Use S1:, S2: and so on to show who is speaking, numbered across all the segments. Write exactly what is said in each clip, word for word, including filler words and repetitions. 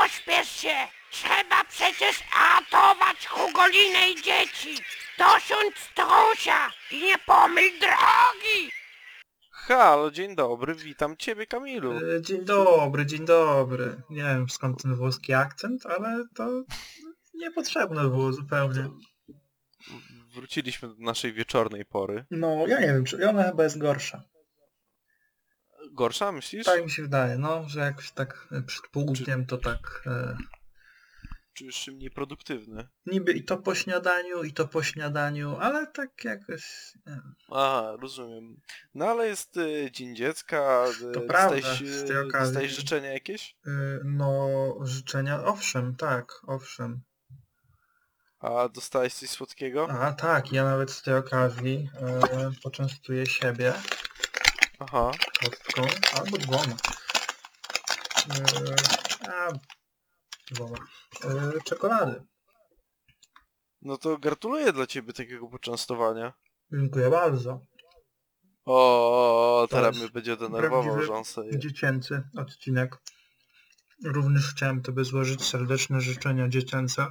S1: Pośpiesz się! Trzeba przecież ratować Hugolinę i dzieci! Dosiądź strusia i nie pomyl drogi!
S2: Halo, dzień dobry, witam ciebie, Kamilu.
S3: E, Dzień dobry, dzień dobry. Nie wiem skąd ten włoski akcent, ale to niepotrzebne było zupełnie.
S2: Wróciliśmy do naszej wieczornej pory.
S3: No, ja nie wiem, czy ona chyba jest gorsza.
S2: Gorsza, myślisz?
S3: Tak mi się wydaje, no, że jakoś tak e, przed południem to tak e,
S2: Czujesz się mniej produktywny?
S3: niby i to po śniadaniu, i to po śniadaniu, ale tak jakoś... Nie wiem.
S2: Aha, rozumiem. No ale jest y, Dzień Dziecka, y,
S3: To prawda,
S2: dostałeś,
S3: z tej
S2: y,
S3: okazji.
S2: dostałeś życzenia jakieś?
S3: E, no, życzenia, owszem, tak, owszem.
S2: A dostałeś coś słodkiego?
S3: A tak, ja nawet z tej okazji e, poczęstuję siebie
S2: Aha.
S3: kostką albo dwoma. E, a, dwoma. E, czekolady.
S2: No to gratuluję dla ciebie takiego poczęstowania.
S3: Dziękuję bardzo.
S2: O,
S3: To
S2: teraz
S3: jest
S2: mnie będzie denerwował,
S3: prawdziwy
S2: że on sobie...
S3: dziecięcy odcinek. Również chciałem Tobie złożyć serdeczne życzenia dziecięce.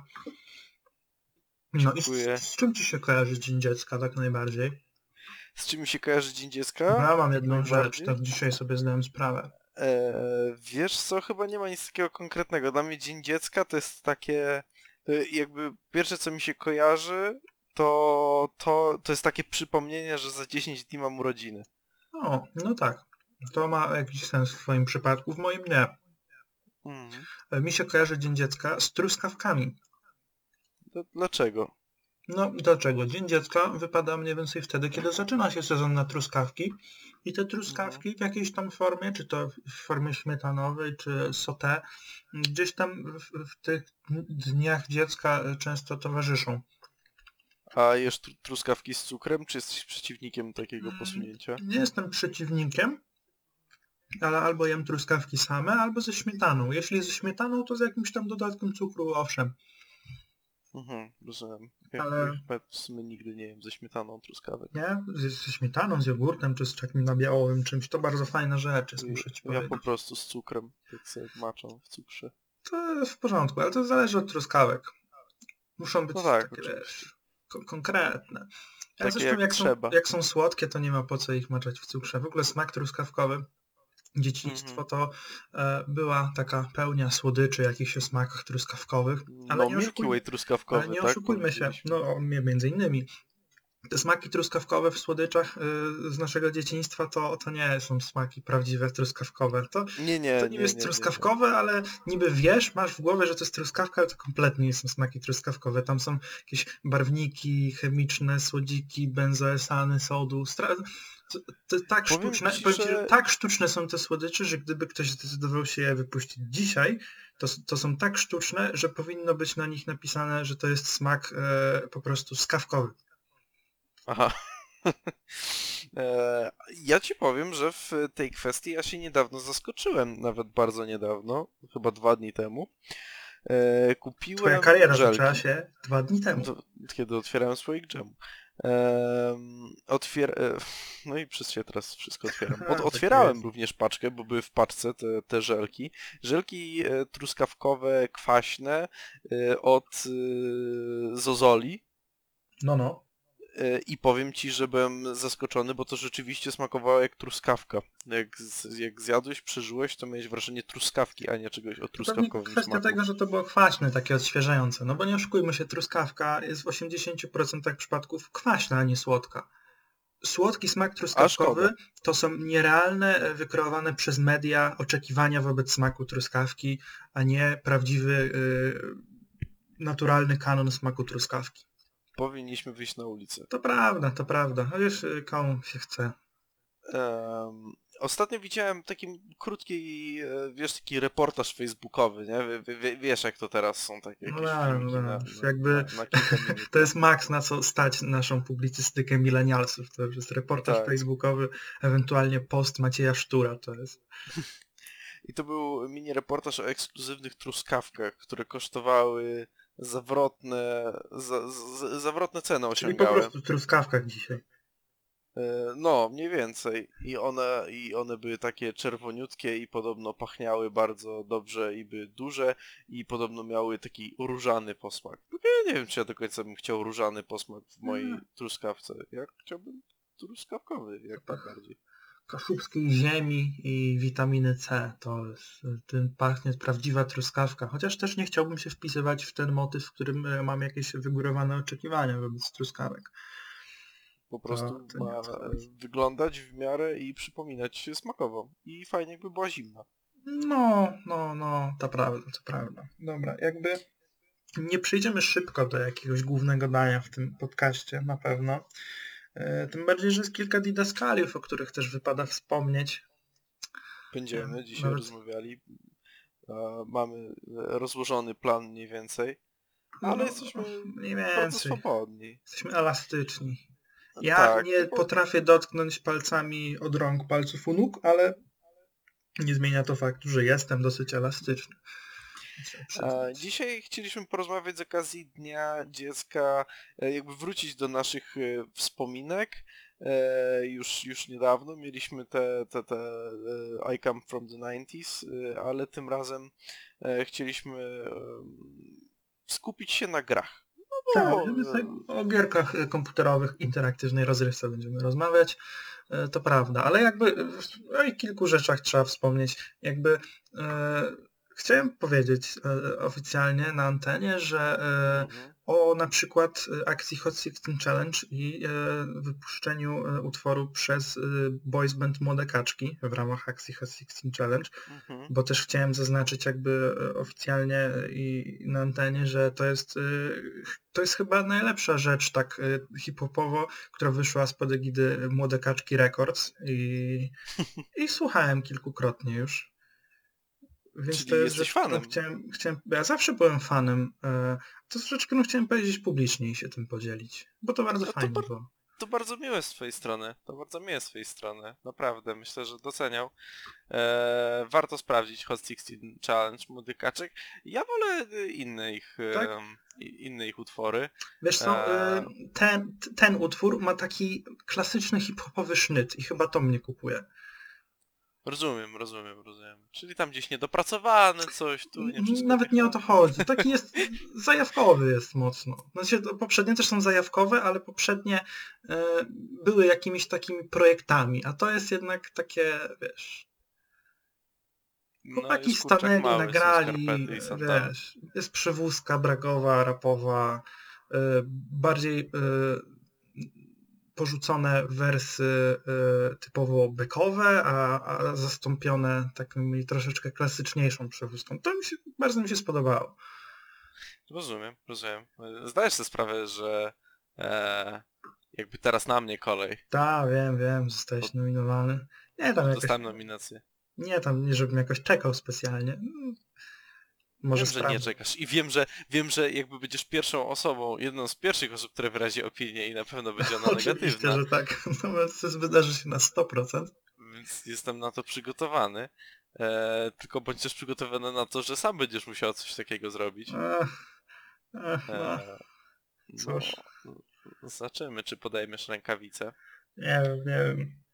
S3: No i
S2: Dziękuję.
S3: z, z czym Ci się kojarzy Dzień Dziecka tak najbardziej?
S2: Z czym mi się kojarzy Dzień Dziecka?
S3: Bo ja mam jedną
S2: Najbardziej?
S3: rzecz, tak dzisiaj sobie zdałem sprawę.
S2: Eee, wiesz co, chyba nie ma nic takiego konkretnego. Dla mnie Dzień Dziecka to jest takie... To jakby pierwsze co mi się kojarzy, to, to, to jest takie przypomnienie, że za dziesięć dni mam urodziny.
S3: O, no tak. To ma jakiś sens w Twoim przypadku, w moim nie.
S2: Mhm.
S3: E, Mi się kojarzy Dzień Dziecka z truskawkami.
S2: To dlaczego?
S3: No dlaczego? Dzień Dziecka wypada mniej więcej wtedy, kiedy zaczyna się sezon na truskawki i te truskawki w jakiejś tam formie, czy to w formie śmietanowej, czy sauté, gdzieś tam w, w tych dniach dziecka często towarzyszą.
S2: A jesz tr- truskawki z cukrem, czy jesteś przeciwnikiem takiego posunięcia?
S3: Nie jestem przeciwnikiem, ale albo jem truskawki same, albo ze śmietaną. Jeśli ze śmietaną, to z jakimś tam dodatkiem cukru, owszem.
S2: Mhm, rozumiem. Ja
S3: Ale-
S2: Ale... chyba w sumie nigdy nie jem ze śmietaną truskawek.
S3: Nie? Ze, ze śmietaną, z jogurtem, czy z takim nabiałowym czymś, to bardzo fajna rzecz jest, muszę ci
S2: Ja
S3: powiedzieć.
S2: po prostu z cukrem, tak sobie maczam w cukrze.
S3: To jest w porządku, ale to zależy od truskawek. Muszą być
S2: No tak,
S3: takie,
S2: oczywiście.
S3: wiesz, kon- konkretne. A
S2: Takie
S3: zresztą
S2: jak
S3: jak, są,
S2: trzeba.
S3: jak są słodkie, to nie ma po co ich maczać w cukrze. W ogóle smak truskawkowy, dzieciństwo
S2: Mhm.
S3: to e, była taka pełnia słodyczy, jakichś o smakach truskawkowych. Ale
S2: No
S3: nie
S2: Milky
S3: oszukujmy,
S2: Way truskawkowy,
S3: ale nie
S2: tak?
S3: oszukujmy się,
S2: Powiedzieliśmy.
S3: no o, mi- między innymi. Te smaki truskawkowe w słodyczach y, z naszego dzieciństwa to, to nie są smaki prawdziwe truskawkowe. To,
S2: Nie, nie,
S3: to
S2: nie,
S3: niby
S2: nie,
S3: jest
S2: nie, nie.
S3: truskawkowe, ale niby wiesz, masz w głowie, że to jest truskawka, ale to kompletnie nie są smaki truskawkowe. Tam są jakieś barwniki chemiczne, słodziki, benzoesany, sodu. Stra... To, to tak
S2: Powiem
S3: sztuczne,
S2: ci,
S3: powiem ci,
S2: że-
S3: że tak sztuczne są te słodycze, że gdyby ktoś zdecydował się je wypuścić dzisiaj, to, to są tak sztuczne, że powinno być na nich napisane, że to jest smak e, po prostu skawkowy.
S2: Aha. E, ja ci powiem, że w tej kwestii ja się niedawno zaskoczyłem, nawet bardzo niedawno, chyba dwa dni temu. E, kupiłem
S3: Twoja kariera
S2: żelki.
S3: zaczęła się dwa dni temu.
S2: To, kiedy otwierałem słoik dżemu. Ehm, otwier... e, No i przez się teraz wszystko otwieram.
S3: Aha,
S2: Od,
S3: tak
S2: otwierałem
S3: jest.
S2: również paczkę, bo były w paczce te, te żelki. Żelki e, truskawkowe, kwaśne e, od e, Zozoli.
S3: No, no.
S2: E, I powiem ci, że byłem zaskoczony, bo to rzeczywiście smakowało jak truskawka. Jak, z, jak zjadłeś, przeżyłeś, to miałeś wrażenie truskawki, a nie czegoś o
S3: Pewnie
S2: truskawkowym
S3: kwestia
S2: smaku.
S3: tego, że to było kwaśne, takie odświeżające. No bo nie oszukujmy się, truskawka jest w osiemdziesięciu procentach przypadków kwaśna, a nie słodka. Słodki smak truskawkowy
S2: szkoda.
S3: to są nierealne, e, wykreowane przez media oczekiwania wobec smaku truskawki, a nie prawdziwy, y, naturalny kanon smaku truskawki.
S2: Powinniśmy wyjść na ulicę.
S3: To prawda, to prawda. A wiesz, y, komu się chce.
S2: Um, ostatnio widziałem taki krótki, e, wiesz, taki reportaż facebookowy, nie? Wie- wie- Wiesz jak to teraz są takie
S3: No
S2: jakieś
S3: tak,
S2: filmiki
S3: no
S2: na,
S3: tak.
S2: na,
S3: Jakby
S2: na, na kilka minut.
S3: To jest maks, na co stać naszą publicystykę milenialsów. To już jest reportaż
S2: Tak.
S3: facebookowy, ewentualnie post Macieja Sztura. To jest.
S2: I to był mini reportaż o ekskluzywnych truskawkach, które kosztowały zawrotne, za, z, zawrotne ceny
S3: Czyli po
S2: osiągały.
S3: prostu w truskawkach dzisiaj.
S2: E, No, mniej więcej. I one, I one były takie czerwoniutkie i podobno pachniały bardzo dobrze i były duże i podobno miały taki różany posmak. Tylko ja nie wiem, czy ja do końca bym chciał różany posmak w mojej
S3: Mm.
S2: truskawce. Ja chciałbym truskawkowy, jak
S3: Zapach.
S2: najbardziej.
S3: Kaszubskiej ziemi i witaminy C. To jest, tym pachnie prawdziwa truskawka. Chociaż też nie chciałbym się wpisywać w ten motyw, w którym e, mam jakieś wygórowane oczekiwania wobec truskawek.
S2: Po
S3: To,
S2: prostu
S3: to nie
S2: ma
S3: o to chodzi.
S2: wyglądać w miarę i przypominać się smakowo. I fajnie jakby była zimna.
S3: No, no, no, to prawda, to prawda. Dobra, jakby nie przejdziemy szybko do jakiegoś głównego dania w tym podcaście, na pewno. E, Tym bardziej, że jest kilka didaskaliów, o których też wypada wspomnieć.
S2: Będziemy
S3: E,
S2: dzisiaj
S3: Nawet
S2: rozmawiali. E, Mamy rozłożony plan mniej więcej. Ale
S3: no,
S2: jesteśmy
S3: mniej
S2: bardzo
S3: więcej.
S2: swobodni.
S3: Jesteśmy elastyczni. Ja
S2: Tak,
S3: nie
S2: no bo
S3: potrafię dotknąć palcami od rąk palców u nóg, ale nie zmienia to faktu, że jestem dosyć elastyczny. Muszę
S2: e,
S3: przyznać.
S2: dzisiaj chcieliśmy porozmawiać z okazji Dnia Dziecka, e, jakby wrócić do naszych e, wspominek. E, już, już niedawno mieliśmy te, te, te e, I Come From The dziewięćdziesiątych, e, ale tym razem e, chcieliśmy e, skupić się na grach.
S3: Tak,
S2: Bo,
S3: będziemy sobie
S2: e,
S3: o gierkach e, komputerowych, interaktywnej rozrywce będziemy rozmawiać, e, to prawda, ale jakby e, o i kilku rzeczach trzeba wspomnieć. Jakby e, chciałem powiedzieć e, oficjalnie na antenie, że e,
S2: mhm,
S3: o na przykład e, akcji Hot szesnaście Challenge i e, wypuszczeniu e, utworu przez e, boys band Młode Kaczki w ramach akcji Hot szesnaście Challenge,
S2: mhm.
S3: bo też chciałem zaznaczyć jakby e, oficjalnie i na antenie, że to jest, e, to jest chyba najlepsza rzecz tak e, hip-hopowo, która wyszła spod egidy Młode Kaczki Records i, i słuchałem kilkukrotnie już. Więc
S2: Czyli
S3: to jest
S2: jesteś
S3: rzecz, którą
S2: fanem.
S3: chciałem, chciałem, ja zawsze byłem fanem, e, to jest rzecz, którą chciałem powiedzieć publicznie i się tym podzielić, bo to bardzo
S2: No to,
S3: fajnie
S2: bar-
S3: było.
S2: to bardzo miłe z twojej strony. To bardzo miłe z twojej strony. Naprawdę, myślę, że doceniał. Eee, warto sprawdzić Hot szesnaście Challenge Młody Kaczek. Ja wolę y, inne ich,
S3: Tak?
S2: em, i- inne ich utwory.
S3: Wiesz co,
S2: Eee,
S3: e, ten, ten utwór ma taki klasyczny hip-hopowy sznyt i chyba to mnie kupuje.
S2: rozumiem, rozumiem, rozumiem. Czyli tam gdzieś niedopracowane coś, tu nie wszystko
S3: Nawet nie o to
S2: wjechane.
S3: chodzi. Taki jest, zajawkowy jest mocno. Znaczy, to poprzednie też są zajawkowe, ale poprzednie e, były jakimiś takimi projektami, a to jest jednak takie, wiesz,
S2: No
S3: chłopaki
S2: jest
S3: z
S2: kurczak
S3: Tanego
S2: mały, są
S3: nagrali,
S2: skarpety i sandały.
S3: wiesz, jest przewózka bragowa, rapowa, e, bardziej e, porzucone wersy e, typowo bekowe, a, a zastąpione takimi troszeczkę klasyczniejszą przewózką. To mi się, bardzo mi się spodobało.
S2: Rozumiem, rozumiem. Zdajesz sobie sprawę, że e, jakby teraz na mnie kolej.
S3: Tak, wiem, wiem, zostałeś nominowany. Nie tam jakoś,
S2: Dostałem nominację.
S3: nie tam, nie żebym jakoś czekał specjalnie. Mm, Może
S2: Wiem, że nie
S3: sprawdzę.
S2: czekasz i wiem, że wiem, że jakby będziesz pierwszą osobą, jedną z pierwszych osób, które wyrazi opinię i na pewno będzie ona
S3: Oczywiście,
S2: negatywna,
S3: że tak. Natomiast to wydarzy się na sto procent.
S2: więc jestem na to przygotowany. E, tylko bądź też przygotowany na to, że sam będziesz musiał coś takiego zrobić.
S3: Ech, ech, no,
S2: E, no,
S3: cóż,
S2: zobaczymy, czy podejmiesz rękawice.
S3: nie wiem, nie wiem.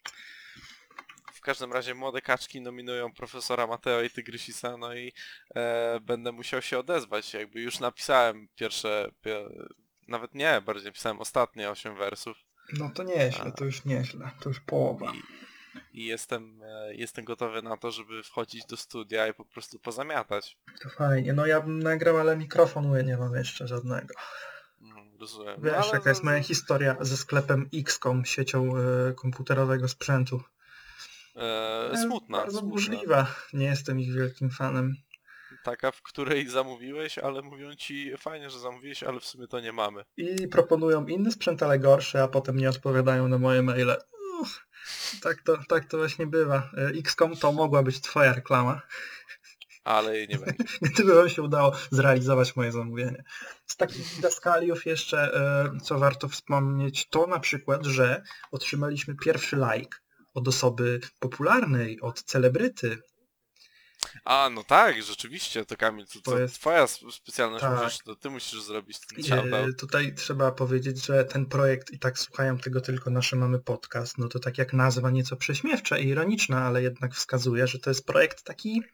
S2: W każdym razie Młode Kaczki nominują profesora Mateo i Tygrysisa, no i e, będę musiał się odezwać. Jakby już napisałem pierwsze, pie, nawet nie, bardziej napisałem ostatnie osiem wersów
S3: No to nieźle, to już nieźle, to już połowa.
S2: i, i jestem, e, jestem gotowy na to, żeby wchodzić do studia i po prostu pozamiatać.
S3: To fajnie. No ja bym nagrał, ale mikrofonu ja nie mam jeszcze żadnego.
S2: Mm, rozumiem. No,
S3: Wiesz,
S2: ale
S3: jaka
S2: za-
S3: jest moja
S2: za-
S3: historia ze sklepem X kom, siecią e, komputerowego sprzętu.
S2: e,
S3: Jest
S2: smutna,
S3: bardzo
S2: smutna.
S3: burzliwa. Nie jestem ich wielkim fanem.
S2: Taka, w której zamówiłeś, ale mówią ci fajnie, że zamówiłeś, ale w sumie to nie mamy.
S3: I proponują inny sprzęt, ale gorszy, a potem nie odpowiadają na moje maile. Uff, tak to, tak to właśnie bywa. E, X kom to mogła być twoja reklama,
S2: Ale jej nie będzie.
S3: gdyby wam się udało zrealizować moje zamówienie. Z takich didaskaliów jeszcze, e, co warto wspomnieć, to na przykład, że otrzymaliśmy pierwszy like od osoby popularnej, od celebryty.
S2: A, no tak, rzeczywiście, to Kamil, to,
S3: To
S2: to
S3: jest-
S2: twoja sp- specjalność,
S3: Tak.
S2: musisz, to ty musisz zrobić ten
S3: E,
S2: shoutout.
S3: Tutaj trzeba powiedzieć, że ten projekt, i tak słuchają tego tylko nasze mamy podcast, no to tak jak nazwa nieco prześmiewcza i ironiczna, ale jednak wskazuje, że to jest projekt taki,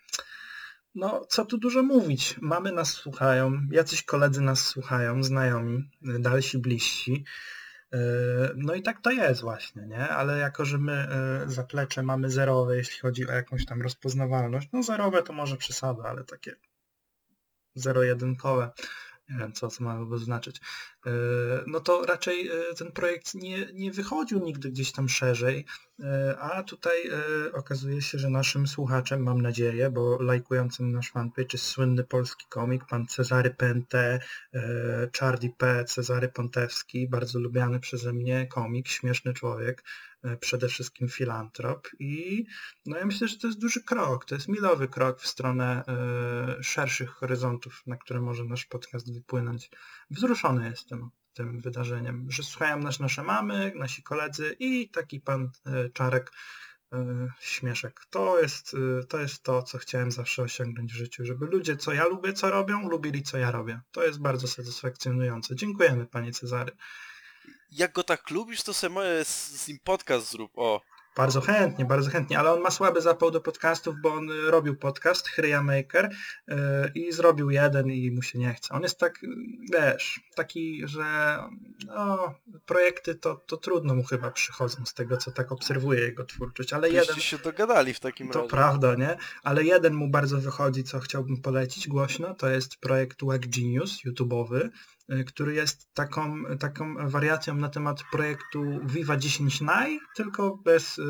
S3: no co tu dużo mówić. Mamy nas słuchają, jacyś koledzy nas słuchają, znajomi, dalsi, bliżsi. E, No i tak to jest właśnie, nie? Ale jako, że my e, zaplecze mamy zerowe, jeśli chodzi o jakąś tam rozpoznawalność, no zerowe to może przesada, ale takie zero-jedynkowe, nie wiem co to ma znaczyć, e, no to raczej e, ten projekt nie, nie wychodził nigdy gdzieś tam szerzej, e, a tutaj e, okazuje się, że naszym słuchaczem, mam nadzieję, bo lajkującym nasz fanpage jest słynny polski komik, pan Cezary Pente, e, Charlie P., Cezary Pontewski, bardzo lubiany przeze mnie komik, śmieszny człowiek, e, przede wszystkim filantrop i no ja myślę, że to jest duży krok, to jest milowy krok w stronę e, szerszych horyzontów, na które może nasz podcast wypłynąć. Wzruszony jestem tym wydarzeniem, że słuchają nas nasze mamy, nasi koledzy i taki pan e, Czarek e, Śmieszek. To jest, e, to jest to, co chciałem zawsze osiągnąć w życiu, żeby ludzie, co ja lubię, co robią, lubili, co ja robię. To jest bardzo satysfakcjonujące. Dziękujemy, panie Cezary.
S2: Jak go tak lubisz, to sobie moje z, z nim podcast zrób, o.
S3: Bardzo chętnie, bardzo chętnie, ale on ma słaby zapał do podcastów, bo on y, robił podcast, Chryja Maker y, i zrobił jeden i mu się nie chce. On jest tak, y, wiesz, taki, że no, projekty to, to trudno mu chyba przychodzą z tego, co tak obserwuję jego twórczość, ale jeden...
S2: Byście się dogadali w takim
S3: To
S2: razie.
S3: prawda, nie? Ale jeden mu bardzo wychodzi, co chciałbym polecić głośno, to jest projekt Wack Genius, YouTube'owy, y, który jest taką, taką wariacją na temat projektu Viva dziesięć Naj, tylko bez, y,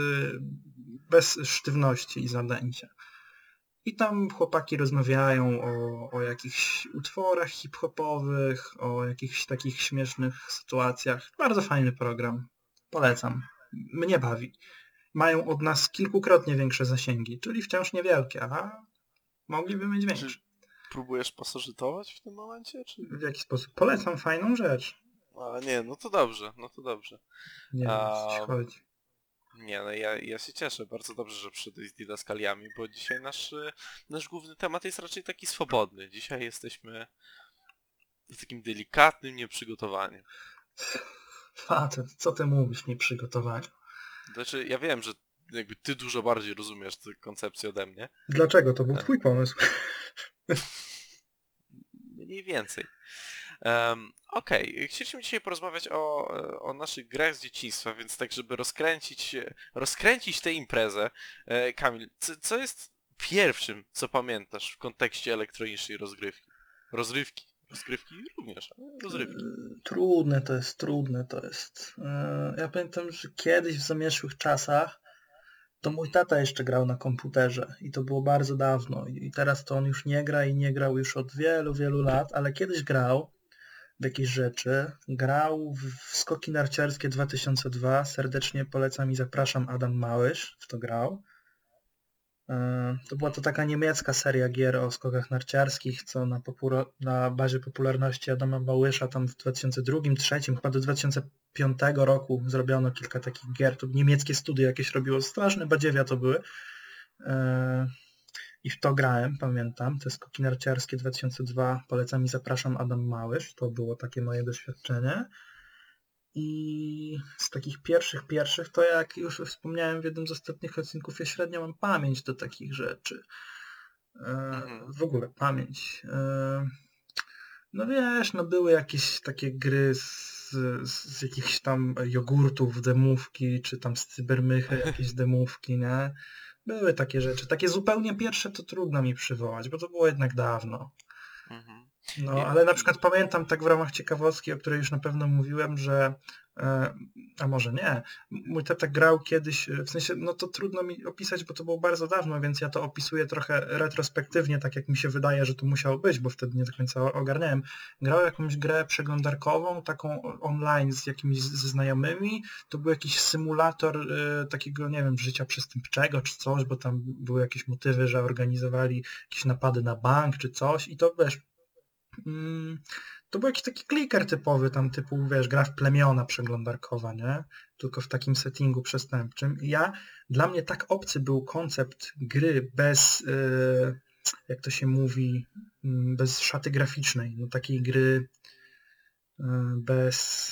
S3: bez sztywności i zadęcia. I tam chłopaki rozmawiają o, o jakichś utworach hip-hopowych, o jakichś takich śmiesznych sytuacjach. Bardzo fajny program. Polecam. Mnie bawi. Mają od nas kilkukrotnie większe zasięgi, czyli wciąż niewielkie, a mogliby mieć większe.
S2: Próbujesz pasożytować w tym momencie, czy...
S3: W jaki sposób? Polecam fajną rzecz.
S2: A nie, no to dobrze, no to dobrze.
S3: Nie wiem,
S2: A-
S3: o co ci chodzi.
S2: Nie, no ja, ja się cieszę, bardzo dobrze, że przyszedłeś z didaskaliami, bo dzisiaj nasz, y, nasz główny temat jest raczej taki swobodny. Dzisiaj jesteśmy z takim delikatnym nieprzygotowaniem.
S3: Facet, co ty mówisz, nieprzygotowanie?
S2: Znaczy, ja wiem, że jakby ty dużo bardziej rozumiesz tę koncepcję ode mnie.
S3: Dlaczego? To był
S2: Tak.
S3: twój pomysł.
S2: Mniej więcej. Um, Okej, chcieliśmy dzisiaj porozmawiać o, o naszych grach z dzieciństwa, więc tak, żeby rozkręcić, rozkręcić tę imprezę. E, Kamil, co, co jest pierwszym, co pamiętasz w kontekście elektronicznej rozgrywki? Rozrywki. Rozgrywki również, ale rozrywki.
S3: Trudne to jest, trudne to jest. E, Ja pamiętam, że kiedyś w zamierzchłych czasach to mój tata jeszcze grał na komputerze i to było bardzo dawno i teraz to on już nie gra i nie grał już od wielu, wielu lat, ale kiedyś grał w jakieś rzeczy. Grał w Skoki Narciarskie dwa tysiące dwa, serdecznie polecam i zapraszam, Adam Małysz w to grał. E, To była to taka niemiecka seria gier o skokach narciarskich, co na, popula- na bazie popularności Adama Małysza tam w dwa tysiące drugi, dwa tysiące trzecim, chyba do dwa tysiące piątego roku zrobiono kilka takich gier. To niemieckie studio jakieś robiło, straszne badziewia to były. E, I w to grałem, pamiętam. Te skoki narciarskie dwa tysiące dwa, polecam i zapraszam, Adam Małysz. To było takie moje doświadczenie. I z takich pierwszych, pierwszych, to jak już wspomniałem w jednym z ostatnich odcinków, ja średnio mam pamięć do takich rzeczy. E,
S2: Mhm.
S3: W ogóle pamięć. E, No wiesz, no były jakieś takie gry z, z jakichś tam jogurtów, demówki, czy tam z cybermychy jakieś demówki, nie? Były takie rzeczy. Takie zupełnie pierwsze to trudno mi przywołać, bo to było jednak dawno.
S2: Mhm.
S3: No,
S2: I-
S3: ale na przykład pamiętam tak w ramach ciekawostki, o której już na pewno mówiłem, że e, a może nie, mój tata grał kiedyś, e, w sensie, no to trudno mi opisać, bo to było bardzo dawno, więc ja to opisuję trochę retrospektywnie, tak jak mi się wydaje, że to musiało być, bo wtedy nie do końca o- ogarniałem. Grał jakąś grę przeglądarkową, taką o- online z jakimiś z- ze znajomymi, to był jakiś symulator e, takiego, nie wiem, życia przestępczego czy coś, bo tam były jakieś motywy, że organizowali jakieś napady na bank czy coś i to wiesz, Mm, to był jakiś taki kliker typowy, tam typu, wiesz, gra w plemiona przeglądarkowa, nie? Tylko w takim settingu przestępczym. I ja, dla mnie tak obcy był koncept gry bez, yy, jak to się mówi, mm, bez szaty graficznej, no takiej gry y, bez...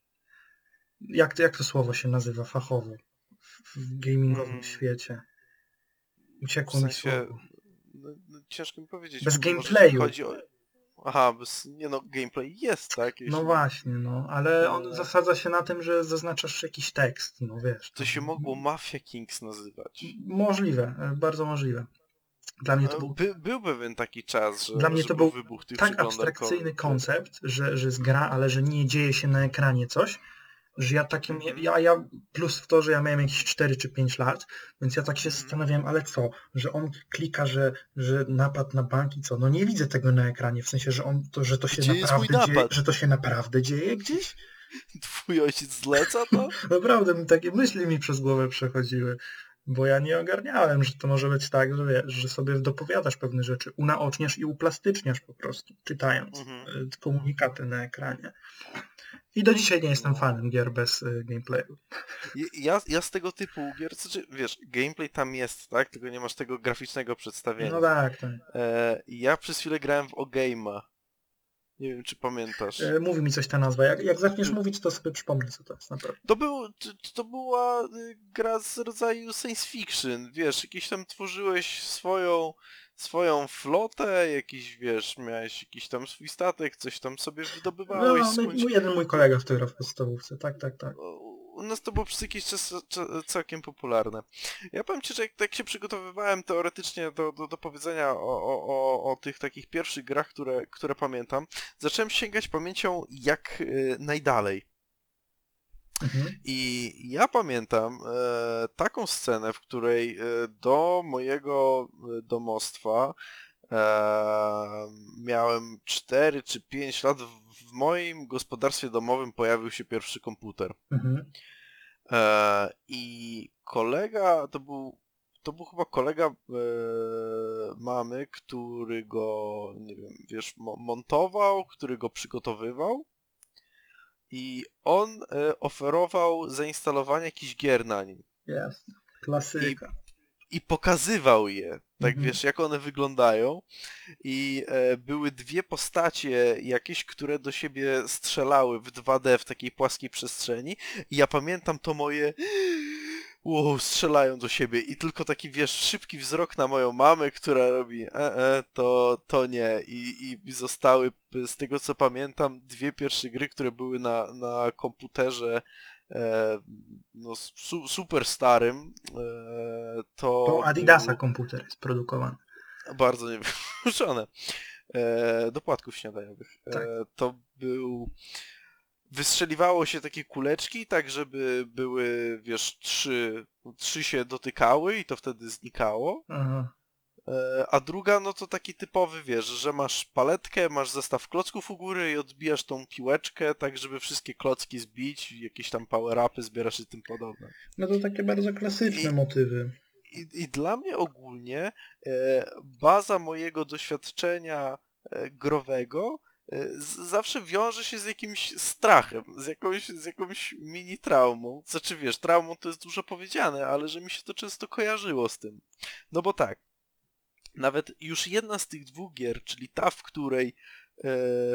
S3: Jak, to- jak to słowo się nazywa fachowo w w gamingowym
S2: Mm.
S3: świecie?
S2: W
S3: Uciekło mi
S2: sensie,
S3: słowo.
S2: no, no, ciężko mi powiedzieć.
S3: Bez
S2: Może ci
S3: gameplayu.
S2: chodzi o... Aha, bez... nie no, gameplay jest, tak?
S3: No
S2: Jeśli...
S3: właśnie, no, ale on
S2: Eee.
S3: zasadza się na tym, że zaznaczasz jakiś tekst, no wiesz.
S2: To się mogło Mafia Kings nazywać.
S3: Możliwe, e, bardzo możliwe. Dla mnie to
S2: E,
S3: był
S2: By, był pewien taki czas, że,
S3: Dla mnie
S2: że
S3: to
S2: był
S3: był
S2: wybuch tych
S3: tak
S2: przeglądarkowych
S3: abstrakcyjny
S2: gier.
S3: koncept, że, że jest gra, ale że nie dzieje się na ekranie coś, że ja takim,
S2: Mhm.
S3: ja, ja plus w to, że ja miałem jakieś cztery czy pięć lat, więc ja tak się
S2: Mhm.
S3: zastanawiałem, ale co, że on klika, że, że napad na bank i co? No nie widzę tego na ekranie, w sensie, że on to, że to się
S2: Gdzie jest mój
S3: naprawdę dzieje,
S2: napad?
S3: że to się naprawdę dzieje gdzieś?
S2: Twój ojciec zleca to?
S3: Naprawdę mi takie myśli mi przez głowę przechodziły, bo ja nie ogarniałem, że to może być tak, że wiesz, że sobie dopowiadasz pewne rzeczy, unaoczniasz i uplastyczniasz po prostu, czytając
S2: Mhm.
S3: y, komunikaty na ekranie. I do dzisiaj nie jestem
S2: No.
S3: fanem gier bez y, gameplayu.
S2: Ja, ja z tego typu gier, znaczy, wiesz, gameplay tam jest, tak? Tylko nie masz tego graficznego przedstawienia.
S3: No tak, tak.
S2: E, ja przez chwilę grałem w Ogame'a. Nie wiem, czy pamiętasz.
S3: Y, Mówi mi coś ta nazwa. Jak, jak zaczniesz mówić, to sobie przypomnę, co to jest naprawdę.
S2: To, był, to, to była y, gra z rodzaju science fiction, wiesz, jakieś tam tworzyłeś swoją, swoją flotę, jakiś, wiesz, miałeś jakiś tam swój statek, coś tam sobie wydobywałeś
S3: No,
S2: skądś.
S3: mój, jeden mój kolega w to grał w podstawówce. Tak, tak, tak.
S2: U nas to było przez jakiś czas cza- całkiem popularne. Ja powiem ci, że jak tak się przygotowywałem teoretycznie do, do, do powiedzenia o, o, o, o tych takich pierwszych grach, które, które pamiętam, zacząłem sięgać pamięcią jak y, najdalej.
S3: Mhm.
S2: I ja pamiętam e, taką scenę, w której e, do mojego e, domostwa e, miałem cztery czy pięć lat, w, w moim gospodarstwie domowym pojawił się pierwszy komputer.
S3: Mhm.
S2: E, I kolega, to był, to był chyba kolega e, mamy, który go, nie wiem, wiesz, mo- montował, który go przygotowywał. I on e, oferował zainstalowanie jakichś gier na nim.
S3: Jasne. Klasyka.
S2: I pokazywał je, tak
S3: Mhm.
S2: wiesz, jak one wyglądają. I e, były dwie postacie jakieś, które do siebie strzelały w dwa D w takiej płaskiej przestrzeni. I ja pamiętam to moje... Wow, strzelają do siebie i tylko taki, wiesz, szybki wzrok na moją mamę, która robi e, e, to, to nie. I, I zostały, z tego co pamiętam, dwie pierwsze gry, które były na, na komputerze e, no, su, super starym. E, to
S3: To Adidasa
S2: był
S3: komputer jest produkowany.
S2: bardzo niewykluczone. E, do płatków śniadaniowych.
S3: Tak.
S2: E, to był... Wystrzeliwało się takie kuleczki, tak żeby były, wiesz, trzy, trzy się dotykały i to wtedy znikało.
S3: Aha.
S2: E, a druga, no to taki typowy, wiesz, że masz paletkę, masz zestaw klocków u góry i odbijasz tą piłeczkę, tak żeby wszystkie klocki zbić, jakieś tam power-upy zbierasz i tym podobne.
S3: No to takie bardzo klasyczne
S2: I-
S3: motywy.
S2: I, i dla mnie ogólnie e, baza mojego doświadczenia e, growego e, z, zawsze wiąże się z jakimś strachem, z jakąś, z jakąś mini traumą. Znaczy wiesz, traumą to jest dużo powiedziane, ale że mi się to często kojarzyło z tym. No bo tak, nawet już jedna z tych dwóch gier, czyli ta, w której e,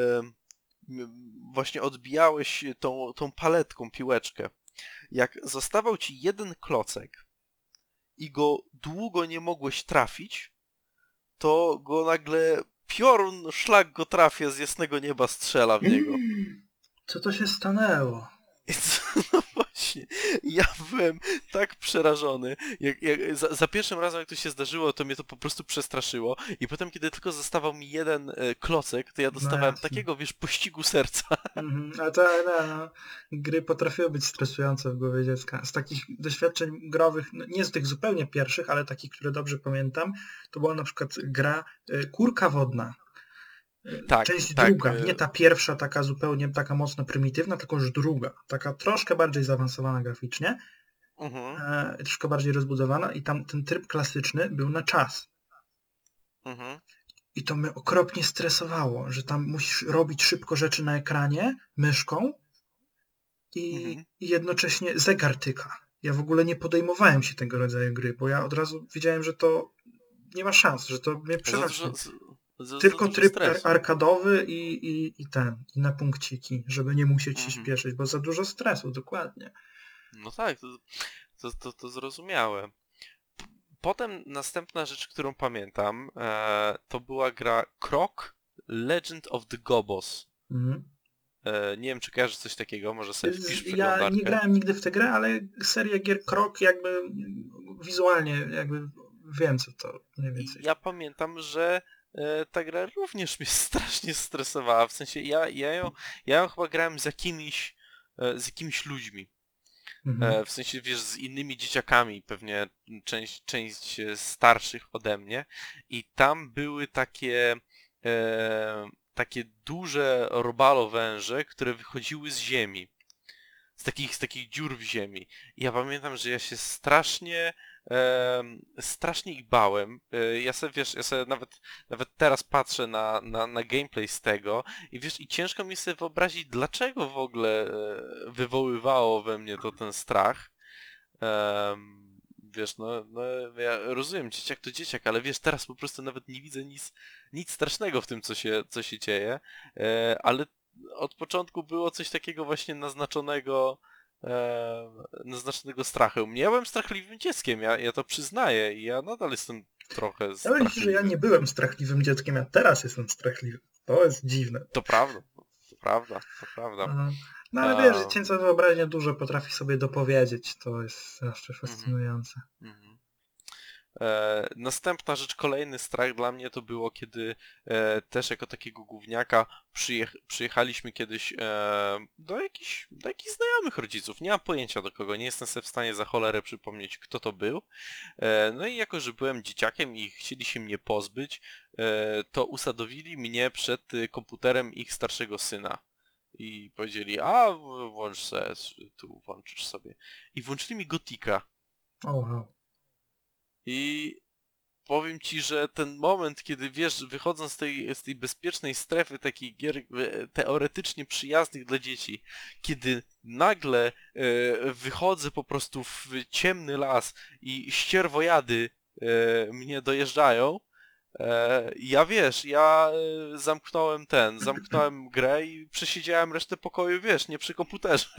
S2: m- właśnie odbijałeś tą, tą paletką piłeczkę, jak zostawał ci jeden klocek, i go długo nie mogłeś trafić, to go nagle piorun, szlak go trafia z jasnego nieba, strzela w niego.
S3: Co to się stanęło?
S2: I co, no właśnie, ja byłem tak przerażony, jak, jak za, za pierwszym razem jak to się zdarzyło, to mnie to po prostu przestraszyło i potem kiedy tylko zostawał mi jeden e, klocek, to ja dostawałem
S3: jasne.
S2: takiego, wiesz, pościgu serca.
S3: Mhm. A to no, no, gry potrafiły być stresujące w głowie dziecka. Z takich doświadczeń growych, no, nie z tych zupełnie pierwszych, ale takich, które dobrze pamiętam, to była na przykład gra y, Kurka Wodna. Y,
S2: Tak,
S3: Część
S2: tak,
S3: druga,
S2: y-
S3: nie ta pierwsza taka zupełnie taka mocno prymitywna, tylko już druga. Taka troszkę bardziej zaawansowana graficznie,
S2: Mhm,
S3: e, troszkę bardziej rozbudowana i tam ten tryb klasyczny był na czas.
S2: mhm.
S3: I to mnie okropnie stresowało, że tam musisz robić szybko rzeczy na ekranie myszką i,
S2: Mhm.
S3: i jednocześnie zegar tyka. Ja w ogóle nie podejmowałem się tego rodzaju gry, bo ja od razu wiedziałem, że to nie ma szans, że to mnie
S2: Za
S3: przerośnie.
S2: dużo, za, za,
S3: Tylko
S2: za dużo
S3: tryb ar-
S2: stresu.
S3: arkadowy i, i, i ten, i na punkciki, żeby nie musieć się
S2: Mhm.
S3: śpieszyć, bo za dużo stresu, dokładnie.
S2: No tak, to, to, to, to zrozumiałe. P- Potem następna rzecz, którą pamiętam, e, to była gra Croc Legend of the Gobos.
S3: Mhm.
S2: E, nie wiem, czy kojarzysz coś takiego, może sobie
S3: Z-
S2: wpisz w
S3: Ja
S2: przeglądarkę.
S3: nie grałem nigdy w tę grę, ale serię gier Krok jakby wizualnie jakby wiem co to mniej
S2: I
S3: więcej.
S2: ja pamiętam, że e, ta gra również mnie strasznie stresowała, w sensie ja, ja, ją, ja ją chyba grałem z jakimiś, e, z jakimiś ludźmi.
S3: Mhm.
S2: E, w sensie, wiesz, z innymi dzieciakami, pewnie część, część e, starszych ode mnie. I tam były takie e, takie duże robalo węże, które wychodziły z ziemi. Z takich, z takich dziur w ziemi. I ja pamiętam, że ja się strasznie e, strasznie ich bałem. E, ja sobie, wiesz, ja sobie nawet, nawet teraz patrzę na, na, na gameplay z tego i wiesz, i ciężko mi sobie wyobrazić, dlaczego w ogóle e, wywoływało we mnie to ten strach. Em, wiesz, no, no ja rozumiem, dzieciak to dzieciak, ale wiesz, teraz po prostu nawet nie widzę nic, nic strasznego w tym, co się, co się dzieje, e, ale od początku było coś takiego właśnie naznaczonego, e, naznaczonego strachem. Ja byłem strachliwym dzieckiem, ja, ja to przyznaję i ja nadal jestem trochę
S3: Ja myślę, że ja
S2: strachliwy.
S3: nie byłem strachliwym dzieckiem, ja teraz jestem strachliwy. To jest dziwne.
S2: To prawda, to prawda, to prawda.
S3: Aha. No ale wiesz,
S2: A,
S3: dziecięca wyobraźnia dużo potrafi sobie dopowiedzieć, to jest zawsze
S2: mhm,
S3: fascynujące.
S2: mhm. E, następna rzecz, kolejny strach dla mnie to było, kiedy e, też jako takiego gówniaka przyjech przyjechaliśmy kiedyś e, do jakichś do jakichś znajomych rodziców. Nie mam pojęcia do kogo, nie jestem sobie w stanie za cholerę przypomnieć, kto to był. E, no i jako, że byłem dzieciakiem i chcieli się mnie pozbyć, e, to usadowili mnie przed y, komputerem ich starszego syna. I powiedzieli, a włącz se, tu włączysz sobie. I włączyli mi Gotika.
S3: O wow.
S2: I powiem ci, że ten moment, kiedy wiesz, wychodząc z tej, z tej bezpiecznej strefy takich gier e, teoretycznie przyjaznych dla dzieci, kiedy nagle e, wychodzę po prostu w ciemny las i ścierwojady e, mnie dojeżdżają, e, ja wiesz, ja e, zamknąłem ten, zamknąłem grę i przesiedziałem resztę pokoju, wiesz, nie przy komputerze.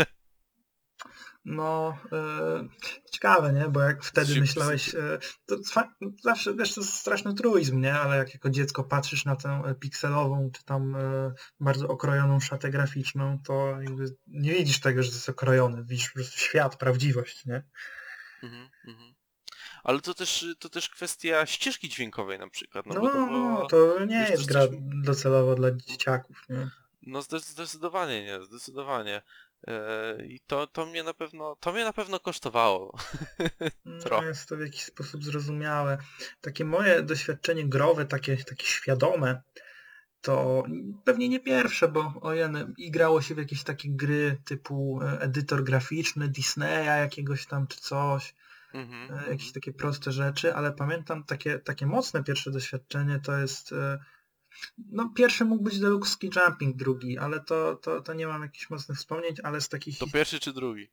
S3: No, e, ciekawe, nie? Bo jak wtedy
S2: Się-
S3: myślałeś, e, to fa- zawsze, wiesz, to jest straszny truizm, nie? Ale jak jako dziecko patrzysz na tę e, pikselową, czy tam e, bardzo okrojoną szatę graficzną, to jakby nie widzisz tego, że to jest okrojone. Widzisz po prostu świat, prawdziwość, nie?
S2: Mhm, mhm. Ale to też, to też kwestia ścieżki dźwiękowej na przykład, no
S3: No,
S2: bo to
S3: no,
S2: było...
S3: to nie
S2: wiesz,
S3: jest
S2: też
S3: gra
S2: coś...
S3: docelowo dla dzieciaków, nie?
S2: No zde- zdecydowanie nie, zdecydowanie. E, I to, to mnie na pewno, to mnie na pewno kosztowało.
S3: No,
S2: Trochę.
S3: jest to w jakiś sposób zrozumiałe. Takie moje doświadczenie growe, takie, takie świadome, to pewnie nie pierwsze, bo ojeny, i grało się w jakieś takie gry typu e, edytor graficzny Disneya jakiegoś tam czy coś,
S2: Mhm,
S3: e,
S2: mhm.
S3: jakieś takie proste rzeczy, ale pamiętam takie, takie mocne pierwsze doświadczenie to jest, e, no pierwszy mógł być Deluxe Ski Jumping, drugi, ale to, to, to nie mam jakichś mocnych wspomnień, ale z takich...
S2: To pierwszy czy drugi?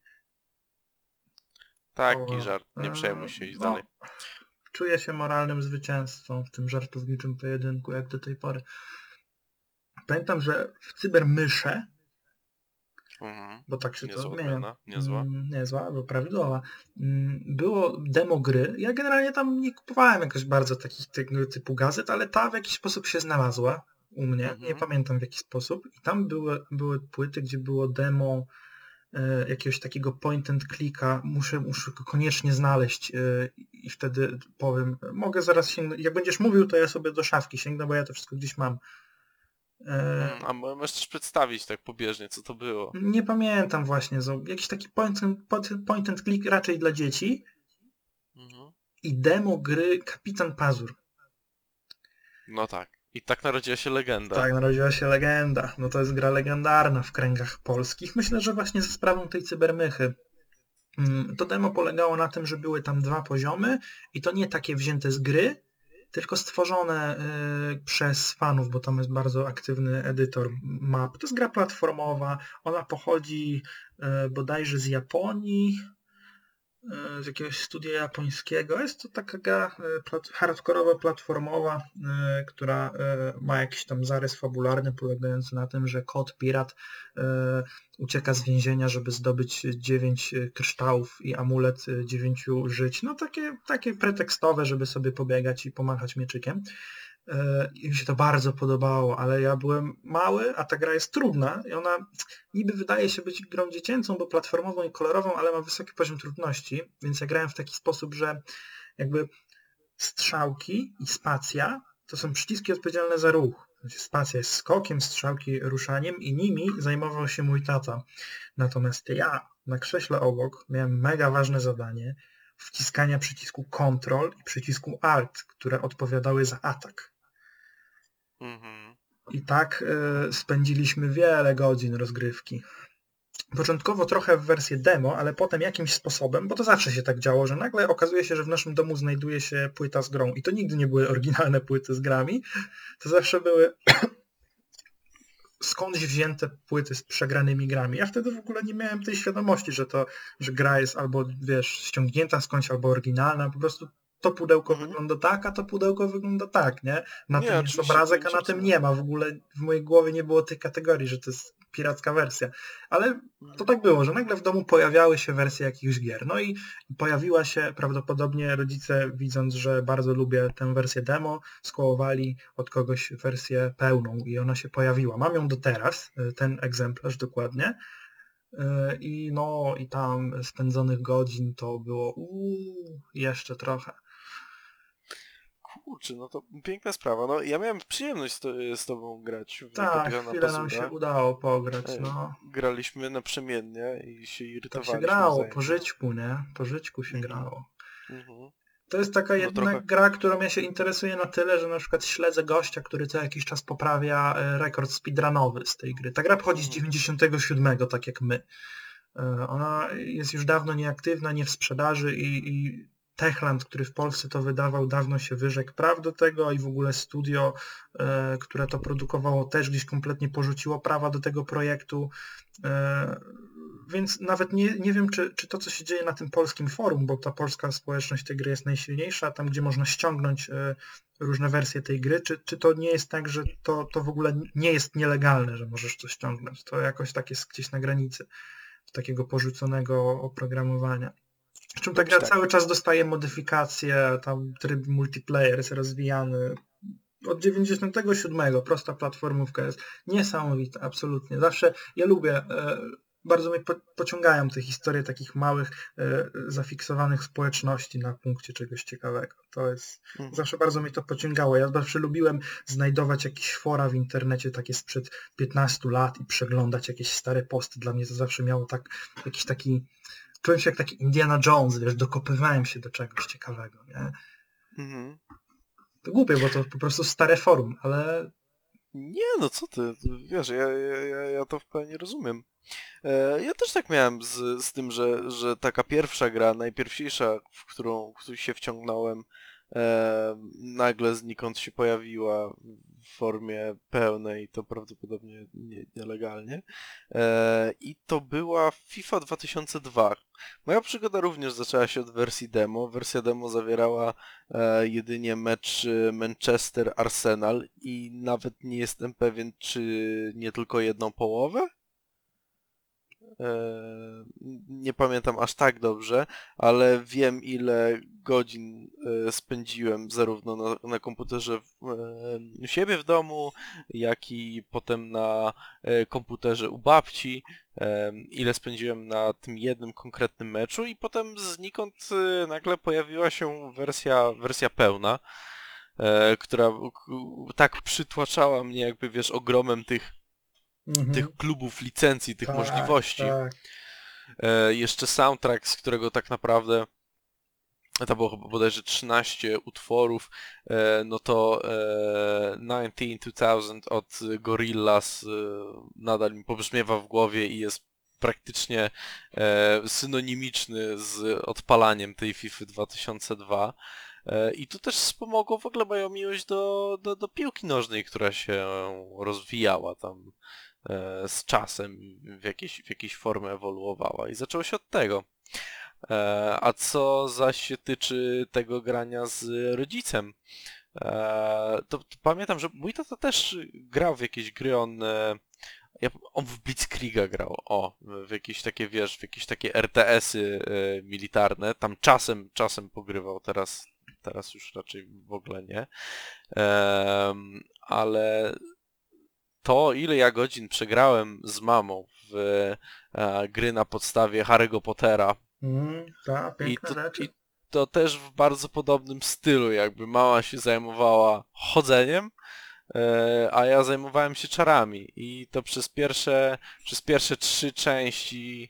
S3: O,
S2: Taki żart, nie
S3: e,
S2: przejmuj się, idź
S3: no,
S2: dalej.
S3: czuję się moralnym zwycięzcą w tym żartowniczym pojedynku, jak do tej pory. Pamiętam, że w Cybermysze,
S2: Mhm.
S3: bo tak się
S2: Niezła
S3: to odmienia.
S2: odmiana, niezła.
S3: Mm, niezła, bo prawidłowa. Mm, Było demo gry. Ja generalnie tam nie kupowałem jakoś bardzo takich tego typu gazet, ale ta w jakiś sposób się znalazła u mnie.
S2: Mhm.
S3: Nie pamiętam w jaki sposób. I tam były, były płyty, gdzie było demo e, jakiegoś takiego point and clicka. Muszę, muszę go koniecznie znaleźć e, i wtedy powiem, mogę zaraz sięgnąć. Jak będziesz mówił, to ja sobie do szafki sięgnę, bo ja to wszystko gdzieś mam. E,
S2: Mm, A mo- możesz też przedstawić tak pobieżnie, co to było.
S3: Nie pamiętam właśnie, zo- jakiś taki point and, point- point and click raczej dla dzieci
S2: Mhm.
S3: i demo gry Kapitan Pazur.
S2: No tak. I tak narodziła się legenda.
S3: Tak, narodziła się legenda. No to jest gra legendarna w kręgach polskich. Myślę, że właśnie ze sprawą tej cybermychy. Mm, To demo polegało na tym, że były tam dwa poziomy i to nie takie wzięte z gry, tylko stworzone y, przez fanów, bo tam jest bardzo aktywny edytor map. To jest gra platformowa, ona pochodzi y, bodajże z Japonii. e, z jakiegoś studia japońskiego. Jest to taka gra e, plat, hardkorowa, platformowa, e, która e, ma jakiś tam zarys fabularny polegający na tym, że kot pirat e, ucieka z więzienia, żeby zdobyć dziewięć kryształów i amulet e, dziewięciu żyć. No takie, takie pretekstowe, żeby sobie pobiegać i pomachać mieczykiem. I mi się to bardzo podobało, ale ja byłem mały, a ta gra jest trudna i ona niby wydaje się być grą dziecięcą, bo platformową i kolorową, ale ma wysoki poziom trudności, więc ja grałem w taki sposób, że jakby strzałki i spacja to są przyciski odpowiedzialne za ruch. Znaczy spacja jest skokiem, strzałki ruszaniem i nimi zajmował się mój tata. Natomiast ja na krześle obok miałem mega ważne zadanie wciskania przycisku Ctrl i przycisku Alt, które odpowiadały za atak.
S2: Mhm.
S3: I tak y, spędziliśmy wiele godzin rozgrywki. Początkowo trochę w wersję demo, ale potem jakimś sposobem, bo to zawsze się tak działo, że nagle okazuje się, że w naszym domu znajduje się płyta z grą. I to nigdy nie były oryginalne płyty z grami, to zawsze były skądś wzięte płyty z przegranymi grami. Ja wtedy w ogóle nie miałem tej świadomości, że to, że gra jest albo, wiesz, ściągnięta skądś, albo oryginalna. Po prostu to pudełko
S2: Mhm.
S3: wygląda tak, a to pudełko wygląda tak, nie? Na
S2: Nie,
S3: tym jest
S2: oczywiście,
S3: obrazek, a
S2: pojęcia
S3: na tym
S2: rozumiem.
S3: nie ma. W ogóle w mojej głowie nie było tej kategorii, że to jest piracka wersja. Ale to tak było, że nagle w domu pojawiały się wersje jakichś gier. No i pojawiła się prawdopodobnie rodzice, widząc, że bardzo lubię tę wersję demo, skołowali od kogoś wersję pełną i ona się pojawiła. Mam ją do teraz, ten egzemplarz dokładnie. I no, i tam spędzonych godzin to było uuu, jeszcze trochę.
S2: Kurczę, no to piękna sprawa. No ja miałem przyjemność z, to, z tobą grać w
S3: Tak,
S2: Kapitan
S3: chwilę nam się
S2: Pazura.
S3: udało pograć,
S2: E,
S3: no.
S2: Graliśmy naprzemiennie i się
S3: Tak się
S2: irytowaliśmy
S3: grało, po
S2: wzajemnie.
S3: żyćku, nie? Po żyćku się
S2: Mhm.
S3: grało.
S2: Mhm.
S3: To jest taka
S2: No
S3: jedna
S2: trochę.
S3: gra, którą ja się interesuję na tyle, że na przykład śledzę gościa, który co jakiś czas poprawia e, rekord speedrunowy z tej gry. Ta gra pochodzi z
S2: Mhm.
S3: dziewięćdziesiątego siódmego, tak jak my. E, Ona jest już dawno nieaktywna, nie w sprzedaży i, i Techland, który w Polsce to wydawał, dawno się wyrzekł praw do tego i w ogóle studio, e, które to produkowało, też gdzieś kompletnie porzuciło prawa do tego projektu. E, Więc nawet nie, nie wiem, czy, czy to, co się dzieje na tym polskim forum, bo ta polska społeczność tej gry jest najsilniejsza, tam gdzie można ściągnąć e, różne wersje tej gry, czy, czy to nie jest tak, że to, to w ogóle nie jest nielegalne, że możesz to ściągnąć. To jakoś tak jest gdzieś na granicy takiego porzuconego oprogramowania. Przy czym ta
S2: Robisz
S3: gra
S2: tak.
S3: cały czas dostaje modyfikacje, tam tryb multiplayer jest rozwijany. Od dziewięćdziesiątego siódmego prosta platformówka jest niesamowita, absolutnie. Zawsze ja lubię, e, bardzo mnie po, pociągają te historie takich małych, e, zafiksowanych społeczności na punkcie czegoś ciekawego. To jest,
S2: Mhm.
S3: zawsze bardzo mnie to pociągało. Ja zawsze lubiłem znajdować jakieś fora w internecie takie sprzed piętnastu lat i przeglądać jakieś stare posty. Dla mnie to zawsze miało tak, jakiś taki, czułem się jak taki Indiana Jones, wiesz, dokopywałem się do czegoś ciekawego, nie?
S2: Mhm.
S3: To głupie, bo to po prostu stare forum, ale
S2: Nie, no co ty, wiesz, ja, ja, ja, ja to w pełni rozumiem. E, ja też tak miałem z, z tym, że, że taka pierwsza gra, najpierwsza, w którą, w którą się wciągnąłem, e, nagle znikąd się pojawiła w formie pełnej, to prawdopodobnie nie, nielegalnie. E, I to była FIFA dwa tysiące dwa. Moja przygoda również zaczęła się od wersji demo. Wersja demo zawierała e, jedynie mecz e, Manchester-Arsenal i nawet nie jestem pewien, czy nie tylko jedną połowę. Eee, nie pamiętam aż tak dobrze, ale wiem ile godzin e, spędziłem zarówno na, na komputerze w, e, u siebie w domu, jak i potem na e, komputerze u babci, e, ile spędziłem na tym jednym konkretnym meczu i potem znikąd e, nagle pojawiła się wersja, wersja pełna, e, która k- tak przytłaczała mnie jakby wiesz ogromem tych
S3: mhm.
S2: tych klubów, licencji, tych
S3: Tak,
S2: możliwości.
S3: tak.
S2: E, jeszcze soundtrack, z którego tak naprawdę to było chyba bodajże trzynaście utworów, e, no to e, dziewiętnaście dwa tysiące od Gorillaz e, nadal mi pobrzmiewa w głowie i jest praktycznie e, synonimiczny z odpalaniem tej FIFA dwa tysiące dwa. E, I tu też wspomogło w ogóle moją miłość do, do, do piłki nożnej, która się rozwijała tam e, z czasem w jakiejś, w jakiejś formie ewoluowała i zaczęło się od tego. E, a co zaś się tyczy tego grania z rodzicem, e, to, to pamiętam, że mój tata też grał w jakieś gry, on, e, ja, on w Blitzkriega grał, o, w jakieś takie, wiesz, w jakieś takie R T S-y e, militarne, tam czasem, czasem pogrywał, teraz, teraz już raczej w ogóle nie, Em, ale to, ile ja godzin przegrałem z mamą w e, gry na podstawie Harry'ego Pottera,
S3: Mm, tak,
S2: i
S3: piękne
S2: to,
S3: rzeczy.
S2: i to też w bardzo podobnym stylu, jakby mama się zajmowała chodzeniem, e, a ja zajmowałem się czarami i to przez pierwsze, przez pierwsze trzy części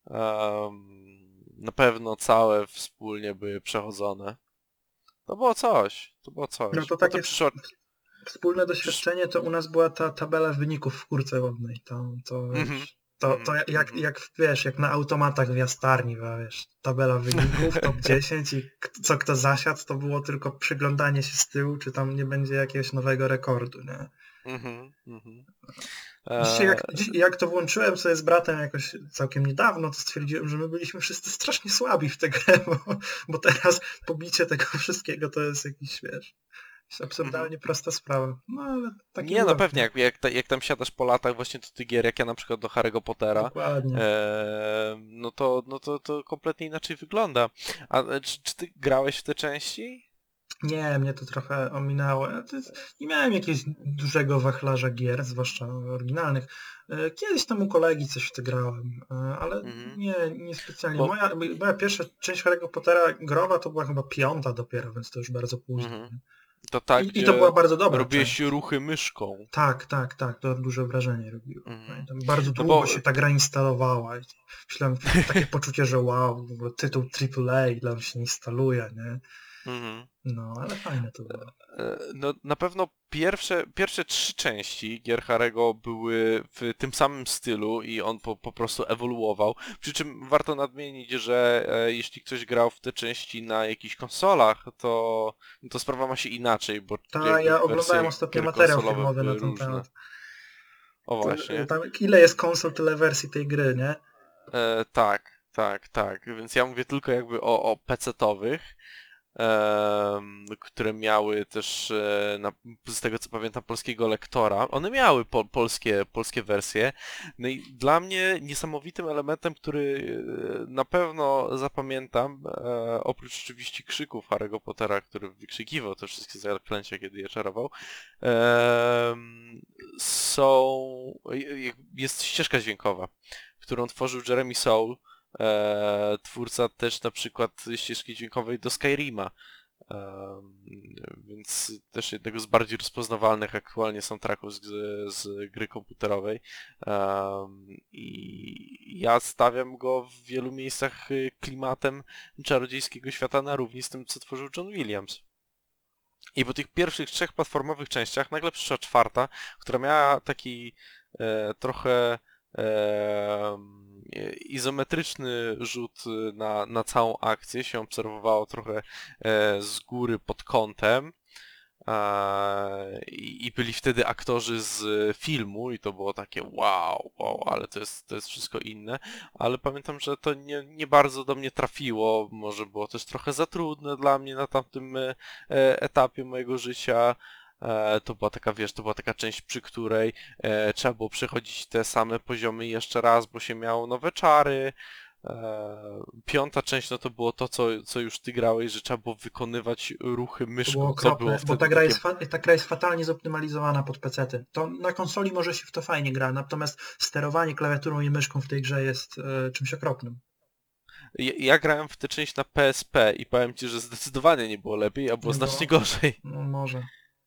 S2: em, na pewno całe wspólnie były przechodzone. To było coś, to było
S3: No
S2: coś.
S3: to
S2: Potem
S3: takie
S2: przyszło...
S3: wspólne
S2: Przysz...
S3: doświadczenie to u nas była ta tabela wyników w kurce wodnej. To, to,
S2: Mhm,
S3: wiesz, to, to
S2: mhm,
S3: jak,
S2: mhm.
S3: jak wiesz, jak na automatach w jastarni, wiesz, tabela wyników, top dziesięć i k- co kto zasiadł, to było tylko przyglądanie się z tyłu, czy tam nie będzie jakiegoś nowego rekordu, nie?
S2: Mhm, mhm.
S3: Dzisiaj
S2: E,
S3: jak, dziś, jak to włączyłem sobie z bratem jakoś całkiem niedawno, to stwierdziłem, że my byliśmy wszyscy strasznie słabi w tę grę, bo, bo teraz pobicie tego wszystkiego to jest jakiś, wiesz, jest
S2: mhm.
S3: absurdalnie prosta sprawa. No ale takie
S2: Nie, no
S3: uroki.
S2: pewnie, jak, jak, ta, jak tam siadasz po latach właśnie do tych gier, jak ja na przykład do Harry'ego Pottera,
S3: Dokładnie.
S2: e, no to, no to, to kompletnie inaczej wygląda. A e, czy, czy ty grałeś w te części?
S3: Nie, mnie to trochę ominęło. Ja to jest, nie miałem jakiegoś dużego wachlarza gier, zwłaszcza oryginalnych. E, Kiedyś tam u kolegi coś w to grałem, e, ale
S2: Mhm.
S3: nie, nie specjalnie.
S2: Bo,
S3: Moja, moja pierwsza część Harry'ego Pottera growa to była chyba piąta dopiero, więc to już bardzo późno.
S2: mhm.
S3: Nie?
S2: To tak,
S3: I, I to była
S2: gdzie
S3: bardzo dobra
S2: robiłeś
S3: część.
S2: ruchy myszką.
S3: Tak, tak, tak, to duże wrażenie robiło.
S2: Mhm.
S3: Pamiętam, bardzo
S2: No
S3: długo
S2: bo,
S3: się ta gra instalowała. I myślałem, takie poczucie, że wow, w ogóle tytuł triple A, ile on się instaluje, nie?
S2: mhm.
S3: No, ale fajne to było.
S2: E, No na pewno pierwsze, pierwsze trzy części gier Harry'ego były w tym samym stylu i on po, po prostu ewoluował. Przy czym warto nadmienić, że e, jeśli ktoś grał w te części na jakichś konsolach, to, to sprawa ma się inaczej, bo
S3: Ta,
S2: jakby
S3: ja oglądałem
S2: wersje
S3: ostatnio
S2: gier
S3: materiał
S2: konsolowe
S3: filmowy na
S2: były
S3: ten
S2: różne.
S3: temat.
S2: O
S3: To,
S2: właśnie.
S3: tam, ile jest konsol, tyle wersji tej gry, nie?
S2: E, tak, tak, tak. Więc ja mówię tylko jakby o, o pecetowych. em, które miały też, e, na, z tego co pamiętam, polskiego lektora. One miały po, polskie, polskie wersje. No i dla mnie niesamowitym elementem, który e, na pewno zapamiętam, e, oprócz oczywiście krzyków Harry'ego Pottera, który wykrzykiwał te wszystkie zaklęcia, kiedy je czarował, em, są, jest ścieżka dźwiękowa, którą tworzył Jeremy Soule, e, twórca też na przykład ścieżki dźwiękowej do Skyrima. Em, więc też jednego z bardziej rozpoznawalnych aktualnie soundtracków z, z gry komputerowej. Em, I ja stawiam go w wielu miejscach y, klimatem czarodziejskiego świata na równi z tym, co tworzył John Williams. I po tych pierwszych trzech platformowych częściach nagle przyszła czwarta, która miała taki e, trochę e, izometryczny rzut na, na całą akcję, się obserwowało trochę e, z góry pod kątem. E, i, I byli wtedy aktorzy z filmu i to było takie wow, wow, ale to jest, to jest wszystko inne. Ale pamiętam, że to nie, nie bardzo do mnie trafiło, może było też trochę za trudne dla mnie na tamtym e, e, etapie mojego życia. E, to była taka, wiesz, to była taka część, przy której e, trzeba było przechodzić te same poziomy jeszcze raz, bo się miało nowe czary. E, piąta część, no to było to, co, co już ty grałeś, że trzeba było wykonywać ruchy
S3: To było
S2: myszką, co było
S3: okropne, bo ta
S2: wtedy
S3: gra
S2: takie...
S3: jest, fa- ta gra jest fatalnie zoptymalizowana pod pecety. To na konsoli może się w to fajnie gra, natomiast sterowanie klawiaturą i myszką w tej grze jest e, czymś okropnym.
S2: Ja, ja grałem w tę część na P S P i powiem ci, że zdecydowanie nie było lepiej, a było
S3: Nie
S2: znacznie
S3: było?
S2: gorzej.
S3: No może.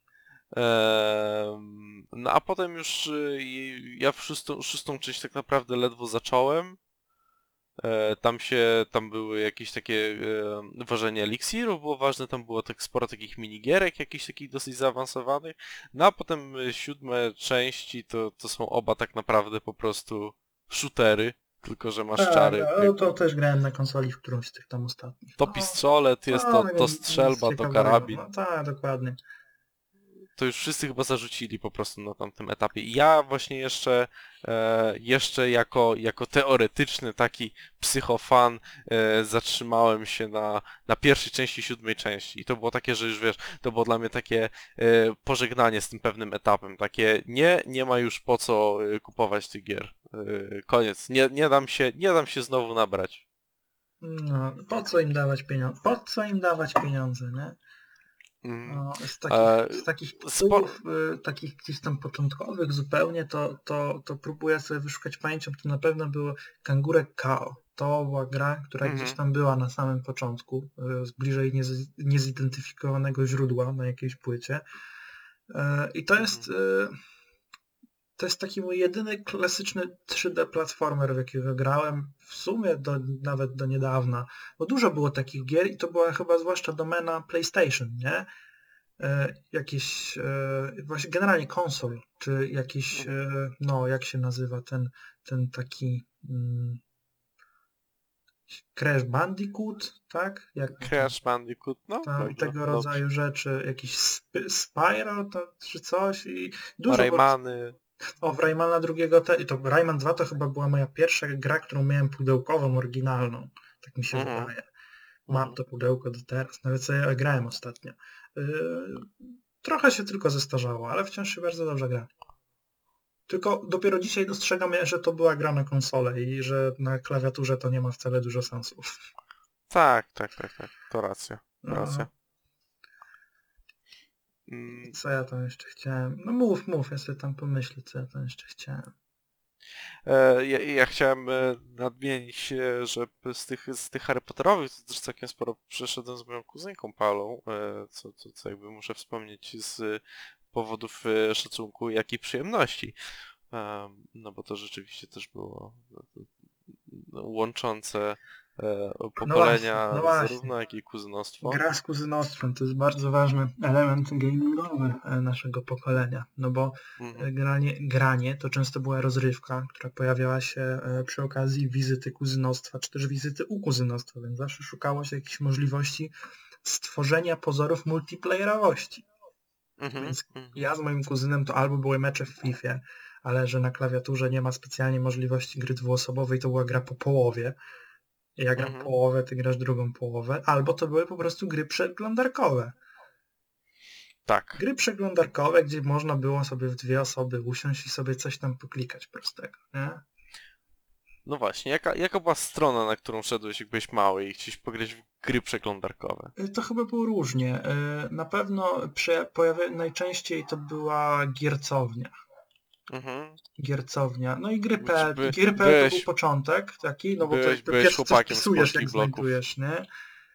S2: Em, no a potem już y, ja w szóstą, szóstą część tak naprawdę ledwo zacząłem. E, Tam się, tam były jakieś takie e, ważenie eliksirów było ważne, tam było tak sporo takich minigierek, jakichś takich dosyć zaawansowanych. No a potem e, siódme części to, to są oba tak naprawdę po prostu shootery, tylko że masz
S3: Tak,
S2: czary,
S3: ale to
S2: jakby
S3: też grałem na konsoli w którąś z tych tam ostatnich.
S2: to
S3: No,
S2: pistolet, jest
S3: no
S2: to, to
S3: nic, nic
S2: strzelba, to
S3: ciekawego.
S2: karabin.
S3: No tak, dokładnie.
S2: to już wszyscy chyba zarzucili po prostu na tamtym etapie. I ja właśnie jeszcze, e, jeszcze jako, jako teoretyczny taki psychofan e, zatrzymałem się na, na pierwszej części siódmej części. I to było takie, że już wiesz, to było dla mnie takie e, pożegnanie z tym pewnym etapem. Takie nie, nie ma już po co e, kupować tych gier. E, koniec. Nie, nie dam się, nie dam się znowu nabrać.
S3: No, po co im dawać pieniądze? Po co im dawać pieniądze, nie?
S2: Mm.
S3: No, z takich,
S2: E,
S3: z takich
S2: spor-
S3: tytułów, y, takich gdzieś tam początkowych zupełnie, to, to, to próbuję sobie wyszukać pamięcią, to na pewno było Kangurek K O. To była gra, która
S2: Mhm.
S3: gdzieś tam była na samym początku, y, z bliżej niez, niezidentyfikowanego źródła na jakiejś płycie. Y, I to jest... Y, To jest taki mój jedyny klasyczny trzy D platformer, w jakiego grałem w sumie do, nawet do niedawna, bo dużo było takich gier i to była chyba zwłaszcza domena PlayStation, nie? E, jakieś, e, właśnie generalnie konsol, czy jakiś, e, no jak się nazywa ten, ten taki mm, Crash Bandicoot, tak? Jak,
S2: Crash Bandicoot, no
S3: tam,
S2: dobrze,
S3: tego
S2: dobrze.
S3: rodzaju rzeczy, jakiś Sp- Spyro to, czy coś i dużo było.
S2: Raymany.
S3: O, w Raymana drugiego, te, i to Rayman dwa to chyba była moja pierwsza gra, którą miałem pudełkową, oryginalną. Tak mi się
S2: Mhm.
S3: wydaje. Mam to pudełko do teraz, nawet sobie grałem ostatnio. Yy, trochę się tylko zestarzało, ale wciąż się bardzo dobrze gra. Tylko dopiero dzisiaj dostrzegam, że to była gra na konsolę i że na klawiaturze to nie ma wcale dużo sensu.
S2: Tak, tak, tak, tak. To racja. To
S3: No.
S2: racja. Mm,
S3: Co ja tam jeszcze chciałem? No mów, mów, ja sobie tam pomyślę, co ja tam jeszcze chciałem.
S2: e, ja, ja chciałem e, nadmienić, e, że z tych, z tych Harry Potterowych to też całkiem sporo przeszedłem z moją kuzynką Paulą, e, co, co, co jakby muszę wspomnieć z powodów e, szacunku, jak i przyjemności. E, no bo to rzeczywiście też było no, łączące e, pokolenia,
S3: no właśnie.
S2: zarówno jak i kuzynostwo.
S3: Gra z kuzynostwem to jest bardzo ważny element gamingowy e, naszego pokolenia, no bo
S2: Mhm.
S3: e, granie, granie to często była rozrywka, która pojawiała się e, przy okazji wizyty kuzynostwa, czy też wizyty u kuzynostwa, więc zawsze szukało się jakichś możliwości stworzenia pozorów multiplayerowości.
S2: Mhm.
S3: Więc
S2: Mhm.
S3: ja z moim kuzynem to albo były mecze w Fifie, ale że na klawiaturze nie ma specjalnie możliwości gry dwuosobowej, to była gra po połowie. Ja gram
S2: Mhm.
S3: połowę, ty grasz drugą połowę, albo to były po prostu gry przeglądarkowe.
S2: Tak.
S3: Gry przeglądarkowe, gdzie można było sobie w dwie osoby usiąść i sobie coś tam poklikać prostego, nie?
S2: No właśnie, jaka, jaka była strona, na którą szedłeś, jak byłeś mały i chciałeś pograć w gry przeglądarkowe?
S3: To chyba było różnie. Na pewno prze, pojawia, najczęściej to była giercownia.
S2: Mhm.
S3: Giercownia. No i gry
S2: By-
S3: P.
S2: by-
S3: Gry P
S2: byłeś-
S3: to był początek taki, no bo
S2: byłeś-
S3: to, to
S2: byłeś
S3: pierwsze co
S2: chłopakiem z
S3: wpisujesz, jak
S2: polskich bloków.
S3: znajdujesz, nie?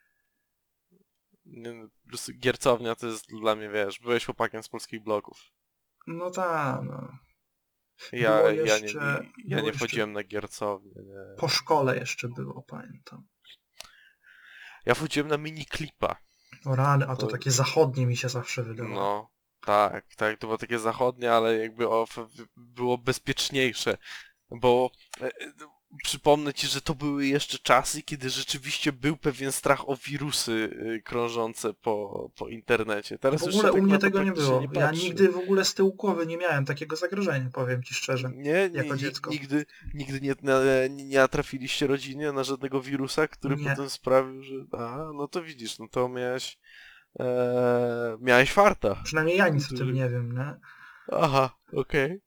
S2: Nie, no, po prostu giercownia to jest dla mnie, wiesz, byłeś chłopakiem z polskich bloków.
S3: No tak, no.
S2: Ja,
S3: Było
S2: ja nie,
S3: jeszcze-
S2: ja
S3: było
S2: nie
S3: jeszcze-
S2: wchodziłem na giercownię, nie.
S3: Po szkole jeszcze było, pamiętam.
S2: Ja wchodziłem na miniklipa.
S3: O rany, a to
S2: To-
S3: takie zachodnie mi się zawsze wydawało.
S2: No, tak, tak, to było takie zachodnie, ale jakby o, f- było bezpieczniejsze, bo e, e, przypomnę ci, że to były jeszcze czasy, kiedy rzeczywiście był pewien strach o wirusy e, krążące po, po internecie. Teraz
S3: W
S2: już
S3: ogóle
S2: się tak
S3: u mnie
S2: na to
S3: tego nie
S2: praktycznie
S3: było. Ja
S2: patrzy.
S3: nigdy w ogóle z tyłu głowy nie miałem takiego zagrożenia, powiem ci szczerze.
S2: Nie,
S3: jako
S2: nie,
S3: dziecko.
S2: nigdy, nigdy nie, na, nie, nie natrafiliście rodzinie na żadnego wirusa, który
S3: Nie.
S2: potem sprawił, że a, no to widzisz, no to miałeś e, miałeś farta.
S3: Przynajmniej ja nic o
S2: Który-
S3: tym nie wiem, nie?
S2: Aha, okej.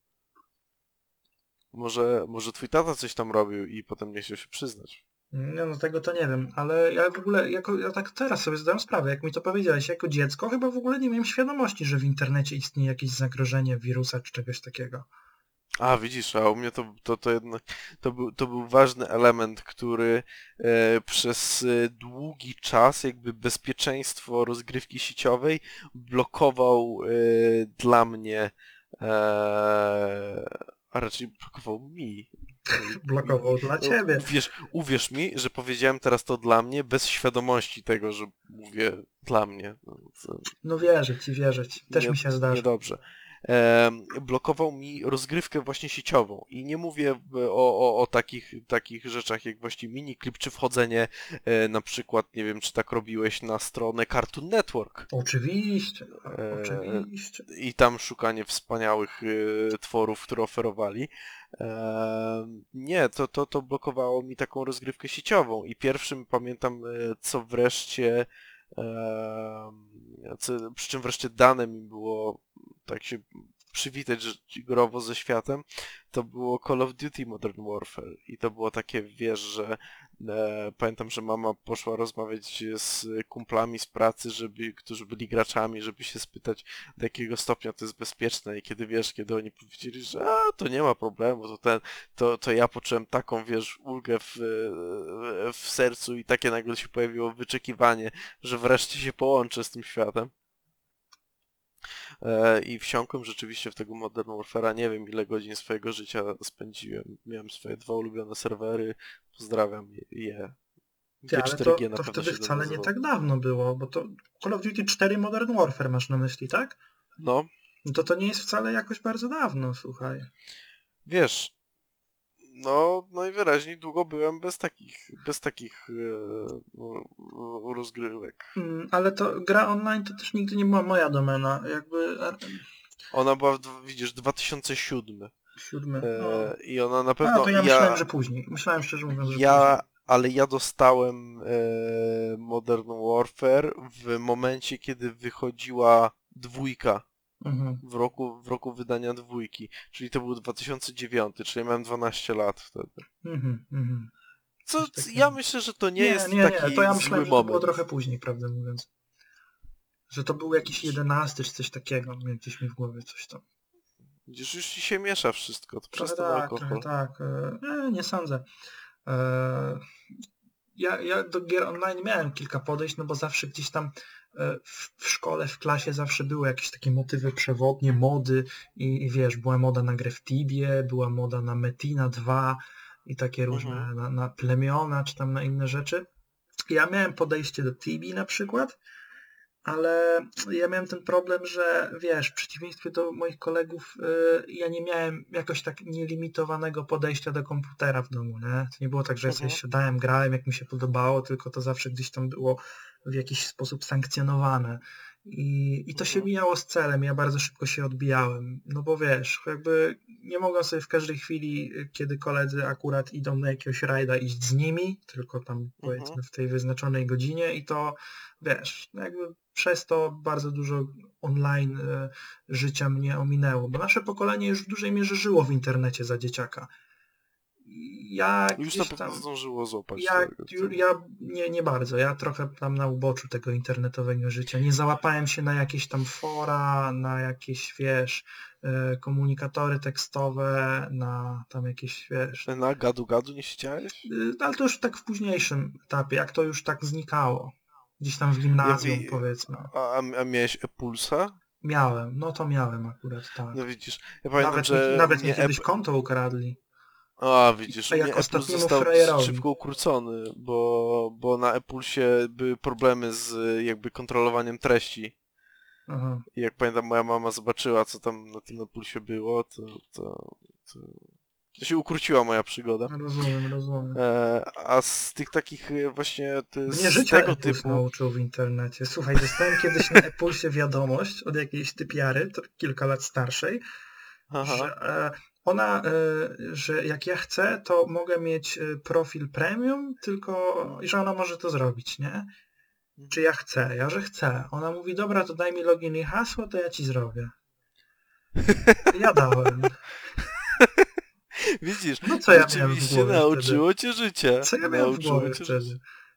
S2: Może, może twój tata coś tam robił i potem nie chciał się przyznać.
S3: Nie, no tego to nie wiem, ale ja w ogóle, jako, ja tak teraz sobie zdałem sprawę, jak mi to powiedziałeś, jako dziecko chyba w ogóle nie miałem świadomości, że w internecie istnieje jakieś zagrożenie wirusa czy czegoś takiego.
S2: A, widzisz, a u mnie to, to, to jednak, to był, to był ważny element, który e, przez e, długi czas jakby bezpieczeństwo rozgrywki sieciowej blokował e, dla mnie, e, a raczej blokował mi.
S3: Blokował dla
S2: No,
S3: ciebie.
S2: Uwierz, uwierz mi, że powiedziałem teraz to dla mnie bez świadomości tego, że mówię dla mnie. No, to
S3: No wierzę ci, wierzę ci. Też
S2: nie-
S3: mi się zdarza.
S2: Niedobrze. e, blokował mi rozgrywkę właśnie sieciową. I nie mówię o, o, o takich, takich rzeczach jak właśnie miniklip, czy wchodzenie e, na przykład, nie wiem, czy tak robiłeś na stronę Cartoon Network.
S3: Oczywiście,
S2: E,
S3: oczywiście.
S2: I tam szukanie wspaniałych e, tworów, które oferowali. E, nie, to, to, to blokowało mi taką rozgrywkę sieciową i pierwszym pamiętam, e, co wreszcie, e, co, przy czym wreszcie dane mi było tak się przywitać że- growo ze światem, to było Call of Duty Modern Warfare i to było takie, wiesz, że e, pamiętam, że mama poszła rozmawiać z kumplami z pracy, żeby, którzy byli graczami, żeby się spytać, do jakiego stopnia to jest bezpieczne i kiedy, wiesz, kiedy oni powiedzieli, że a, to nie ma problemu, to ten, to, to ja poczułem taką, wiesz, ulgę w, w sercu i takie nagle się pojawiło wyczekiwanie, że wreszcie się połączę z tym światem. E, I wsiąkłem rzeczywiście w tego Modern Warfare'a, nie wiem ile godzin swojego życia spędziłem. Miałem swoje dwa ulubione serwery, pozdrawiam je.
S3: Ty, ale to,
S2: G cztery G na
S3: to
S2: pewno
S3: wtedy
S2: się
S3: wcale nie
S2: nazywał.
S3: tak dawno było, bo to Call of Duty cztery Modern Warfare masz na myśli, tak?
S2: No,
S3: No to to nie jest wcale jakoś bardzo dawno, słuchaj.
S2: wiesz, no najwyraźniej długo byłem bez takich, bez takich e, rozgrywek.
S3: Mm, ale to gra online to też nigdy nie była moja domena, jakby e,
S2: Ona była, w, dw- widzisz, dwa tysiące siódmy.
S3: siódmy. No.
S2: E, I ona na
S3: A,
S2: pewno...
S3: to ja myślałem, że później. Myślałem szczerze mówiąc, że później.
S2: Ja, ale ja dostałem e, Modern Warfare w momencie, kiedy wychodziła dwójka,
S3: Mhm.
S2: w roku, w roku wydania dwójki, czyli to był dwa tysiące dziewiąty, czyli miałem dwanaście lat wtedy.
S3: Mhm, mhm.
S2: Co,
S3: Coś takiego.
S2: ja myślę, że to nie,
S3: Nie,
S2: jest
S3: nie,
S2: taki
S3: nie, to ja
S2: zły
S3: myślałem, że
S2: moment.
S3: to było trochę później, prawdę mówiąc. Że to był jakiś jedenasty czy coś takiego, miałem gdzieś mi w głowie coś tam.
S2: Widzisz, już ci się miesza wszystko, to
S3: Trochę
S2: przez ten
S3: tak,
S2: alkohol.
S3: trochę tak. E, nie sądzę. E, ja, ja do gier online miałem kilka podejść, no bo zawsze gdzieś tam e, w, w szkole, w klasie zawsze były jakieś takie motywy przewodnie, mody i, i wiesz, była moda na grę w Tibie, była moda na Metina dwa i takie różne,
S2: Mhm.
S3: na, na plemiona czy tam na inne rzeczy. Ja miałem podejście do Tibi na przykład, ale ja miałem ten problem, że wiesz, w przeciwieństwie do moich kolegów, yy, ja nie miałem jakoś tak nielimitowanego podejścia do komputera w domu, nie? To nie było tak, że ja sobie
S2: Mhm.
S3: siadałem, grałem jak mi się podobało, tylko to zawsze gdzieś tam było w jakiś sposób sankcjonowane. I, i to się
S2: Mhm.
S3: mijało z celem, ja bardzo szybko się odbijałem, no bo wiesz, jakby nie mogłem sobie w każdej chwili, kiedy koledzy akurat idą na jakiegoś rajda, iść z nimi, tylko tam powiedzmy w tej wyznaczonej godzinie i to wiesz, jakby przez to bardzo dużo online e, życia mnie ominęło, bo nasze pokolenie już w dużej mierze żyło w internecie za dzieciaka. Ja
S2: Już na
S3: gdzieś
S2: pewno
S3: tam,
S2: zdążyło złapać
S3: ja,
S2: tego.
S3: ju- ja nie, nie bardzo, ja trochę tam na uboczu tego internetowego życia. Nie załapałem się na jakieś tam fora, na jakieś, wiesz, e, komunikatory tekstowe, na tam jakieś, wiesz,
S2: Na gadu-gadu nie siedziałeś?
S3: y, ale to już tak w późniejszym etapie, jak to już tak znikało. Gdzieś tam w
S2: Ja
S3: gimnazjum,
S2: wi-
S3: powiedzmy.
S2: a, a miałeś e-pulsa?
S3: Miałem, no to miałem akurat, tak.
S2: No widzisz, ja pamiętam,
S3: Nawet mi,
S2: że
S3: nawet mi
S2: mnie
S3: kiedyś
S2: e
S3: konto ukradli.
S2: A, widzisz,
S3: A
S2: u mnie
S3: jak
S2: e-puls
S3: ostatniemu
S2: został
S3: frajerowi.
S2: szybko ukrócony, bo, bo na e-pulsie były problemy z jakby kontrolowaniem treści.
S3: Aha.
S2: I jak pamiętam, moja mama zobaczyła, co tam na tym e-pulsie było, to, to, to, to się ukróciła moja przygoda.
S3: Rozumiem, rozumiem.
S2: E, a z tych takich e, właśnie, to,
S3: Mnie
S2: z
S3: życia
S2: tego
S3: e-puls
S2: typu...
S3: nauczył w internecie. Słuchaj, dostałem kiedyś na e-pulsie wiadomość od jakiejś typiary, to kilka lat starszej,
S2: Aha,
S3: że e, ona, e, że jak ja chcę, to mogę mieć e, profil premium, tylko i że ona może to zrobić, nie? Czy ja chcę? Ja, że chcę. Ona mówi, dobra, to daj mi login i hasło, to ja ci zrobię. Ja dałem.
S2: widzisz,
S3: No co ja miałem w
S2: rzeczywiście
S3: głowie
S2: nauczyło
S3: wtedy?
S2: cię życia.
S3: Co ja miałem w
S2: Nauczyło
S3: głowie
S2: cię
S3: wtedy?
S2: życia.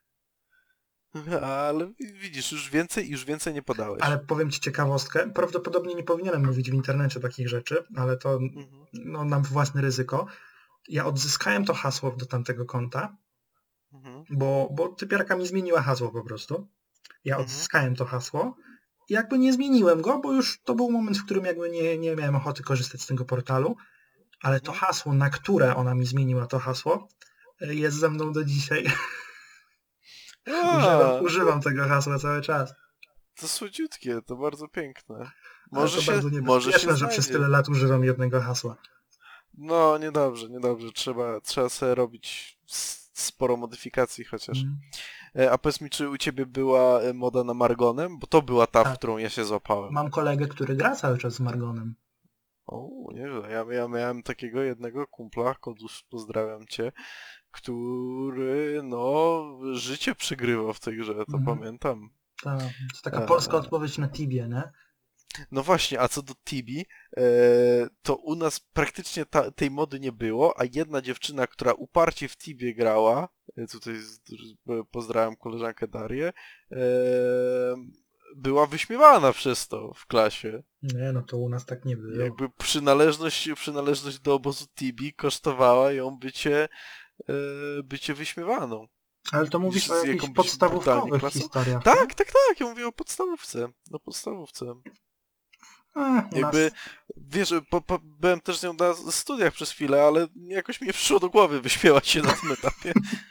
S2: Ale widzisz, już więcej, już więcej nie podałeś.
S3: Ale powiem ci ciekawostkę. Prawdopodobnie nie powinienem mówić w internecie takich rzeczy, ale to
S2: Mhm.
S3: no, na własne ryzyko. Ja odzyskałem to hasło do tamtego konta,
S2: Mhm.
S3: bo, bo typiarka mi zmieniła hasło po prostu. Ja
S2: Mhm.
S3: odzyskałem to hasło i jakby nie zmieniłem go, bo już to był moment, w którym jakby nie, nie miałem ochoty korzystać z tego portalu, ale to
S2: Mhm.
S3: hasło, na które ona mi zmieniła to hasło, jest ze mną do dzisiaj.
S2: A,
S3: używam, używam tego hasła cały czas.
S2: to słodziutkie, to bardzo piękne. Może
S3: to
S2: się,
S3: bardzo
S2: może się
S3: niebezpieczne, że przez
S2: znajdzie.
S3: tyle lat używam jednego hasła.
S2: No, niedobrze, niedobrze. Trzeba, trzeba sobie robić s- sporo modyfikacji chociaż.
S3: Mm.
S2: E, A powiedz mi, czy u ciebie była e, moda na Margonem? Bo to była ta, w
S3: Tak.
S2: którą ja się złapałem.
S3: Mam kolegę, który gra cały czas z Margonem.
S2: O, nieźle. Ja, ja miałem takiego jednego kumpla, Kodusz, pozdrawiam cię, który, no, życie przegrywał w tej grze, to
S3: Mhm.
S2: pamiętam.
S3: Ta, to jest taka
S2: Eee.
S3: polska odpowiedź na Tibie, nie?
S2: No właśnie, a co do Tibi, e, to u nas praktycznie ta, tej mody nie było, a jedna dziewczyna, która uparcie w Tibie grała, e, tutaj z, e, pozdrawiam koleżankę Darię, e, była wyśmiewana przez to w klasie.
S3: Nie, no to u nas tak nie było.
S2: Jakby przynależność, przynależność do obozu Tibi kosztowała ją bycie, e, bycie wyśmiewaną.
S3: Ale to mówisz
S2: z
S3: o jakichś
S2: jakąś brutalnie
S3: podstawówkowych
S2: klasą.
S3: historiach.
S2: Tak, tak, tak, ja mówię o podstawówce. O podstawówce.
S3: A, u
S2: Jakby,
S3: nas...
S2: wiesz, po, po, byłem też z nią na studiach przez chwilę, ale jakoś mi nie przyszło do głowy wyśmiewać się na tym etapie.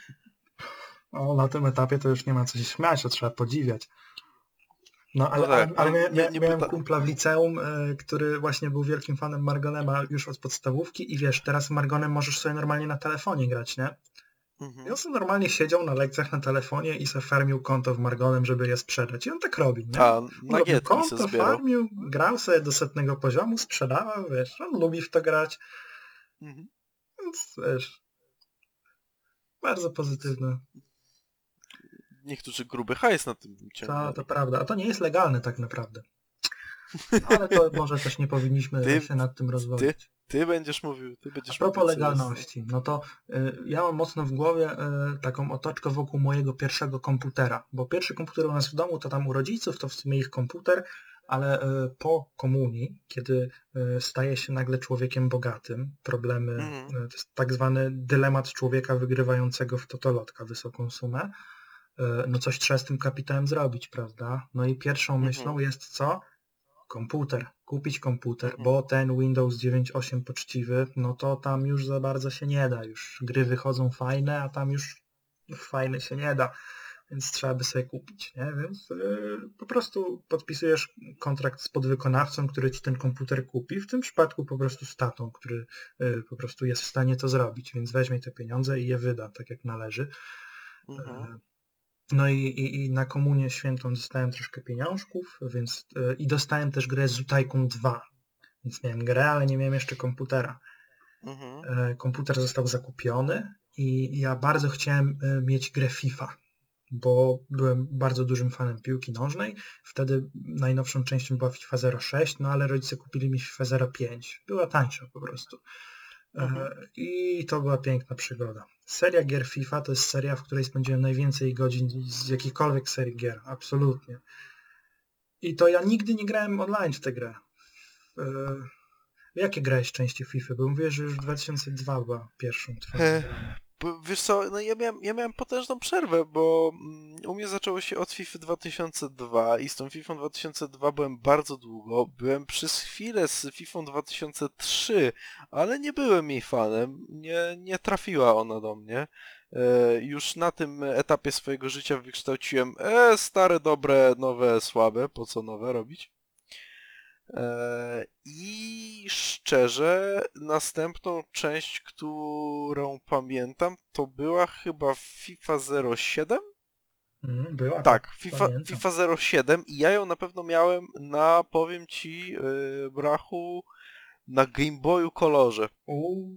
S3: O, na tym etapie to już nie ma co się śmiać, to trzeba podziwiać. No ale,
S2: No tak,
S3: ale, ale
S2: ale
S3: mia,
S2: nie-
S3: mia,
S2: nie
S3: miałem
S2: pyta-
S3: kumpla w liceum, y, który właśnie był wielkim fanem Margonema już od podstawówki i wiesz, teraz Margonem możesz sobie normalnie na telefonie grać, nie? I
S2: Mhm.
S3: on sobie normalnie siedział na lekcjach na telefonie i sobie farmił konto w Margonem, żeby je sprzedać. I on tak robił, nie?
S2: A,
S3: On robił
S2: nagietki se
S3: konto,
S2: zbierał.
S3: farmił, grał sobie do setnego poziomu, sprzedawał, wiesz, on lubi w to grać,
S2: Mhm.
S3: więc wiesz, bardzo pozytywne.
S2: Niektórzy gruby hajs na tym
S3: To,
S2: ciągnęli.
S3: to prawda, a to nie jest legalne tak naprawdę. No, ale to może też nie powinniśmy
S2: Ty-
S3: się nad tym rozwodzić.
S2: Ty będziesz mówił, ty
S3: A
S2: będziesz
S3: propos
S2: mówił, co jest.
S3: legalności, no to y, ja mam mocno w głowie y, taką otoczkę wokół mojego pierwszego komputera, bo pierwszy komputer u nas w domu to tam u rodziców, to w sumie ich komputer, ale y, po komunii, kiedy y, staje się nagle człowiekiem bogatym, problemy,
S2: Mhm.
S3: y, to jest tak zwany dylemat człowieka wygrywającego w totolotka wysoką sumę, y, no coś trzeba z tym kapitałem zrobić, prawda? No i pierwszą
S2: Mhm.
S3: myślą jest co? Komputer, kupić komputer,
S2: Mhm.
S3: bo ten Windows dziewięć osiem poczciwy, no to tam już za bardzo się nie da, już gry wychodzą fajne, a tam już fajne się nie da, więc trzeba by sobie kupić, nie? Więc yy, po prostu podpisujesz kontrakt z podwykonawcą, który ci ten komputer kupi, w tym przypadku po prostu z tatą, który yy, po prostu jest w stanie to zrobić, więc weźmie te pieniądze i je wyda tak jak należy.
S2: Mhm.
S3: No i, i, i na komunię świętą dostałem troszkę pieniążków, więc y, i dostałem też grę Zoo Tycoon dwa. Więc miałem grę, ale nie miałem jeszcze komputera.
S2: Mhm.
S3: E, komputer został zakupiony i ja bardzo chciałem y, mieć grę FIFA, bo byłem bardzo dużym fanem piłki nożnej. Wtedy najnowszą częścią była FIFA zero sześć, no ale rodzice kupili mi FIFA zero pięć. Była tańsza po prostu.
S2: Mhm.
S3: E, I to była piękna przygoda. Seria gier FIFA to jest seria, w której spędziłem najwięcej godzin z jakiejkolwiek serii gier. Absolutnie. I to ja nigdy nie grałem online w tę grę. E, jakie grałeś częściej w FIFA? Bo mówię, że już dwa tysiące dwa była pierwszą twoją
S2: E,
S3: grą.
S2: Bo, wiesz co, no ja miałem, ja miałem potężną przerwę, bo mm, u mnie zaczęło się od FIFA dwa tysiące dwa i z tą FIFA dwa tysiące dwa byłem bardzo długo. Byłem przez chwilę z FIFA dwa tysiące trzy, ale nie byłem jej fanem, nie, nie trafiła ona do mnie. E, już na tym etapie swojego życia wykształciłem e, stare, dobre, nowe, słabe, po co nowe robić? E, I szczerze, następną część, którą pamiętam, to była chyba FIFA zero siedem?
S3: Mm, była
S2: Tak, FIFA,
S3: pamiętam.
S2: FIFA zero siedem i ja ją na pewno miałem na, powiem ci, yy, brachu, na Game Boyu Colorze.
S3: U,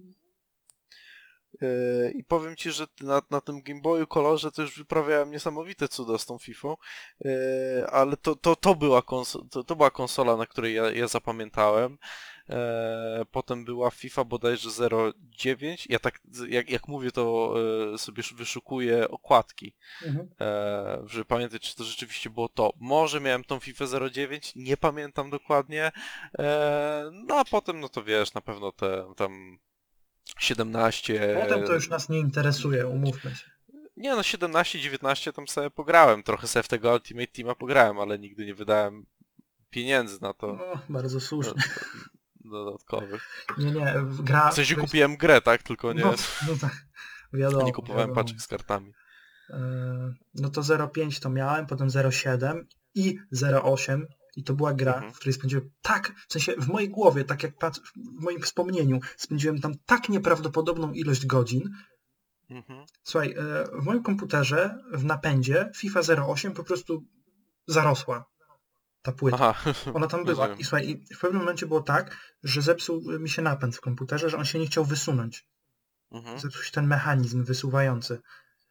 S2: Yy, I powiem ci, że na, na tym Game Boyu Colorze to już wyprawiałem niesamowite cuda z tą Fifą, yy, ale to, to, to, była konso- to, to była konsola, na której ja, ja zapamiętałem. Yy, potem była FIFA bodajże zero dziewięć. Ja tak, jak, jak mówię, to yy, sobie wyszukuję okładki,
S3: mhm.
S2: yy, żeby pamiętać, czy to rzeczywiście było to. Może miałem tą FIFA zero dziewięć, nie pamiętam dokładnie. Yy, no a potem, no to wiesz, na pewno te tam siedemnaście...
S3: Potem to już nas nie interesuje, umówmy się.
S2: Nie no, siedemnaście dziewiętnaście tam sobie pograłem, trochę sobie w tego Ultimate Teama pograłem, ale nigdy nie wydałem pieniędzy na to
S3: No, bardzo słusznie.
S2: dodatkowych.
S3: Nie, nie, gra...
S2: W sensie
S3: to jest-
S2: kupiłem grę, tak? Tylko nie,
S3: No, no tak, wiadomo.
S2: nie kupowałem
S3: wiadomo.
S2: paczek z kartami.
S3: E, no to zero pięć to miałem, potem zero siedem i zero osiem I to była gra,
S2: Mhm.
S3: w której spędziłem tak, w sensie w mojej głowie, tak jak patrz, w moim wspomnieniu, spędziłem tam tak nieprawdopodobną ilość godzin.
S2: Mhm.
S3: Słuchaj, e, w moim komputerze w napędzie FIFA zero osiem po prostu zarosła ta płyta.
S2: Aha,
S3: Ona tam była.
S2: rozumiem.
S3: I słuchaj, i w pewnym momencie było tak, że zepsuł mi się napęd w komputerze, że on się nie chciał wysunąć.
S2: Mhm.
S3: Zepsuł się ten mechanizm wysuwający.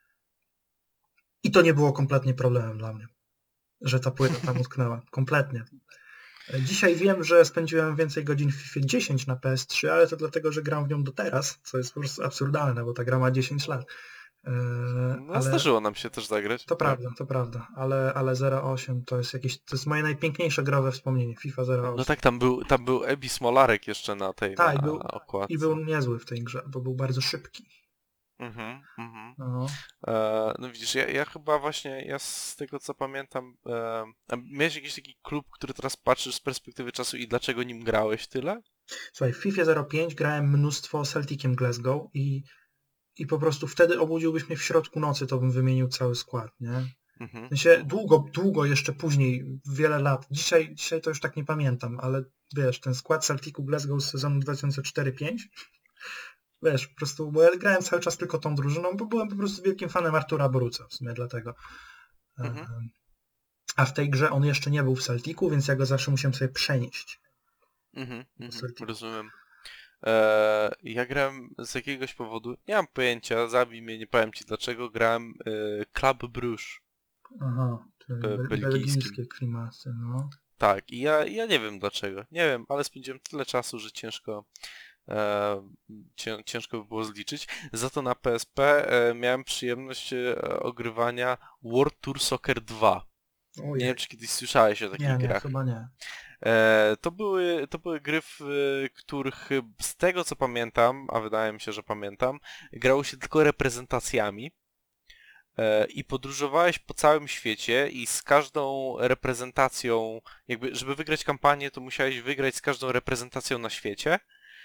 S3: I to nie było kompletnie problemem dla mnie, że ta płyta tam utknęła. Kompletnie. Dzisiaj wiem, że spędziłem więcej godzin w FIFA dziesięć na P S trzy, ale to dlatego, że gram w nią do teraz, co jest po prostu absurdalne, bo ta gra ma dziesięć lat. Eee,
S2: No
S3: ale
S2: zdarzyło nam się też zagrać.
S3: to
S2: tak.
S3: prawda, to prawda, ale, ale zero osiem to jest jakieś, to jest moje najpiękniejsze growe wspomnienie, FIFA zero osiem.
S2: No tak, tam był, tam był Ebi Smolarek jeszcze na tej,
S3: Tak, i
S2: na
S3: był,
S2: okładce.
S3: i był niezły w tej grze, bo był bardzo szybki.
S2: Mhm, mhm.
S3: No.
S2: E, no widzisz, ja, ja chyba właśnie, ja z tego co pamiętam, e, a miałeś jakiś taki klub, który teraz patrzysz z perspektywy czasu i dlaczego nim grałeś tyle?
S3: Słuchaj, w FIFA zero pięć grałem mnóstwo Celticiem Glasgow i, i po prostu wtedy obudziłbyś mnie w środku nocy, to bym wymienił cały skład, nie?
S2: Mhm.
S3: W sensie długo, długo jeszcze później, wiele lat. Dzisiaj, dzisiaj to już tak nie pamiętam, ale wiesz, ten skład Celticu Glasgow z sezonu dwa tysiące cztery pięć, wiesz, po prostu, bo ja grałem cały czas tylko tą drużyną, bo byłem po prostu wielkim fanem Artura Boruca, w sumie dlatego.
S2: Mhm.
S3: Em, A w tej grze on jeszcze nie był w Celticu, więc ja go zawsze musiałem sobie przenieść.
S2: Mhm, mhm,
S3: Celticu.
S2: rozumiem. E, ja grałem z jakiegoś powodu, nie mam pojęcia, zabij mnie, nie powiem ci dlaczego, grałem e, Club Bruges.
S3: Aha, te
S2: Be-
S3: be-
S2: belgijskim.
S3: belgijskie klimaty, no.
S2: Tak, i ja, ja nie wiem dlaczego, nie wiem, ale spędziłem tyle czasu, że ciężko e, cię, ciężko by było zliczyć. Za to na P S P e, miałem przyjemność e, ogrywania World Tour Soccer dwa. Nie
S3: Ojej.
S2: wiem, czy kiedyś słyszałeś o takich
S3: Nie, nie,
S2: grach.
S3: chyba nie.
S2: E, to były, to były gry, w e, których e, z tego co pamiętam, a wydaje mi się, że pamiętam, grało się tylko reprezentacjami e, i podróżowałeś po całym świecie i z każdą reprezentacją, jakby żeby wygrać kampanię, to musiałeś wygrać z każdą reprezentacją na świecie.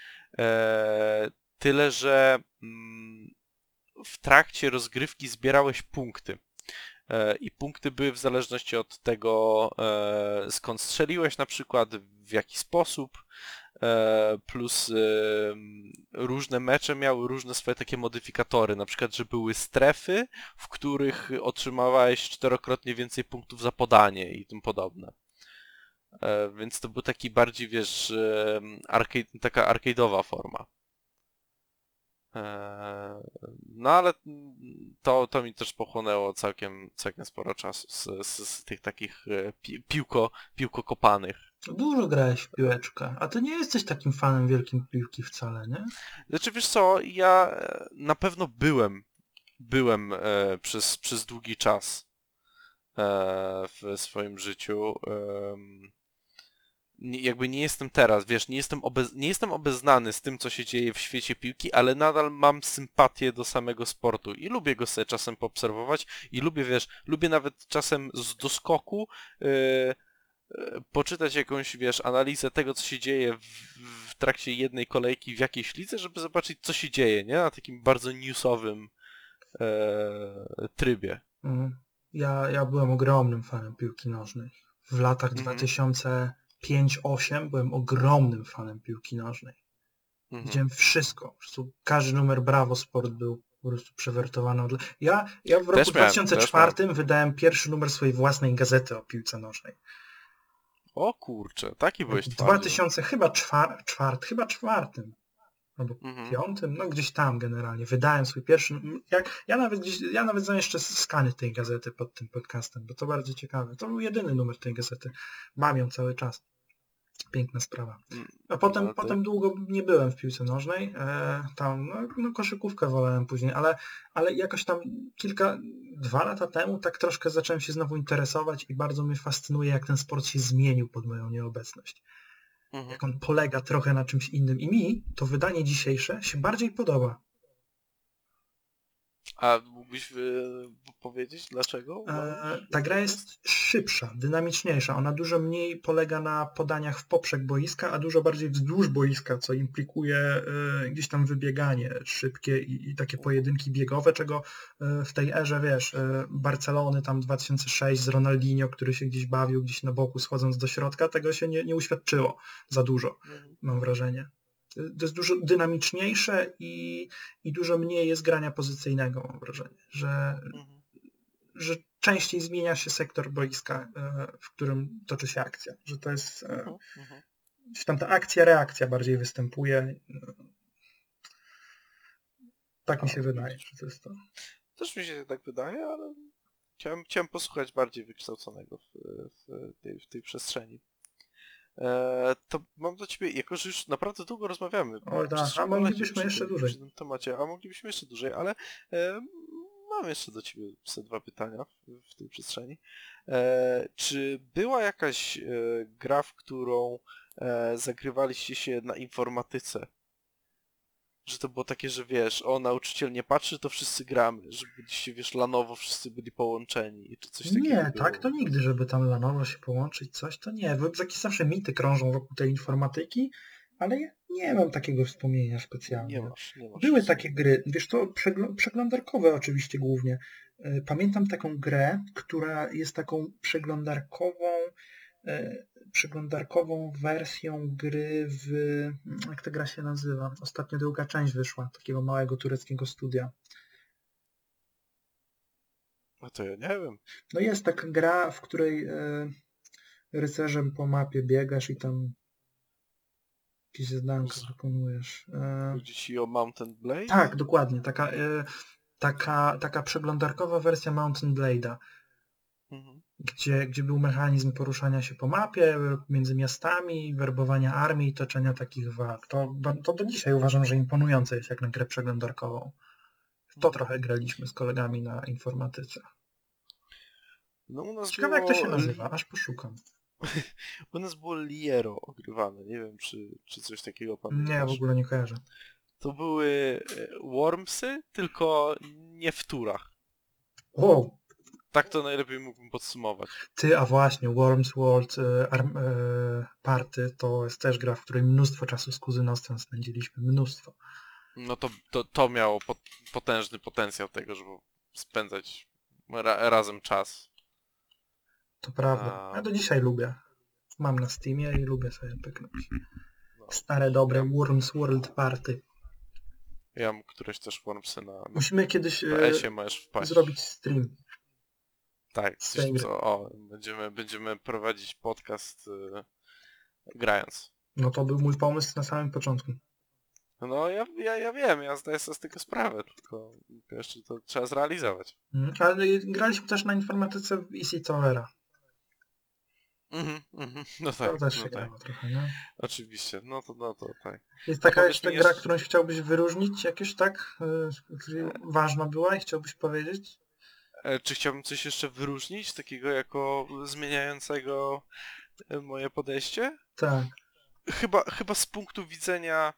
S2: E, tyle, że mm, w trakcie rozgrywki zbierałeś punkty. E, I punkty były w zależności od tego, e, skąd strzeliłeś na przykład, w jaki sposób, e, plus e, różne mecze miały różne swoje takie modyfikatory, na przykład, że były strefy, w których otrzymałeś czterokrotnie więcej punktów za podanie i tym podobne. E, więc to był taki bardziej, wiesz, e, arcade, taka arcade'owa forma. Eee, No ale to, to mi też pochłonęło całkiem, całkiem sporo czasu z, z, z tych takich e, pi, piłko, piłko kopanych.
S3: Dużo grałeś w piłeczkę, a ty nie jesteś takim fanem wielkim piłki wcale, nie?
S2: Znaczy wiesz co, ja e, na pewno byłem, byłem e, przez, przez długi czas e, w swoim życiu. em, nie, jakby nie jestem teraz, wiesz, nie jestem, obez, nie jestem obeznany z tym, co się dzieje w świecie piłki, ale nadal mam sympatię do samego sportu i lubię go sobie czasem poobserwować i lubię, wiesz, lubię nawet czasem z doskoku yy, yy, poczytać jakąś, wiesz, analizę tego, co się dzieje w, w trakcie jednej kolejki w jakiejś lidze, żeby zobaczyć, co się dzieje, nie? Na takim bardzo newsowym yy, trybie.
S3: Mhm. Ja, ja byłem ogromnym fanem piłki nożnej. W latach
S2: Mhm.
S3: dwa tysiące piąty do ósmego byłem ogromnym fanem piłki nożnej.
S2: Mhm.
S3: Widziałem wszystko. Po prostu każdy numer Bravo Sport był po prostu przewertowany. Od... Ja, ja w roku
S2: Też miałem,
S3: dwa tysiące czwartym
S2: też
S3: wydałem pierwszy numer swojej własnej gazety o piłce nożnej.
S2: O kurczę, taki byłeś
S3: W
S2: twardziel.
S3: dwa tysiące chyba czwar, czwart, chyba czwartym. Albo
S2: Mhm.
S3: piątym, no gdzieś tam generalnie. Wydałem swój pierwszy... Jak, ja nawet gdzieś, ja nawet zamieszczę skany tej gazety pod tym podcastem, bo to bardzo ciekawe. To był jedyny numer tej gazety. Mam ją cały czas. Piękna sprawa. A potem,
S2: No to-
S3: potem długo nie byłem w piłce nożnej. E, tam no, no koszykówkę wolałem później, ale, ale jakoś tam kilka, dwa lata temu tak troszkę zacząłem się znowu interesować i bardzo mnie fascynuje, jak ten sport się zmienił pod moją nieobecność.
S2: Mhm.
S3: Jak on polega trochę na czymś innym. I mi to wydanie dzisiejsze się bardziej podoba.
S2: A mógłbyś y, powiedzieć dlaczego? uważasz,
S3: E,
S2: że
S3: ta gra
S2: tak
S3: jest szybsza, dynamiczniejsza. Ona dużo mniej polega na podaniach w poprzek boiska, a dużo bardziej wzdłuż boiska, co implikuje e, gdzieś tam wybieganie szybkie i, i takie pojedynki biegowe, czego e, w tej erze, wiesz, e, Barcelony tam dwa tysiące sześć z Ronaldinho, który się gdzieś bawił, gdzieś na boku schodząc do środka, tego się nie, nie uświadczyło za dużo,
S2: Mhm.
S3: mam wrażenie. To jest dużo dynamiczniejsze i, i dużo mniej jest grania pozycyjnego, mam wrażenie, że
S2: Mhm.
S3: że częściej zmienia się sektor boiska, e, w którym toczy się akcja. Że to jest, e,
S2: Mhm. Mhm.
S3: że tam ta akcja, reakcja bardziej występuje. Tak mi
S2: A,
S3: się wydaje,
S2: widzisz.
S3: że to jest to.
S2: Też mi się tak wydaje, ale chciałem, chciałem posłuchać bardziej wykształconego w, w, tej, w tej przestrzeni. E, to mam do ciebie, jako że już naprawdę długo rozmawiamy,
S3: O,
S2: przez
S3: tak, a
S2: szkolenie
S3: moglibyśmy
S2: przy
S3: jeszcze
S2: tym,
S3: dłużej.
S2: przy tym temacie, a moglibyśmy jeszcze dłużej, ale e, mam jeszcze do ciebie ze dwa pytania w, w tej przestrzeni. E, czy była jakaś e, gra, w którą e, zagrywaliście się na informatyce? Że to było takie, że wiesz, o, nauczyciel nie patrzy, to wszyscy gramy, że byliście, wiesz, lanowo wszyscy byli połączeni, czy coś takiego
S3: Nie,
S2: było?
S3: tak to nigdy, żeby tam lanowo się połączyć, coś, to nie. Bo jakieś zawsze mity krążą wokół tej informatyki, ale ja nie mam takiego wspomnienia
S2: Nie
S3: specjalnie.
S2: masz, nie masz.
S3: Były takie gry, wiesz to przegl- przeglądarkowe oczywiście głównie. E, Pamiętam taką grę, która jest taką przeglądarkową, e, przeglądarkową wersją gry w... Jak ta gra się nazywa? Ostatnio druga część wyszła, takiego małego tureckiego studia.
S2: No to ja nie wiem.
S3: No jest taka gra, w której e, rycerzem po mapie biegasz i tam jakieś zadanka
S2: Z-
S3: wykonujesz. E,
S2: Chodzi ci o Mountain Blade?
S3: tak, dokładnie. Taka, e, taka, taka przeglądarkowa wersja Mountain Blade'a.
S2: Mhm.
S3: Gdzie, gdzie był mechanizm poruszania się po mapie, między miastami, werbowania armii i toczenia takich walk. To, to do dzisiaj uważam, że imponujące jest jak na grę przeglądarkową. W to
S2: Mhm.
S3: trochę graliśmy z kolegami na informatyce.
S2: No u nas
S3: Ciekawe jak to się
S2: było
S3: nazywa,
S2: li...
S3: aż poszukam.
S2: u nas było Liero ogrywane, nie wiem czy, czy coś takiego
S3: Nie, w
S2: pamiętasz.
S3: ogóle nie kojarzę.
S2: To były e, Wormsy, tylko nie w turach.
S3: Wow,
S2: Tak to najlepiej mógłbym podsumować.
S3: ty, a właśnie, Worms World e, Arm, e, Party to jest też gra, w której mnóstwo czasu z kuzynostwem spędziliśmy. Mnóstwo.
S2: No to, to, to miało pot, potężny potencjał tego, żeby spędzać ra, razem czas.
S3: To prawda.
S2: A,
S3: Ja do dzisiaj lubię. Mam na Steamie i lubię sobie pyknąć.
S2: no,
S3: Stare, dobre
S2: ja,
S3: Worms World Party.
S2: ja mam któreś też Wormsy na, na
S3: Musimy kiedyś e,
S2: P S ie, możesz wpaść.
S3: zrobić stream.
S2: Tak,
S3: z
S2: coś,
S3: tej gry.
S2: co, o, będziemy, będziemy prowadzić podcast y, grając.
S3: No to był mój pomysł na samym początku.
S2: No ja, ja, ja wiem, ja zdaję sobie z tego sprawę, tylko jeszcze to trzeba zrealizować.
S3: Mhm. Ale graliśmy też na informatyce w Easy Towera.
S2: Mhm, mhm, no
S3: To
S2: tak,
S3: też się
S2: no tak,
S3: grało trochę, nie?
S2: oczywiście, no to, no to tak.
S3: Jest
S2: To
S3: taka
S2: powiedz
S3: jeszcze
S2: mi
S3: gra,
S2: jeszcze-
S3: którą chciałbyś wyróżnić, jakieś tak? y, która ważna była i chciałbyś powiedzieć?
S2: E, Czy chciałbym coś jeszcze wyróżnić, takiego jako zmieniającego e, moje podejście?
S3: Tak.
S2: Chyba, chyba z punktu widzenia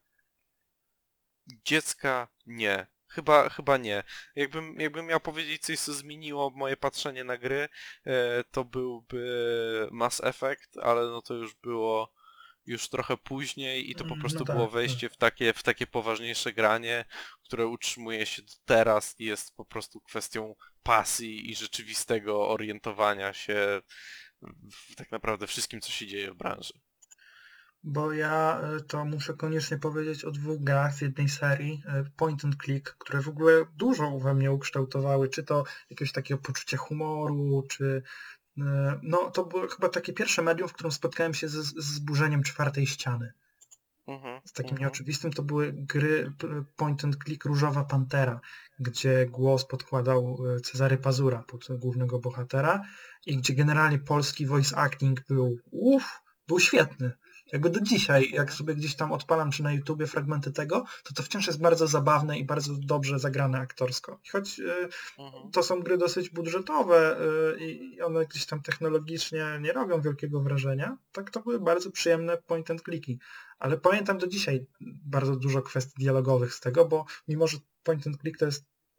S2: dziecka nie. Chyba, chyba nie. Jakbym, jakbym miał powiedzieć coś, co zmieniło moje patrzenie na gry, e, to byłby Mass Effect, ale no to już było już trochę później i to po
S3: Mm,
S2: prostu
S3: no tak,
S2: było
S3: tak.
S2: wejście w takie, w takie poważniejsze granie, które utrzymuje się do teraz i jest po prostu kwestią pasji i rzeczywistego orientowania się w tak naprawdę wszystkim, co się dzieje w branży.
S3: Bo ja y, to muszę koniecznie powiedzieć o dwóch grach z jednej serii, y, Point and Click, które w ogóle dużo we mnie ukształtowały, czy to jakiegoś takiego poczucia humoru, czy... y, No to było chyba takie pierwsze medium, w którym spotkałem się ze, z zburzeniem czwartej ściany.
S2: Mhm,
S3: Z takim
S2: mhm.
S3: nieoczywistym to były gry p- Point and Click Różowa Pantera, gdzie głos podkładał y, Cezary Pazura pod głównego bohatera i gdzie generalnie polski voice acting był uff, był świetny. Jakby do dzisiaj, jak sobie gdzieś tam odpalam, czy na YouTubie fragmenty tego, to to wciąż jest bardzo zabawne i bardzo dobrze zagrane aktorsko. I choć y,
S2: Mhm.
S3: to są gry dosyć budżetowe y, i one gdzieś tam technologicznie nie robią wielkiego wrażenia, tak to były bardzo przyjemne point and clicki. Ale pamiętam do dzisiaj bardzo dużo kwestii dialogowych z tego, bo mimo, że point and click to jest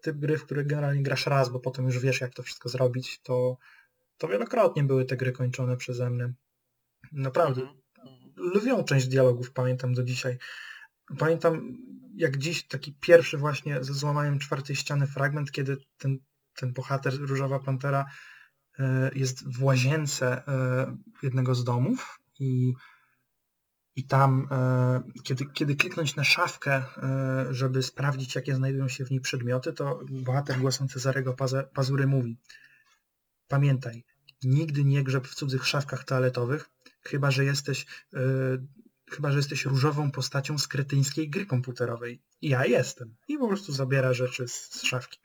S3: typ gry, w który generalnie grasz raz, bo potem już wiesz, jak to wszystko zrobić, to, to wielokrotnie były te gry kończone przeze mnie. Naprawdę.
S2: Mhm, mhm.
S3: Lwią część dialogów pamiętam do dzisiaj. Pamiętam jak dziś taki pierwszy właśnie ze złamaniem czwartej ściany fragment, kiedy ten, ten bohater Różowa Pantera e, jest w łazience e, jednego z domów i, i tam e, kiedy, kiedy kliknąć na szafkę, e, żeby sprawdzić, jakie znajdują się w niej przedmioty, to bohater głosem Cezarego Paza- Pazury mówi: pamiętaj, nigdy nie grzeb w cudzych szafkach toaletowych, chyba że jesteś e, chyba że jesteś różową postacią z kretyńskiej gry komputerowej. I ja jestem. I po prostu zabiera rzeczy z, z szafki.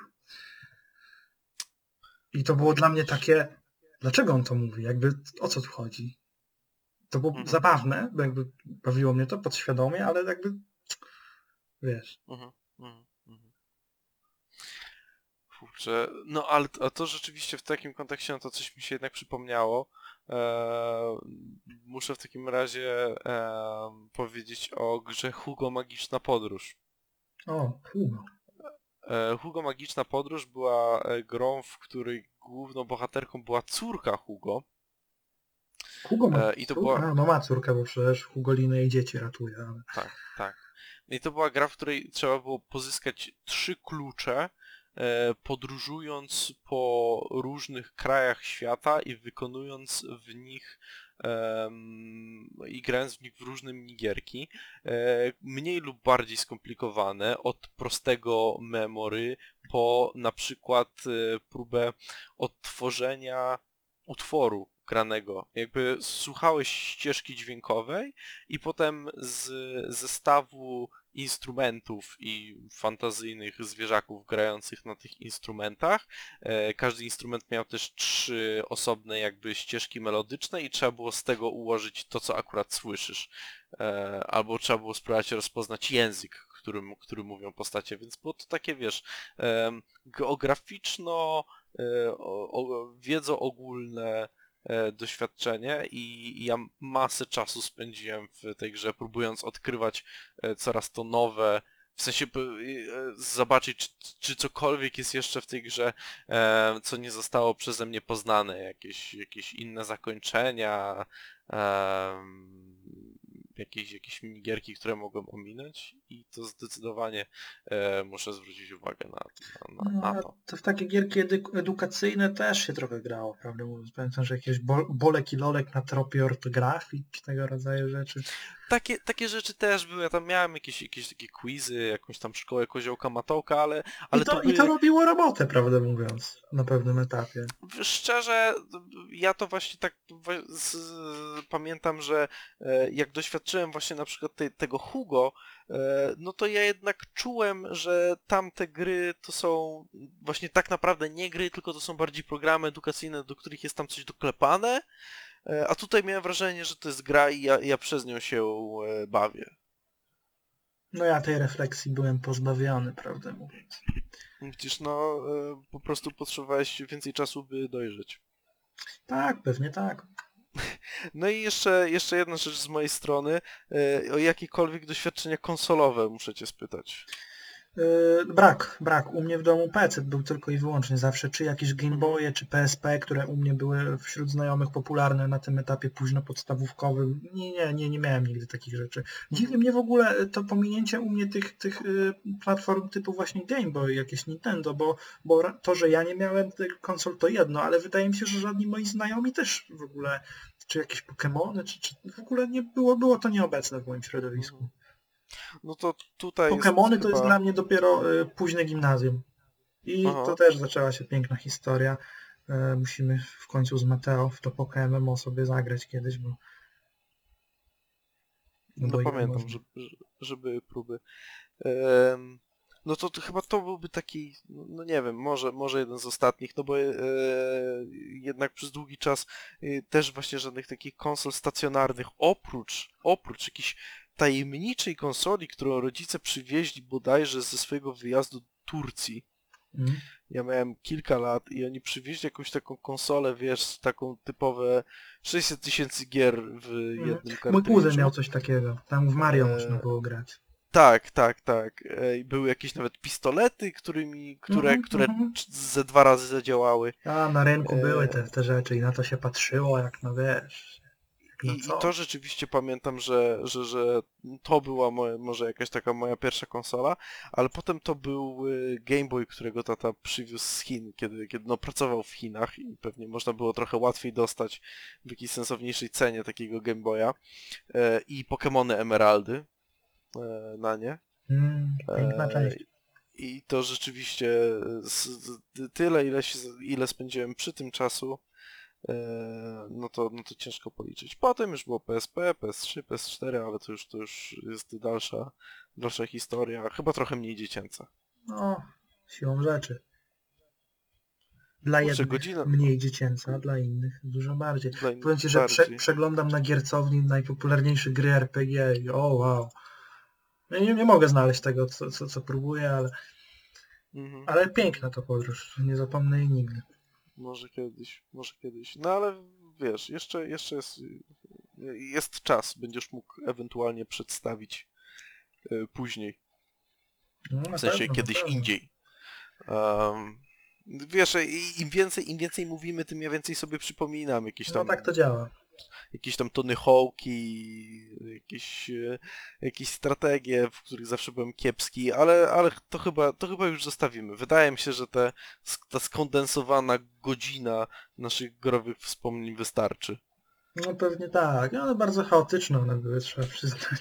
S3: I to było dla mnie takie, dlaczego on to mówi? Jakby o co tu chodzi? To było
S2: Mhm.
S3: zabawne, bo jakby bawiło mnie to podświadomie, ale jakby wiesz.
S2: Mhm, mhm, mhm. Kurczę, no ale a to rzeczywiście w takim kontekście, no to coś mi się jednak przypomniało. Eee, muszę w takim razie em, powiedzieć o grze Hugo Magiczna Podróż.
S3: O, Hugo.
S2: E, Hugo Magiczna Podróż była e, grą, w której główną bohaterką była córka Hugo.
S3: Hugo ma
S2: E, I to była...
S3: A, no ma córkę, bo przecież Hugolinę jej dzieci ratuje. Ale...
S2: Tak, tak. I to była gra, w której trzeba było pozyskać trzy klucze, e, podróżując po różnych krajach świata i wykonując w nich em, i grając w nich w różne minigierki, e, mniej lub bardziej skomplikowane, od prostego memory po na przykład e, próbę odtworzenia utworu granego. Jakby słuchałeś ścieżki dźwiękowej i potem z zestawu instrumentów i fantazyjnych zwierzaków grających na tych instrumentach. E, każdy instrument miał też trzy osobne jakby ścieżki melodyczne i trzeba było z tego ułożyć to, co akurat słyszysz. E, albo trzeba było spróbować rozpoznać język, którym, który mówią postacie, więc było to takie, wiesz, e, geograficzno, e, o, o, wiedzo ogólne e, doświadczenie i, i ja masę czasu spędziłem w tej grze, próbując odkrywać e, coraz to nowe, w sensie p- e, zobaczyć, czy, czy cokolwiek jest jeszcze w tej grze, e, co nie zostało przeze mnie poznane, jakieś, jakieś inne zakończenia, em, jakieś, jakieś minigierki, które mogłem ominąć i to zdecydowanie e, muszę zwrócić uwagę na, na, na,
S3: No,
S2: na
S3: a
S2: to.
S3: to w takie gierki edu- edukacyjne też się trochę grało, prawdę mówiąc. Pamiętam, że jakieś bo- bolek i lolek na tropie ortografii, czy tego rodzaju rzeczy.
S2: Takie, takie rzeczy też były, ja tam miałem jakieś, jakieś takie quizy, jakąś tam szkołę koziołka matołka, ale,
S3: I
S2: ale
S3: to,
S2: to
S3: I to
S2: były,
S3: robiło robotę, prawdę mówiąc, na pewnym etapie.
S2: szczerze, ja to właśnie tak wa- z, pamiętam, że e, jak doświadczyłem właśnie na przykład tej, tego Hugo, e, no to ja jednak czułem, że tamte gry to są właśnie tak naprawdę nie gry, tylko to są bardziej programy edukacyjne, do których jest tam coś doklepane, e, a tutaj miałem wrażenie, że to jest gra i ja, ja przez nią się e, bawię.
S3: No ja tej refleksji byłem pozbawiony, prawdę mówiąc.
S2: Widzisz, no e, po prostu potrzebowałeś więcej czasu, by dojrzeć.
S3: Tak, pewnie tak.
S2: No i jeszcze, jeszcze jedna rzecz z mojej strony. E, o jakiekolwiek doświadczenia konsolowe muszę cię spytać.
S3: Yy, brak, brak. U mnie w domu P C był tylko i wyłącznie zawsze, czy jakieś Game Boye, czy P S P, które u mnie były wśród znajomych popularne na tym etapie późno podstawówkowym. Nie, nie, nie, nie miałem nigdy takich rzeczy. Dziwi mnie w ogóle to pominięcie u mnie tych, tych yy, platform typu właśnie Game Boy, jakieś Nintendo, bo, bo ra- to, że ja nie miałem tych konsol to jedno, ale wydaje mi się, że żadni moi znajomi też w ogóle, czy jakieś Pokemony, czy, czy w ogóle nie było, było to nieobecne w moim środowisku.
S2: No to tutaj
S3: Pokemony
S2: jest
S3: to jest
S2: chyba...
S3: dla mnie dopiero y, późne gimnazjum. I
S2: Aha.
S3: to też zaczęła się piękna historia. E, musimy w końcu z Mateo w to Poke M M O sobie zagrać kiedyś, bo, no
S2: No
S3: bo ile
S2: pamiętam,
S3: można.
S2: że, że, że były próby. Em, no to, to chyba to byłby taki, no no nie wiem, może, może jeden z ostatnich, no bo e, jednak przez długi czas e, też właśnie żadnych takich konsol stacjonarnych, oprócz, oprócz jakiejś tajemniczej konsoli, którą rodzice przywieźli bodajże ze swojego wyjazdu do Turcji.
S3: Mm.
S2: Ja miałem kilka lat i oni przywieźli jakąś taką konsolę, wiesz, taką typowe sześćset tysięcy gier w
S3: Mm.
S2: jednym
S3: Mój kuzyn
S2: kartridżu.
S3: miał coś takiego. Tam w Mario
S2: E,
S3: można było grać.
S2: Tak, tak, tak. E, i były jakieś nawet pistolety, którymi, które,
S3: Mhm,
S2: które
S3: mhm.
S2: c- ze dwa razy zadziałały.
S3: A na rynku były
S2: E,
S3: te, te rzeczy i na to się patrzyło jak no wiesz, jak no
S2: I, I to
S3: co.
S2: rzeczywiście pamiętam, że, że, że to była moja, może jakaś taka moja pierwsza konsola, ale potem to był y, Game Boy, którego tata przywiózł z Chin, kiedy, kiedy no, pracował w Chinach i pewnie można było trochę łatwiej dostać w jakiejś sensowniejszej cenie takiego Game Boya e, i Pokemony Emeraldy e, na nie.
S3: Mm, piękna
S2: E,
S3: część.
S2: I to rzeczywiście z, z, tyle, ile, się, ile spędziłem przy tym czasu, e, no to, no to ciężko policzyć. Potem już było P S P, P S trzy, P S cztery, ale to już, to już jest dalsza, dalsza historia, chyba trochę mniej dziecięca.
S3: No, siłą rzeczy. Dla
S2: Kurczę,
S3: jednych
S2: godzina
S3: mniej dziecięca, dla innych dużo bardziej.
S2: dla innych
S3: Powiem ci, że prze,
S2: bardziej.
S3: przeglądam na giercowni najpopularniejsze gry R P G i o wow. Ja nie, nie mogę znaleźć tego, co, co, co próbuję, ale,
S2: Mhm.
S3: ale piękna to podróż. Nie zapomnę jej nigdy.
S2: Może kiedyś, może kiedyś. No ale wiesz, jeszcze, jeszcze jest, jest czas, będziesz mógł ewentualnie przedstawić e, później.
S3: No,
S2: W
S3: na
S2: sensie
S3: pewno, na
S2: kiedyś
S3: pewno.
S2: indziej. Um, wiesz, i- im więcej, im więcej mówimy, tym ja więcej sobie przypominam jakieś
S3: No
S2: tam,
S3: tak to działa.
S2: jakieś tam Tony Hawk'i, jakieś, e, jakieś strategie, w których zawsze byłem kiepski, ale, ale to chyba, to chyba już zostawimy. Wydaje mi się, że te, ta skondensowana godzina naszych growych wspomnień wystarczy.
S3: No pewnie tak, ale bardzo chaotyczne one były, trzeba przyznać.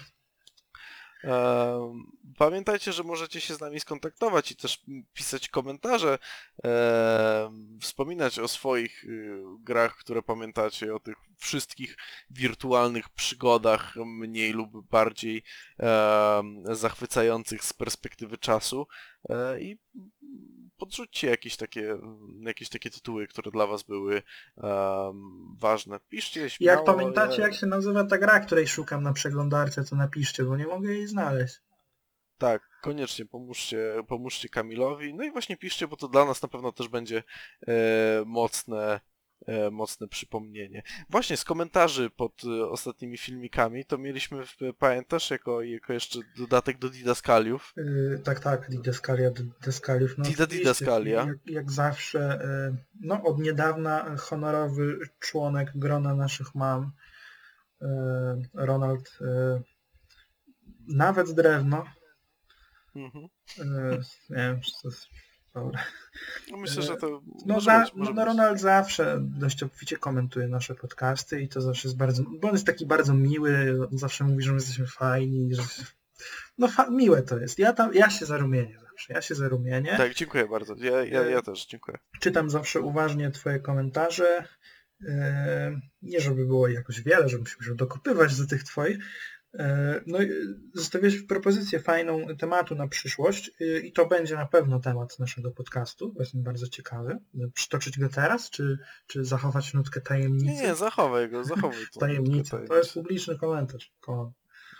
S2: Em, Pamiętajcie, że możecie się z nami skontaktować i też m, pisać komentarze, em, wspominać o swoich y, grach, które pamiętacie, o tych wszystkich wirtualnych przygodach, mniej lub bardziej em, zachwycających z perspektywy czasu e, i podrzućcie jakieś takie, jakieś takie tytuły, które dla was były em, ważne. Piszcie
S3: Jak
S2: śmiało.
S3: pamiętacie,
S2: Ja...
S3: jak się nazywa ta gra, której szukam na przeglądarce, to napiszcie, bo nie mogę jej znaleźć.
S2: Tak, koniecznie pomóżcie, pomóżcie Kamilowi. No i właśnie piszcie, bo to dla nas na pewno też będzie e, mocne, e, mocne przypomnienie. Właśnie z komentarzy pod e, ostatnimi filmikami to mieliśmy, w, pamiętasz, jako, jako jeszcze dodatek do Didaskaliów.
S3: Yy, tak, tak, Didaskalia, Didaskaliów, no
S2: Dida
S3: oczywiście,
S2: Didaskalia.
S3: jak, jak zawsze, yy, no od niedawna honorowy członek grona naszych mam, yy, Ronald, yy, nawet drewno,
S2: Mhm.
S3: yy, nie wiem, czy to jest, dobra.
S2: No myślę, że to
S3: No,
S2: może
S3: za,
S2: być,
S3: no,
S2: może
S3: no
S2: być.
S3: Ronald zawsze dość obficie komentuje nasze podcasty i to zawsze jest bardzo, bo on jest taki bardzo miły, on zawsze mówi, że my jesteśmy fajni, że no fa- miłe to jest. Ja tam, ja się zarumienię zawsze, ja się zarumienię.
S2: Tak, dziękuję bardzo. Ja, ja, ja też, dziękuję.
S3: Czytam zawsze uważnie twoje komentarze. Yy, Nie żeby było jakoś wiele, żebym się musiał dokopywać do tych twoich. Yy, No i zostawiłeś propozycję fajną tematu na przyszłość yy, i to będzie na pewno temat naszego podcastu, bo jestem bardzo ciekawy. Przytoczyć go teraz, czy, czy zachować nutkę
S2: Nie,
S3: tajemnicy?
S2: nie, zachowaj go, zachowaj to.
S3: Tajemnica, to jest publiczny komentarz. Kocham.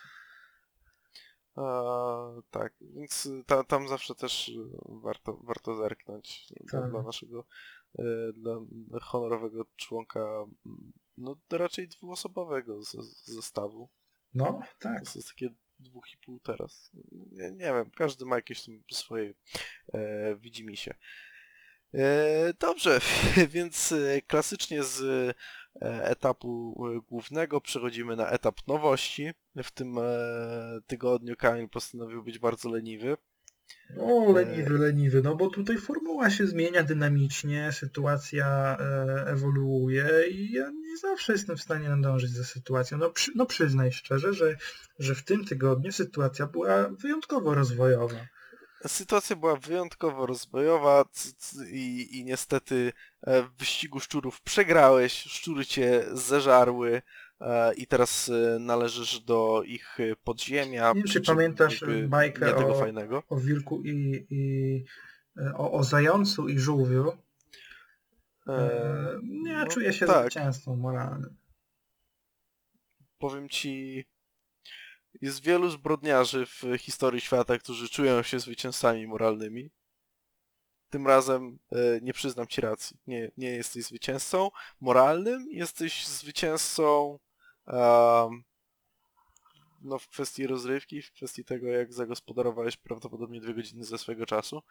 S2: A, tak, więc ta, tam zawsze też y, warto, warto zerknąć dla,
S3: Tak.
S2: dla naszego, y, dla honorowego członka, mm, no raczej dwuosobowego z- z- zestawu.
S3: No, tak.
S2: To jest takie dwóch i pół teraz. Nie, nie wiem, każdy ma jakieś tam swoje e, widzimisię. E, dobrze, więc e, klasycznie z e, etapu e, głównego przechodzimy na etap nowości. W tym e, tygodniu Kamil postanowił być bardzo leniwy.
S3: O, leniwy, leniwy, no bo tutaj formuła się zmienia dynamicznie, sytuacja e, ewoluuje i ja nie zawsze jestem w stanie nadążyć za sytuacją. No, przy, no przyznaj szczerze, że, że w tym tygodniu sytuacja była wyjątkowo rozwojowa.
S2: Sytuacja była wyjątkowo rozwojowa c- c- i, i niestety e, w wyścigu szczurów przegrałeś, szczury cię zeżarły e, i teraz e, należysz do ich e, podziemia,
S3: Nie wiem,
S2: przy
S3: czy
S2: czym
S3: pamiętasz
S2: jakby
S3: bajkę
S2: nie tego
S3: o,
S2: fajnego.
S3: o wilku i, i e, o, o zającu i żółwiu.
S2: E,
S3: E, ja
S2: no
S3: czuję się
S2: tak,
S3: zwycięzcą moralnym.
S2: powiem ci, jest wielu zbrodniarzy w historii świata, którzy czują się zwycięzcami moralnymi. Tym razem e, nie przyznam ci racji. Nie, nie jesteś zwycięzcą moralnym, jesteś zwycięzcą um, no, w kwestii rozrywki, w kwestii tego, jak zagospodarowałeś prawdopodobnie dwie godziny ze swojego czasu.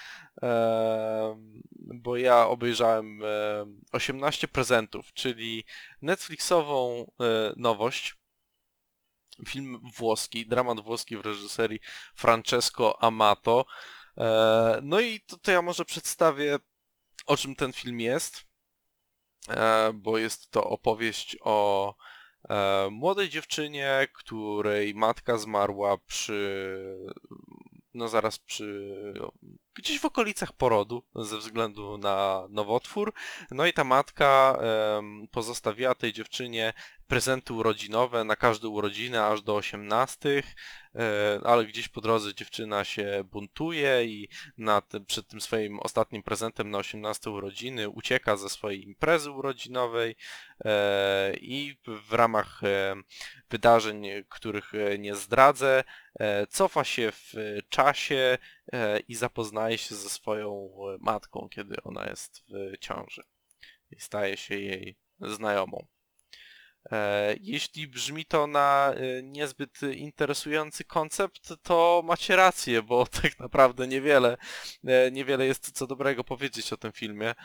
S2: Em, bo ja obejrzałem em, osiemnaście prezentów, czyli Netflixową e, nowość, film włoski, dramat włoski w reżyserii Francesco Amato. E, no i to, to ja może przedstawię, o czym ten film jest, e, bo jest to opowieść o e, młodej dziewczynie, której matka zmarła przy, no zaraz przy, gdzieś w okolicach porodu ze względu na nowotwór. No i ta matka em, pozostawiła tej dziewczynie prezenty urodzinowe na każde urodziny aż do osiemnastych, e, ale gdzieś po drodze dziewczyna się buntuje i na tym, przed tym swoim ostatnim prezentem na osiemnaste urodziny ucieka ze swojej imprezy urodzinowej e, i w ramach e, wydarzeń, których e, nie zdradzę, e, cofa się w czasie e, i zapoznaje się ze swoją matką, kiedy ona jest w ciąży i staje się jej znajomą. E, Jeśli brzmi to na e, niezbyt interesujący koncept, to macie rację, bo tak naprawdę niewiele, e, niewiele jest co dobrego powiedzieć o tym filmie. Em,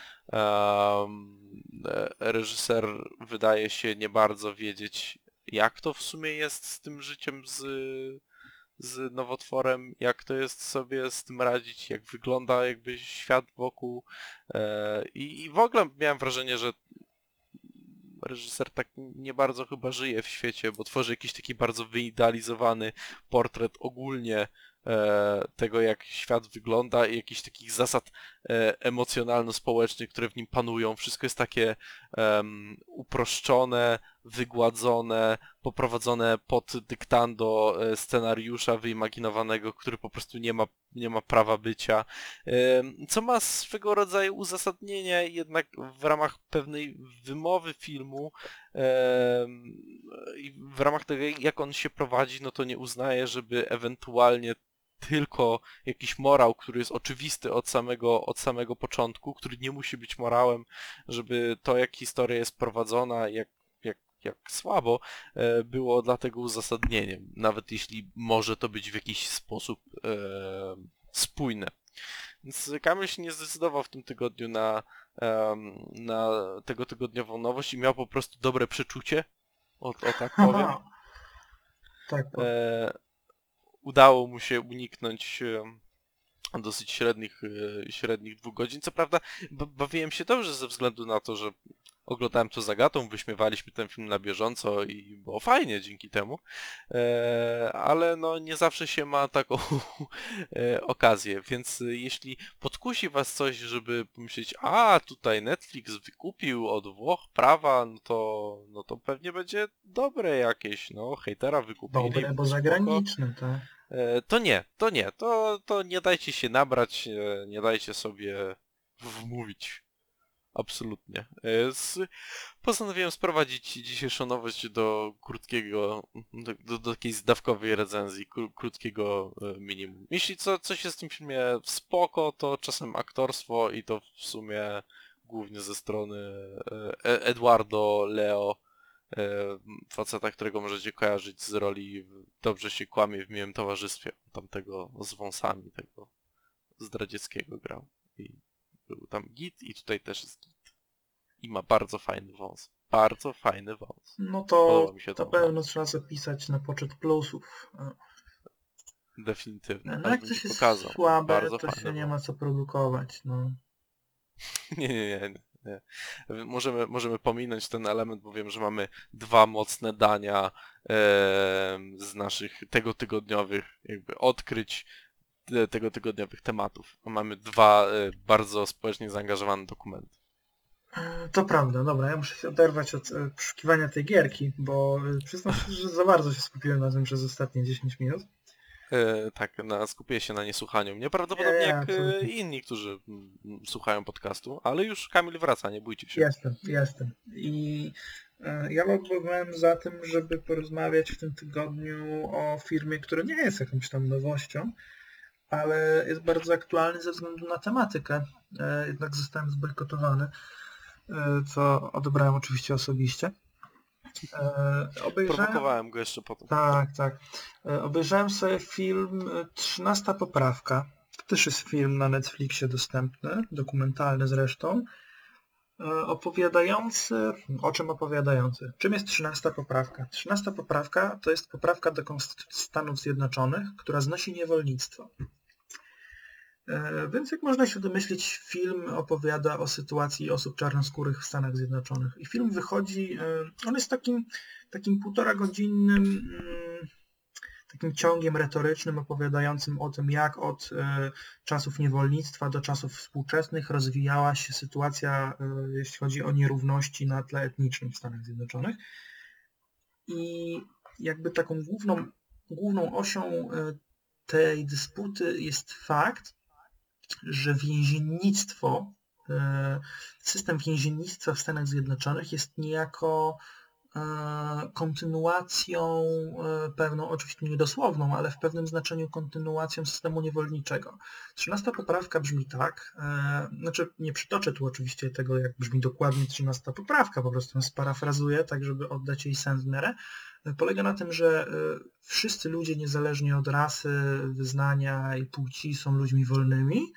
S2: e, Reżyser wydaje się nie bardzo wiedzieć, jak to w sumie jest z tym życiem z, z nowotworem, jak to jest sobie z tym radzić, jak wygląda jakby świat wokół. E, I, i w ogóle miałem wrażenie, że reżyser tak nie bardzo chyba żyje w świecie, bo tworzy jakiś taki bardzo wyidealizowany portret ogólnie e, tego, jak świat wygląda i jakichś takich zasad e, emocjonalno-społecznych, które w nim panują. Wszystko jest takie em, uproszczone, wygładzone, poprowadzone pod dyktando e, scenariusza wyimaginowanego, który po prostu nie ma, nie ma prawa bycia. Em, Co ma swego rodzaju uzasadnienie jednak w ramach pewnej wymowy filmu em, i w ramach tego, jak on się prowadzi, no to nie uznaje, żeby ewentualnie tylko jakiś morał, który jest oczywisty od samego, od samego początku, który nie musi być morałem, żeby to, jak historia jest prowadzona, jak, jak, jak słabo, e, było dlatego uzasadnieniem, nawet jeśli może to być w jakiś sposób e, spójne. Więc Kamil się nie zdecydował w tym tygodniu na, em, na tego tygodniową nowość i miał po prostu dobre przeczucie, o, o tak powiem.
S3: Aha. Tak, po-
S2: E, Udało mu się uniknąć em, dosyć średnich, e, średnich dwóch godzin. Co prawda b- bawiłem się dobrze ze względu na to, że oglądałem to z Agatą, wyśmiewaliśmy ten film na bieżąco i było fajnie dzięki temu, e, ale no nie zawsze się ma taką e, okazję, więc jeśli podkusi was coś, żeby pomyśleć, a tutaj Netflix wykupił od Włoch prawa, no to, no to pewnie będzie dobre jakieś, no hejtera wykupili,
S3: dobre, bo
S2: spoko.
S3: zagraniczne, tak.
S2: E, To nie, to nie, to, to nie dajcie się nabrać, e, nie dajcie sobie wmówić. Absolutnie. E, Z... Postanowiłem sprowadzić dzisiejszą nowość do krótkiego, do, do, do takiej zdawkowej recenzji, kró- krótkiego e, minimum. Jeśli co, coś jest w tym filmie spoko, to czasem aktorstwo i to w sumie głównie ze strony e, E- Eduardo Leo, e, faceta, którego możecie kojarzyć z roli w Dobrze się kłamie w miłym towarzystwie, tamtego z wąsami, tego zdradzieckiego grał. I był tam git i tutaj też jest git. I ma bardzo fajny wąs. Bardzo fajny wąs.
S3: No to
S2: Podoba mi się to.
S3: na pewno trzeba zapisać na poczet plusów.
S2: Definitywnie.
S3: No
S2: Aż
S3: jak
S2: bym
S3: coś
S2: ci
S3: jest
S2: pokazał.
S3: słabe,
S2: Bardzo
S3: to
S2: fajny
S3: się nie
S2: wąs.
S3: ma co produkować, no.
S2: Nie, nie, nie, nie. Możemy, możemy pominąć ten element, bo wiem, że mamy dwa mocne dania em, z naszych tegotygodniowych jakby odkryć te- tegotygodniowych tematów. Mamy dwa e, bardzo społecznie zaangażowane dokumenty.
S3: E, To prawda, dobra, ja muszę się oderwać od e, poszukiwania tej gierki, bo e, przyznam się, że za bardzo się skupiłem na tym przez ostatnie dziesięć minut.
S2: E, tak, na, skupię się na niesłuchaniu mnie, prawdopodobnie
S3: Nie, nie,
S2: jak e,
S3: absolutnie.
S2: inni, którzy mm, słuchają podcastu, ale już Kamil wraca, nie bójcie się.
S3: Jestem, jestem. I e, ja byłem za tym, żeby porozmawiać w tym tygodniu o firmie, która nie jest jakąś tam nowością, ale jest bardzo aktualny ze względu na tematykę. E, Jednak zostałem zbojkotowany, e, co odebrałem oczywiście osobiście. E, obejrzałem...
S2: Prowokowałem go jeszcze potem.
S3: Tak, tak. E, obejrzałem sobie film e, Trzynasta poprawka. To też jest film na Netflixie dostępny, dokumentalny zresztą, e, opowiadający... O czym opowiadający? Czym jest Trzynasta poprawka? Trzynasta poprawka to jest poprawka do Konstytucji Stanów Zjednoczonych, która znosi niewolnictwo. E, Więc jak można się domyślić, film opowiada o sytuacji osób czarnoskórych w Stanach Zjednoczonych. I film wychodzi, e, on jest takim, takim półtora godzinnym mm, takim ciągiem retorycznym opowiadającym o tym, jak od e, czasów niewolnictwa do czasów współczesnych rozwijała się sytuacja, e, jeśli chodzi o nierówności na tle etnicznym w Stanach Zjednoczonych. I jakby taką główną, główną osią e, tej dysputy jest fakt, że więziennictwo, e, system więziennictwa w Stanach Zjednoczonych jest niejako e, kontynuacją e, pewną, oczywiście niedosłowną, ale w pewnym znaczeniu kontynuacją systemu niewolniczego. Trzynasta poprawka brzmi tak, e, znaczy nie przytoczę tu oczywiście tego, jak brzmi dokładnie trzynasta poprawka, po prostu ją sparafrazuję, tak żeby oddać jej sens w miarę. Polega na tym, że wszyscy ludzie, niezależnie od rasy, wyznania i płci, są ludźmi wolnymi,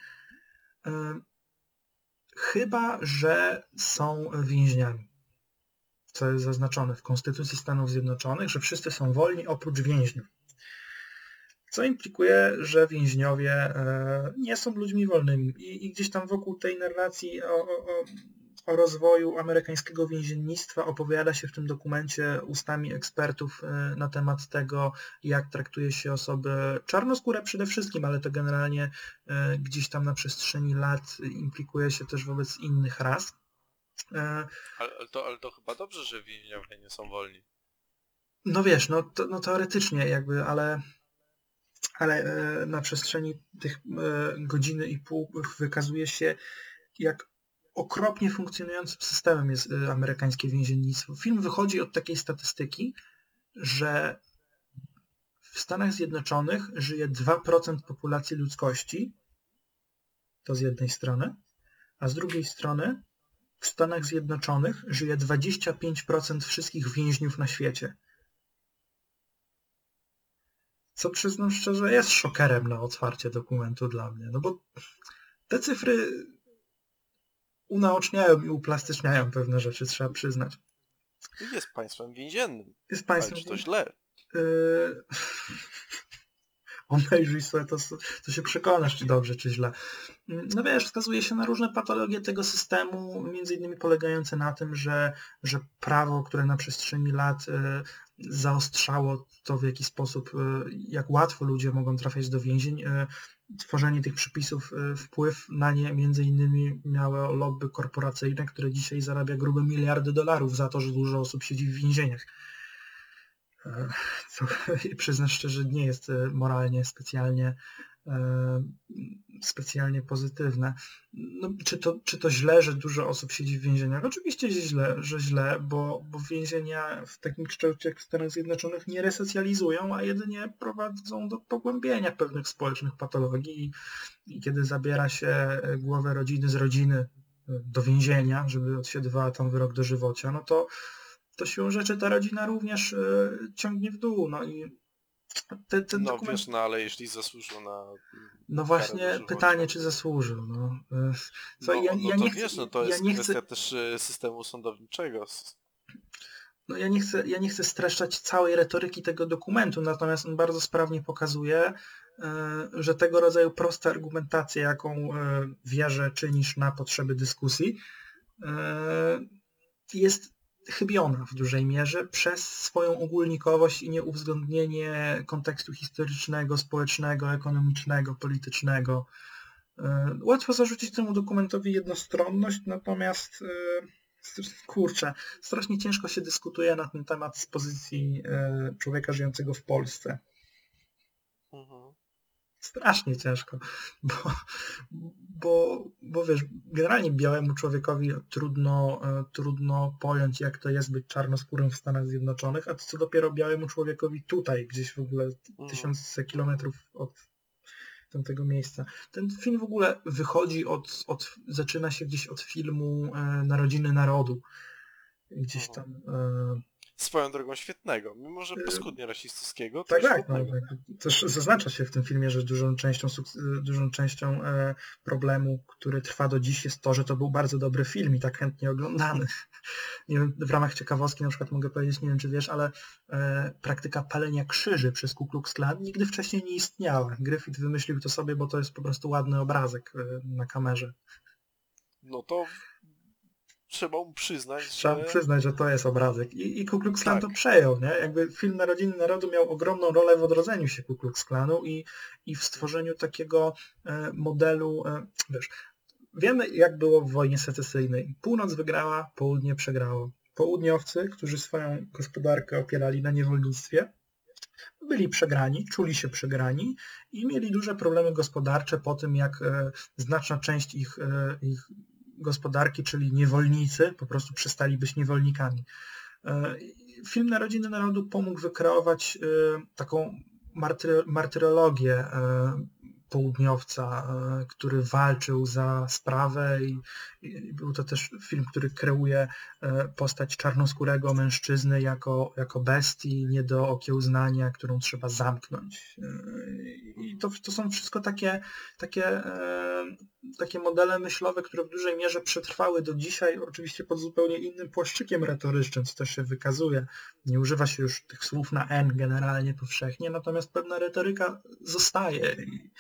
S3: chyba że są więźniami, co jest zaznaczone w Konstytucji Stanów Zjednoczonych, że wszyscy są wolni oprócz więźniów. Co implikuje, że więźniowie nie są ludźmi wolnymi. I, i gdzieś tam wokół tej narracji o, o, o o rozwoju amerykańskiego więziennictwa opowiada się w tym dokumencie ustami ekspertów na temat tego, jak traktuje się osoby czarnoskóre przede wszystkim, ale to generalnie gdzieś tam na przestrzeni lat implikuje się też wobec innych ras.
S2: Ale, ale, to, ale to chyba dobrze, że więźniowie nie są wolni.
S3: No wiesz, no, to, no teoretycznie jakby, ale, ale na przestrzeni tych godziny i pół wykazuje się, jak okropnie funkcjonującym systemem jest amerykańskie więziennictwo. Film wychodzi od takiej statystyki, że w Stanach Zjednoczonych żyje dwa procent populacji ludzkości, to z jednej strony, a z drugiej strony w Stanach Zjednoczonych żyje dwadzieścia pięć procent wszystkich więźniów na świecie. Co przyznam szczerze jest szokerem na otwarcie dokumentu dla mnie, no bo te cyfry unaoczniają i uplastyczniają pewne rzeczy, trzeba przyznać.
S2: Jest państwem więziennym.
S3: Jest państwem
S2: Ale czy to źle?
S3: Yy... Obejrzyj sobie to, to się przekonasz, czy dobrze, czy źle. No wiesz, wskazuje się na różne patologie tego systemu, między innymi polegające na tym, że, że prawo, które na przestrzeni lat y, zaostrzało to, w jaki sposób, y, jak łatwo ludzie mogą trafiać do więzień, y, tworzenie tych przepisów, y, wpływ na nie między innymi miało lobby korporacyjne, które dzisiaj zarabia grube miliardy dolarów za to, że dużo osób siedzi w więzieniach. Co przyznam szczerze, nie jest moralnie specjalnie specjalnie pozytywne. No, czy, to, czy to źle, że dużo osób siedzi w więzieniach? Oczywiście źle, że źle, bo, bo więzienia w takim kształcie jak w Stanach Zjednoczonych nie resocjalizują, a jedynie prowadzą do pogłębienia pewnych społecznych patologii i, i kiedy zabiera się głowę rodziny z rodziny do więzienia, żeby odsiadywała tam wyrok dożywocia, no to to siłą rzeczy ta rodzina również y, ciągnie w dół. No i ten, ten
S2: No
S3: dokument...
S2: wiesz, no ale jeśli zasłużył na...
S3: No właśnie pytanie, czy zasłużył. No,
S2: Co, no,
S3: ja,
S2: no
S3: ja
S2: to
S3: nie
S2: wiesz,
S3: chcę,
S2: no to
S3: ja
S2: jest
S3: nie
S2: kwestia
S3: chcę...
S2: też systemu sądowniczego.
S3: No ja nie chcę, ja nie chcę streszczać całej retoryki tego dokumentu, natomiast on bardzo sprawnie pokazuje, że tego rodzaju prosta argumentacja, jaką wierzę czynisz na potrzeby dyskusji, jest chybiona w dużej mierze przez swoją ogólnikowość i nieuwzględnienie kontekstu historycznego, społecznego, ekonomicznego, politycznego. Łatwo zarzucić temu dokumentowi jednostronność, natomiast kurczę, strasznie ciężko się dyskutuje na ten temat z pozycji człowieka żyjącego w Polsce.
S2: Mhm.
S3: Strasznie ciężko, bo, bo, bo wiesz, generalnie białemu człowiekowi trudno, trudno pojąć, jak to jest być czarnoskórym w Stanach Zjednoczonych, a co dopiero białemu człowiekowi tutaj, gdzieś w ogóle tysiące kilometrów od tamtego miejsca. Ten film w ogóle wychodzi od, od zaczyna się gdzieś od filmu Narodziny Narodu. Gdzieś tam...
S2: Swoją drogą świetnego, mimo że
S3: Y,
S2: paskudnie rasistowskiego, to
S3: Tak, tak. No,
S2: świetnego.
S3: tak. Też zaznacza się w tym filmie, że dużą częścią, suk- dużą częścią e, problemu, który trwa do dziś, jest to, że to był bardzo dobry film i tak chętnie oglądany. Nie wiem, w ramach ciekawostki na przykład mogę powiedzieć, nie wiem czy wiesz, ale e, praktyka palenia krzyży przez Ku Klux Klan nigdy wcześniej nie istniała. Griffith wymyślił to sobie, bo to jest po prostu ładny obrazek e, na kamerze.
S2: No to trzeba mu przyznać,
S3: Trzeba
S2: że
S3: przyznać, że to jest obrazek. I, i Ku Klux Klan
S2: tak.
S3: to przejął, nie? Jakby film Narodziny Narodu miał ogromną rolę w odrodzeniu się Ku Klux Klanu i, i w stworzeniu takiego e, modelu, e, wiesz, wiemy jak było w wojnie secesyjnej. Północ wygrała, południe przegrało. Południowcy, którzy swoją gospodarkę opierali na niewolnictwie, byli przegrani, czuli się przegrani i mieli duże problemy gospodarcze po tym, jak e, znaczna część ich, e, ich gospodarki, czyli niewolnicy, po prostu przestali być niewolnikami. E, Film Narodziny Narodu pomógł wykreować e, taką martyr, martyrologię e, południowca, e, który walczył za sprawę i, i był to też film, który kreuje e, postać czarnoskórego mężczyzny jako, jako bestii, nie do okiełznania, którą trzeba zamknąć. E, I to, to są wszystko takie, takie, e, takie modele myślowe, które w dużej mierze przetrwały do dzisiaj, oczywiście pod zupełnie innym płaszczykiem retorycznym, co też się wykazuje. Nie używa się już tych słów na N generalnie powszechnie, natomiast pewna retoryka zostaje. I,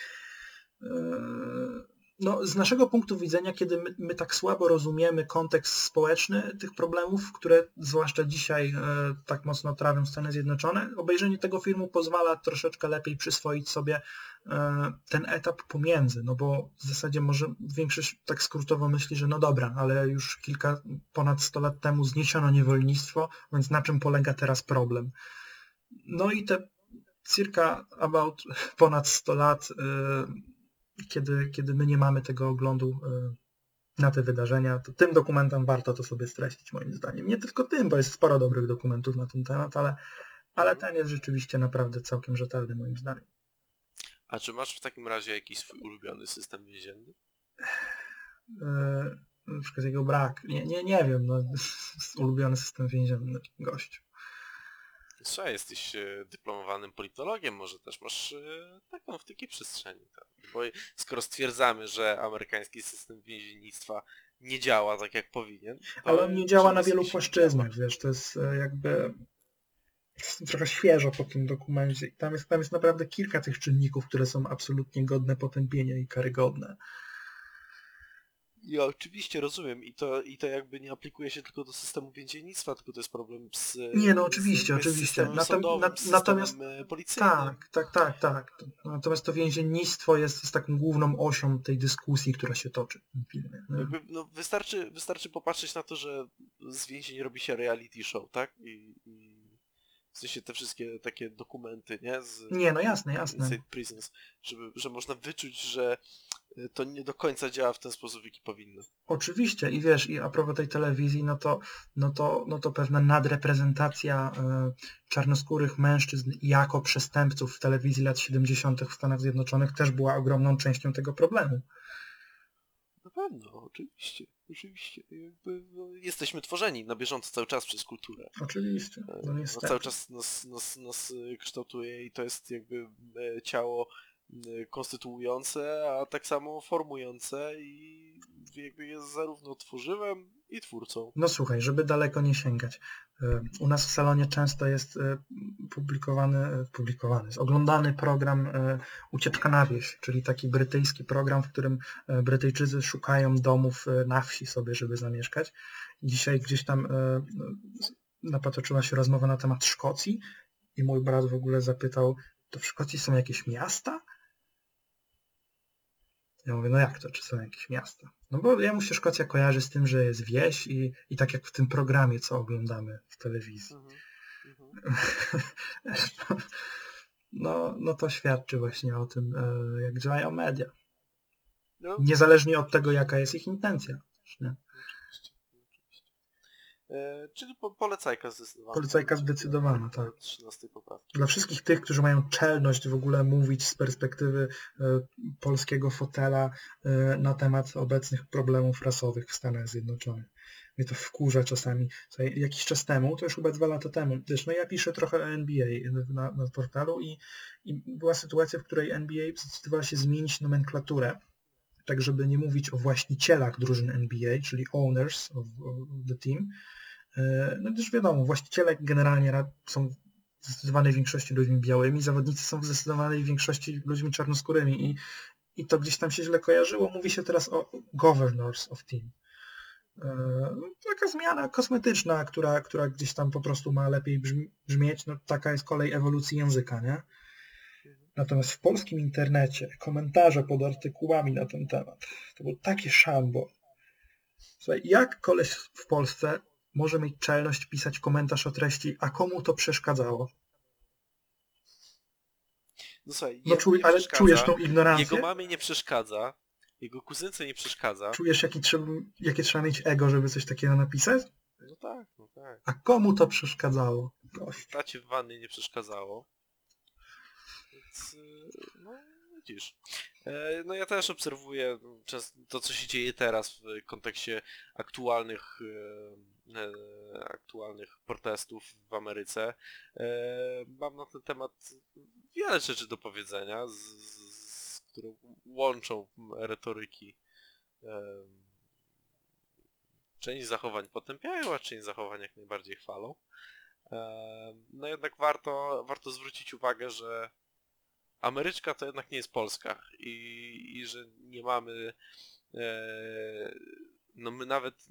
S3: no, z naszego punktu widzenia, kiedy my, my tak słabo rozumiemy kontekst społeczny tych problemów, które zwłaszcza dzisiaj e, tak mocno trawią Stany Zjednoczone, obejrzenie tego filmu pozwala troszeczkę lepiej przyswoić sobie e, ten etap pomiędzy, no bo w zasadzie może większość tak skrótowo myśli, że no dobra, ale już kilka, ponad sto lat temu zniesiono niewolnictwo, więc na czym polega teraz problem? No i te circa about ponad sto lat e, Kiedy, kiedy my nie mamy tego oglądu y, na te wydarzenia, to tym dokumentem warto to sobie streścić moim zdaniem. Nie tylko tym, bo jest sporo dobrych dokumentów na ten temat, ale, ale ten jest rzeczywiście naprawdę całkiem rzetelny moim zdaniem.
S2: A czy masz w takim razie jakiś swój ulubiony system więzienny?
S3: Yy, na przykład jego brak. Nie, nie, nie wiem, no, ulubiony system więzienny gościu.
S2: Słuchaj, jesteś e, dyplomowanym politologiem, może też masz e, taką w takiej przestrzeni. Tak? Bo skoro stwierdzamy, że amerykański system więziennictwa nie działa tak jak powinien, to
S3: Ale on nie działa na
S2: czym
S3: wielu
S2: się
S3: płaszczyznach,
S2: działa?
S3: wiesz, to jest e, jakby trochę świeżo po tym dokumencie i tam jest, tam jest naprawdę kilka tych czynników, które są absolutnie godne potępienia i karygodne.
S2: Ja oczywiście rozumiem i to, i to jakby nie aplikuje się tylko do systemu więziennictwa, tylko to jest problem z,
S3: Nie, no
S2: z
S3: oczywiście,
S2: jakby
S3: oczywiście.
S2: systemem
S3: Natom,
S2: sądowym,
S3: nat,
S2: z systemem
S3: natomiast
S2: e, policyjnym.
S3: tak, tak, tak, tak. Natomiast to więziennictwo jest, jest taką główną osią tej dyskusji, która się toczy w tym filmie. Nie?
S2: Jakby, no, wystarczy, wystarczy popatrzeć na to, że z więzień robi się reality show, tak? I, i w sensie te wszystkie takie dokumenty, nie? Z
S3: Nie, no jasne, jasne.
S2: Inside Prisons, żeby, że można wyczuć, że to nie do końca działa w ten sposób, jaki powinno.
S3: Oczywiście i wiesz, i a propos tej telewizji, no to, no to, no to pewna nadreprezentacja y, czarnoskórych mężczyzn jako przestępców w telewizji lat siedemdziesiątych w Stanach Zjednoczonych też była ogromną częścią tego problemu.
S2: Na pewno, oczywiście, oczywiście. Jakby, no, jesteśmy tworzeni na bieżąco cały czas przez kulturę.
S3: Oczywiście, no
S2: No,
S3: niestety.
S2: cały czas nas, nas, nas kształtuje i to jest jakby e, ciało e, konstytuujące, a tak samo formujące i jakby jest zarówno tworzywem i twórcą.
S3: No słuchaj, żeby daleko nie sięgać. y, U nas w salonie często jest y, publikowany, y, publikowany, jest oglądany program y, Ucieczka na wieś, czyli taki brytyjski program, w którym y, Brytyjczycy szukają domów y, na wsi sobie, żeby zamieszkać. Dzisiaj gdzieś tam y, y, napatoczyła się rozmowa na temat Szkocji i mój brat w ogóle zapytał, to w Szkocji są jakieś miasta? Ja mówię, no jak to, czy są jakieś miasta? No bo jemu się Szkocja kojarzy z tym, że jest wieś i, i tak jak w tym programie, co oglądamy w telewizji.
S2: Mhm. Mhm.
S3: No, no to świadczy właśnie o tym, e, jak działają media.
S2: No,
S3: Niezależnie od tego, jaka jest ich intencja. Nie?
S2: oczywiście, oczywiście. E, czyli po, polecajka zdecydowana.
S3: Polecajka zdecydowana, tak.
S2: trzynastej poprawki.
S3: Dla wszystkich tych, którzy mają czelność w ogóle mówić z perspektywy e, polskiego fotela e, na temat obecnych problemów rasowych w Stanach Zjednoczonych. Mnie to wkurza czasami. Słuchaj, jakiś czas temu, to już chyba dwa lata temu, też, no ja piszę trochę o N B A na, na portalu i, i była sytuacja, w której N B A zdecydowała się zmienić nomenklaturę, tak żeby nie mówić o właścicielach drużyn N B A, czyli owners of, of the team. E, no gdyż wiadomo, właściciele generalnie ra- są w zdecydowanej większości ludźmi białymi, zawodnicy są w zdecydowanej większości ludźmi czarnoskórymi i, i to gdzieś tam się źle kojarzyło. Mówi się teraz o governors of team. No, taka zmiana kosmetyczna, która, która gdzieś tam po prostu ma lepiej brzmi, brzmieć, no taka jest kolej ewolucji języka, nie? Natomiast w polskim internecie komentarze pod artykułami na ten temat to było takie szambo. Słuchaj, jak koleś w Polsce może mieć czelność pisać komentarz o treści, a komu to przeszkadzało?
S2: No słuchaj,
S3: No
S2: jemu
S3: czuj,
S2: nie
S3: ale
S2: przeszkadza,
S3: czujesz tą ignorancję?
S2: jego mamie nie przeszkadza, jego kuzynce nie przeszkadza.
S3: Czujesz, jaki trzeba, jakie trzeba mieć ego, żeby coś takiego napisać?
S2: No tak, no tak.
S3: A komu to przeszkadzało? Gość.
S2: Tacie w wannie nie przeszkadzało. Więc, y, no widzisz. E, No ja też obserwuję czas- to, co się dzieje teraz w kontekście aktualnych e, e, aktualnych protestów w Ameryce. E, Mam na ten temat wiele rzeczy do powiedzenia, z, z, które łączą retoryki. E, Część zachowań potępiają, a część zachowań jak najbardziej chwalą. E, No jednak warto, warto zwrócić uwagę, że Ameryczka to jednak nie jest Polska i, i że nie mamy, e, no my nawet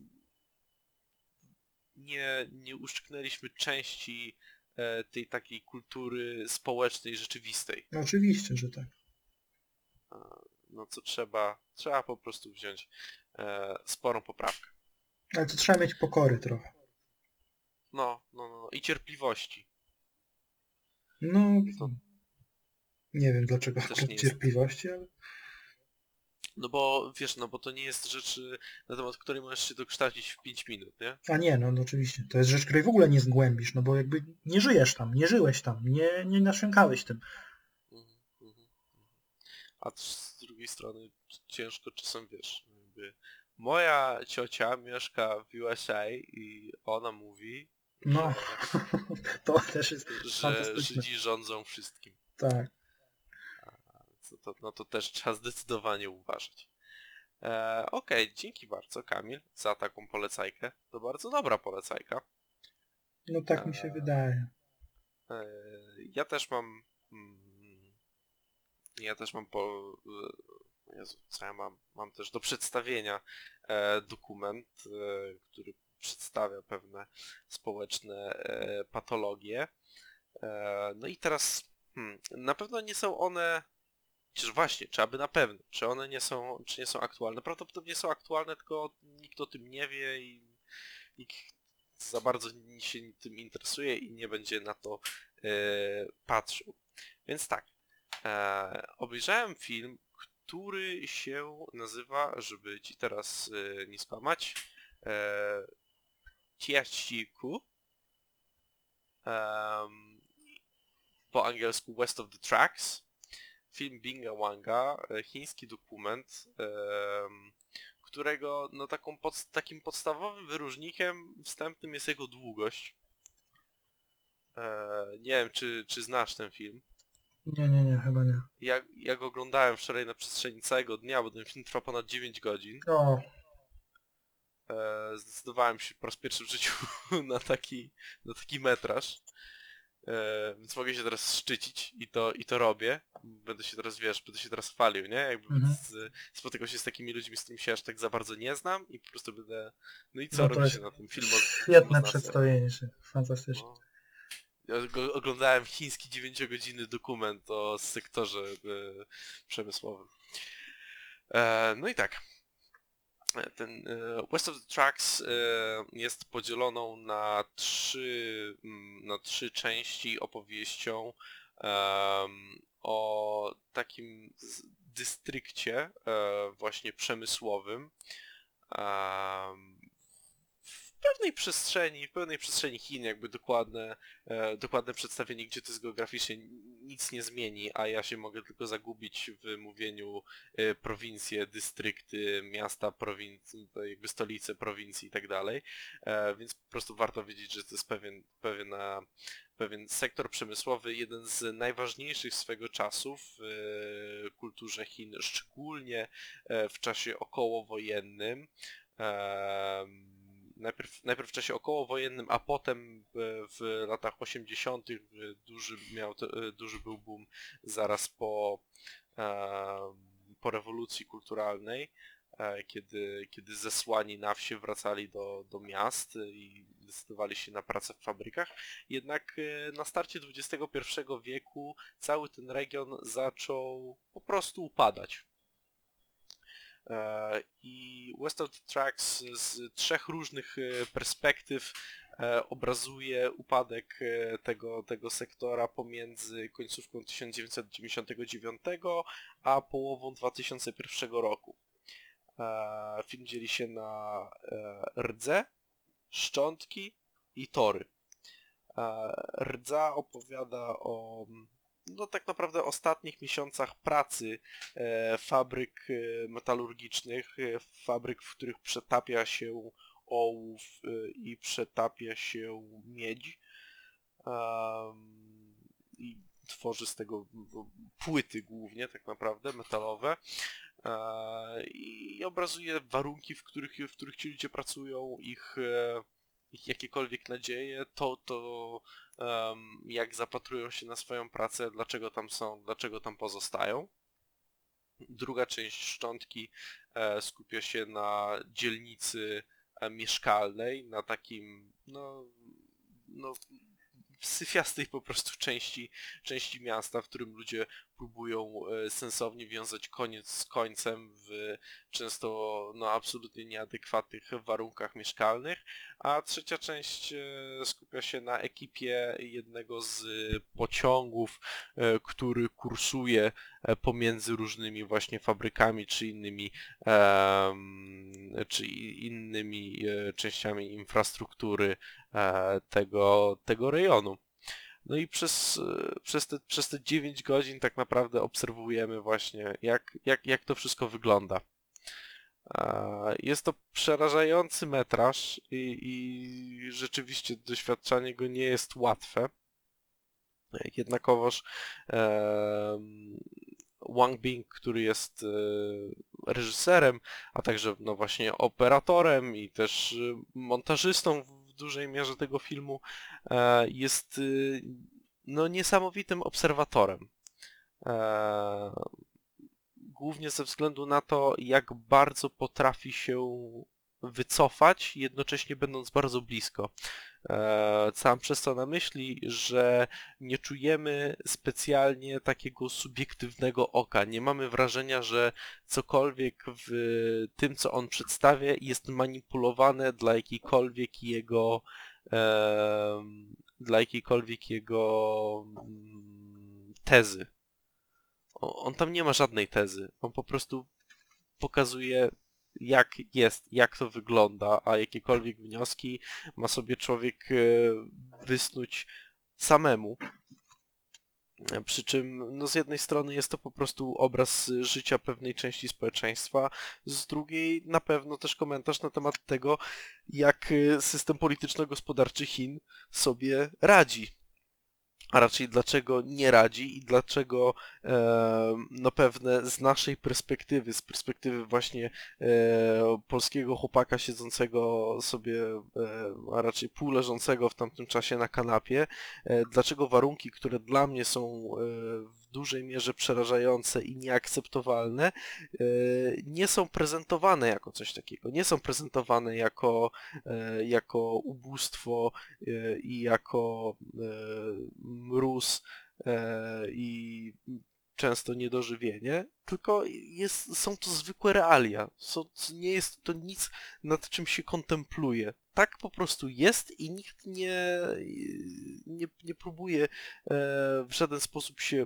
S2: nie, nie uszczknęliśmy części e, tej takiej kultury społecznej, rzeczywistej.
S3: No oczywiście, że tak.
S2: E, No co trzeba, trzeba po prostu wziąć e, sporą poprawkę.
S3: Ale to trzeba mieć pokory trochę.
S2: No, no, no i cierpliwości.
S3: No,
S2: To
S3: nie wiem dlaczego
S2: też
S3: akurat
S2: nie jest-
S3: cierpliwości, ale
S2: No bo wiesz, no bo to nie jest rzeczy, na temat której możesz się dokształcić w pięć minut, nie?
S3: a nie, no, no oczywiście. To jest rzecz, której w ogóle nie zgłębisz, no bo jakby nie żyjesz tam, nie żyłeś tam, nie, nie nasiąkałeś tym.
S2: Mhm, mhm, mhm. A też z drugiej strony ciężko czasem, wiesz, jakby moja ciocia mieszka w U S A i ona mówi,
S3: No, to też jest
S2: że, że
S3: fantastyczne.
S2: Żydzi rządzą wszystkim.
S3: Tak.
S2: No to, no to też trzeba zdecydowanie uważać. E, Okej, dzięki bardzo Kamil za taką polecajkę. To bardzo dobra polecajka.
S3: No tak mi się wydaje.
S2: E, Ja też mam... mm, Ja też mam po... e, Jezu, co ja mam? Mam też do przedstawienia e, dokument, e, który przedstawia pewne społeczne e, patologie. E, no i teraz hmm, na pewno nie są one... Chociaż właśnie, czy aby na pewno, czy one nie są, czy nie są aktualne? Prawdopodobnie są aktualne, tylko nikt o tym nie wie i nikt za bardzo się tym interesuje i nie będzie na to e, patrzył. Więc tak, e, obejrzałem film, który się nazywa, żeby ci teraz e, nie skłamać, e, Tiaciku, em, po angielsku West of the Tracks. Film Binga Wanga, e, chiński dokument, em, którego no taką pod, takim podstawowym wyróżnikiem wstępnym jest jego długość. E, nie wiem, czy, czy znasz ten film.
S3: Nie, nie, nie, chyba nie.
S2: Ja, ja go oglądałem wczoraj na przestrzeni całego dnia, bo ten film trwa ponad dziewięć godzin.
S3: O,
S2: E, zdecydowałem się po raz pierwszy w życiu na taki, na taki metraż. E, więc mogę się teraz szczycić i to, i to robię. Będę się teraz, wiesz, będę się teraz chwalił, nie? Jakby
S3: Mhm.
S2: z, spotykał się z takimi ludźmi, z którymi się aż tak za bardzo nie znam i po prostu będę... No i co
S3: No to
S2: robi
S3: jest
S2: się na tym filmu?
S3: świetne przedstawienie się. Fantastyczne.
S2: No. Ja go, oglądałem chiński dziewięciogodzinny dokument o sektorze e, przemysłowym. E, no i tak. E, Ten e, West of the Tracks e, jest podzieloną na trzy, mm, na trzy części opowieścią em, o takim z- dystrykcie e, właśnie przemysłowym em, w pewnej przestrzeni, w pewnej przestrzeni Chin jakby dokładne, e, dokładne przedstawienie, gdzie to jest geograficznie, nic nie zmieni, a ja się mogę tylko zagubić w mówieniu e, prowincje, dystrykty, miasta, prowinc- jakby stolice prowincji i tak dalej, e, więc po prostu warto wiedzieć, że to jest pewien, pewien, e, pewien sektor przemysłowy, jeden z najważniejszych swego czasu w e, kulturze Chin, szczególnie e, w czasie okołowojennym. Em, Najpierw, najpierw w czasie okołowojennym, a potem w, w latach osiemdziesiątych duży, miał, to- duży był boom zaraz po, em, po rewolucji kulturalnej, e, kiedy, kiedy zesłani na wsi wracali do, do miast i decydowali się na pracę w fabrykach. Jednak e, na starcie dwudziestego pierwszego wieku cały ten region zaczął po prostu upadać. E, I West of the Tracks z trzech różnych e, perspektyw e, obrazuje upadek e, tego, tego sektora pomiędzy końcówką tysiąc dziewięćset dziewięćdziesiątego dziewiątego a połową dwa tysiące pierwszego roku. E, Film dzieli się na e, rdze, szczątki i tory. E, Rdza opowiada o no tak naprawdę ostatnich miesiącach pracy e, fabryk e, metalurgicznych, e, fabryk, w których przetapia się ołów e, i przetapia się miedź Em, i tworzy z tego no, płyty głównie tak naprawdę metalowe. E, I obrazuje warunki, w których, w których ci ludzie pracują, ich, e, ich jakiekolwiek nadzieje, to, to em, jak zapatrują się na swoją pracę, dlaczego tam są, dlaczego tam pozostają. Druga część szczątki e, skupia się na dzielnicy e, mieszkalnej, na takim, no, no syfiastej po prostu części, części miasta, w którym ludzie próbują e, sensownie wiązać koniec z końcem w często no, absolutnie nieadekwatnych warunkach mieszkalnych, a trzecia część e, skupia się na ekipie jednego z pociągów, e, który kursuje e, pomiędzy różnymi właśnie fabrykami czy innymi em, czy i- innymi e, częściami infrastruktury e, tego, tego rejonu. No i przez, e, przez, te, przez te dziewięć godzin tak naprawdę obserwujemy właśnie jak, jak, jak to wszystko wygląda. E, Jest to przerażający metraż i, i rzeczywiście doświadczanie go nie jest łatwe. Jednakowoż em, Wang Bing, który jest e, reżyserem, a także no właśnie operatorem i też e, montażystą w dużej mierze tego filmu, e, jest e, no niesamowitym obserwatorem. E, Głównie ze względu na to, jak bardzo potrafi się wycofać, jednocześnie będąc bardzo blisko. E, co mam przez to na myśli, że nie czujemy specjalnie takiego subiektywnego oka. Nie mamy wrażenia, że cokolwiek w tym, co on przedstawia, jest manipulowane dla jakiejkolwiek jego e, dla jakiejkolwiek jego mm, tezy. O- On tam nie ma żadnej tezy. On po prostu pokazuje jak jest, jak to wygląda, a jakiekolwiek wnioski ma sobie człowiek e, wysnuć samemu. E, Przy czym no z jednej strony jest to po prostu obraz życia pewnej części społeczeństwa, z drugiej na pewno też komentarz na temat tego, jak e, system polityczno-gospodarczy Chin sobie radzi. A raczej dlaczego nie radzi i dlaczego e, no pewne z naszej perspektywy, z perspektywy właśnie e, polskiego chłopaka siedzącego sobie, e, a raczej półleżącego w tamtym czasie na kanapie, e, dlaczego warunki, które dla mnie są e, w dużej mierze przerażające i nieakceptowalne, e, nie są prezentowane jako coś takiego, nie są prezentowane jako, e, jako ubóstwo e, i jako e, mróz e, i często niedożywienie, tylko jest, są to zwykłe realia. Są, nie jest to nic, nad czym się kontempluje. Tak po prostu jest i nikt nie, nie, nie próbuje e, w żaden sposób się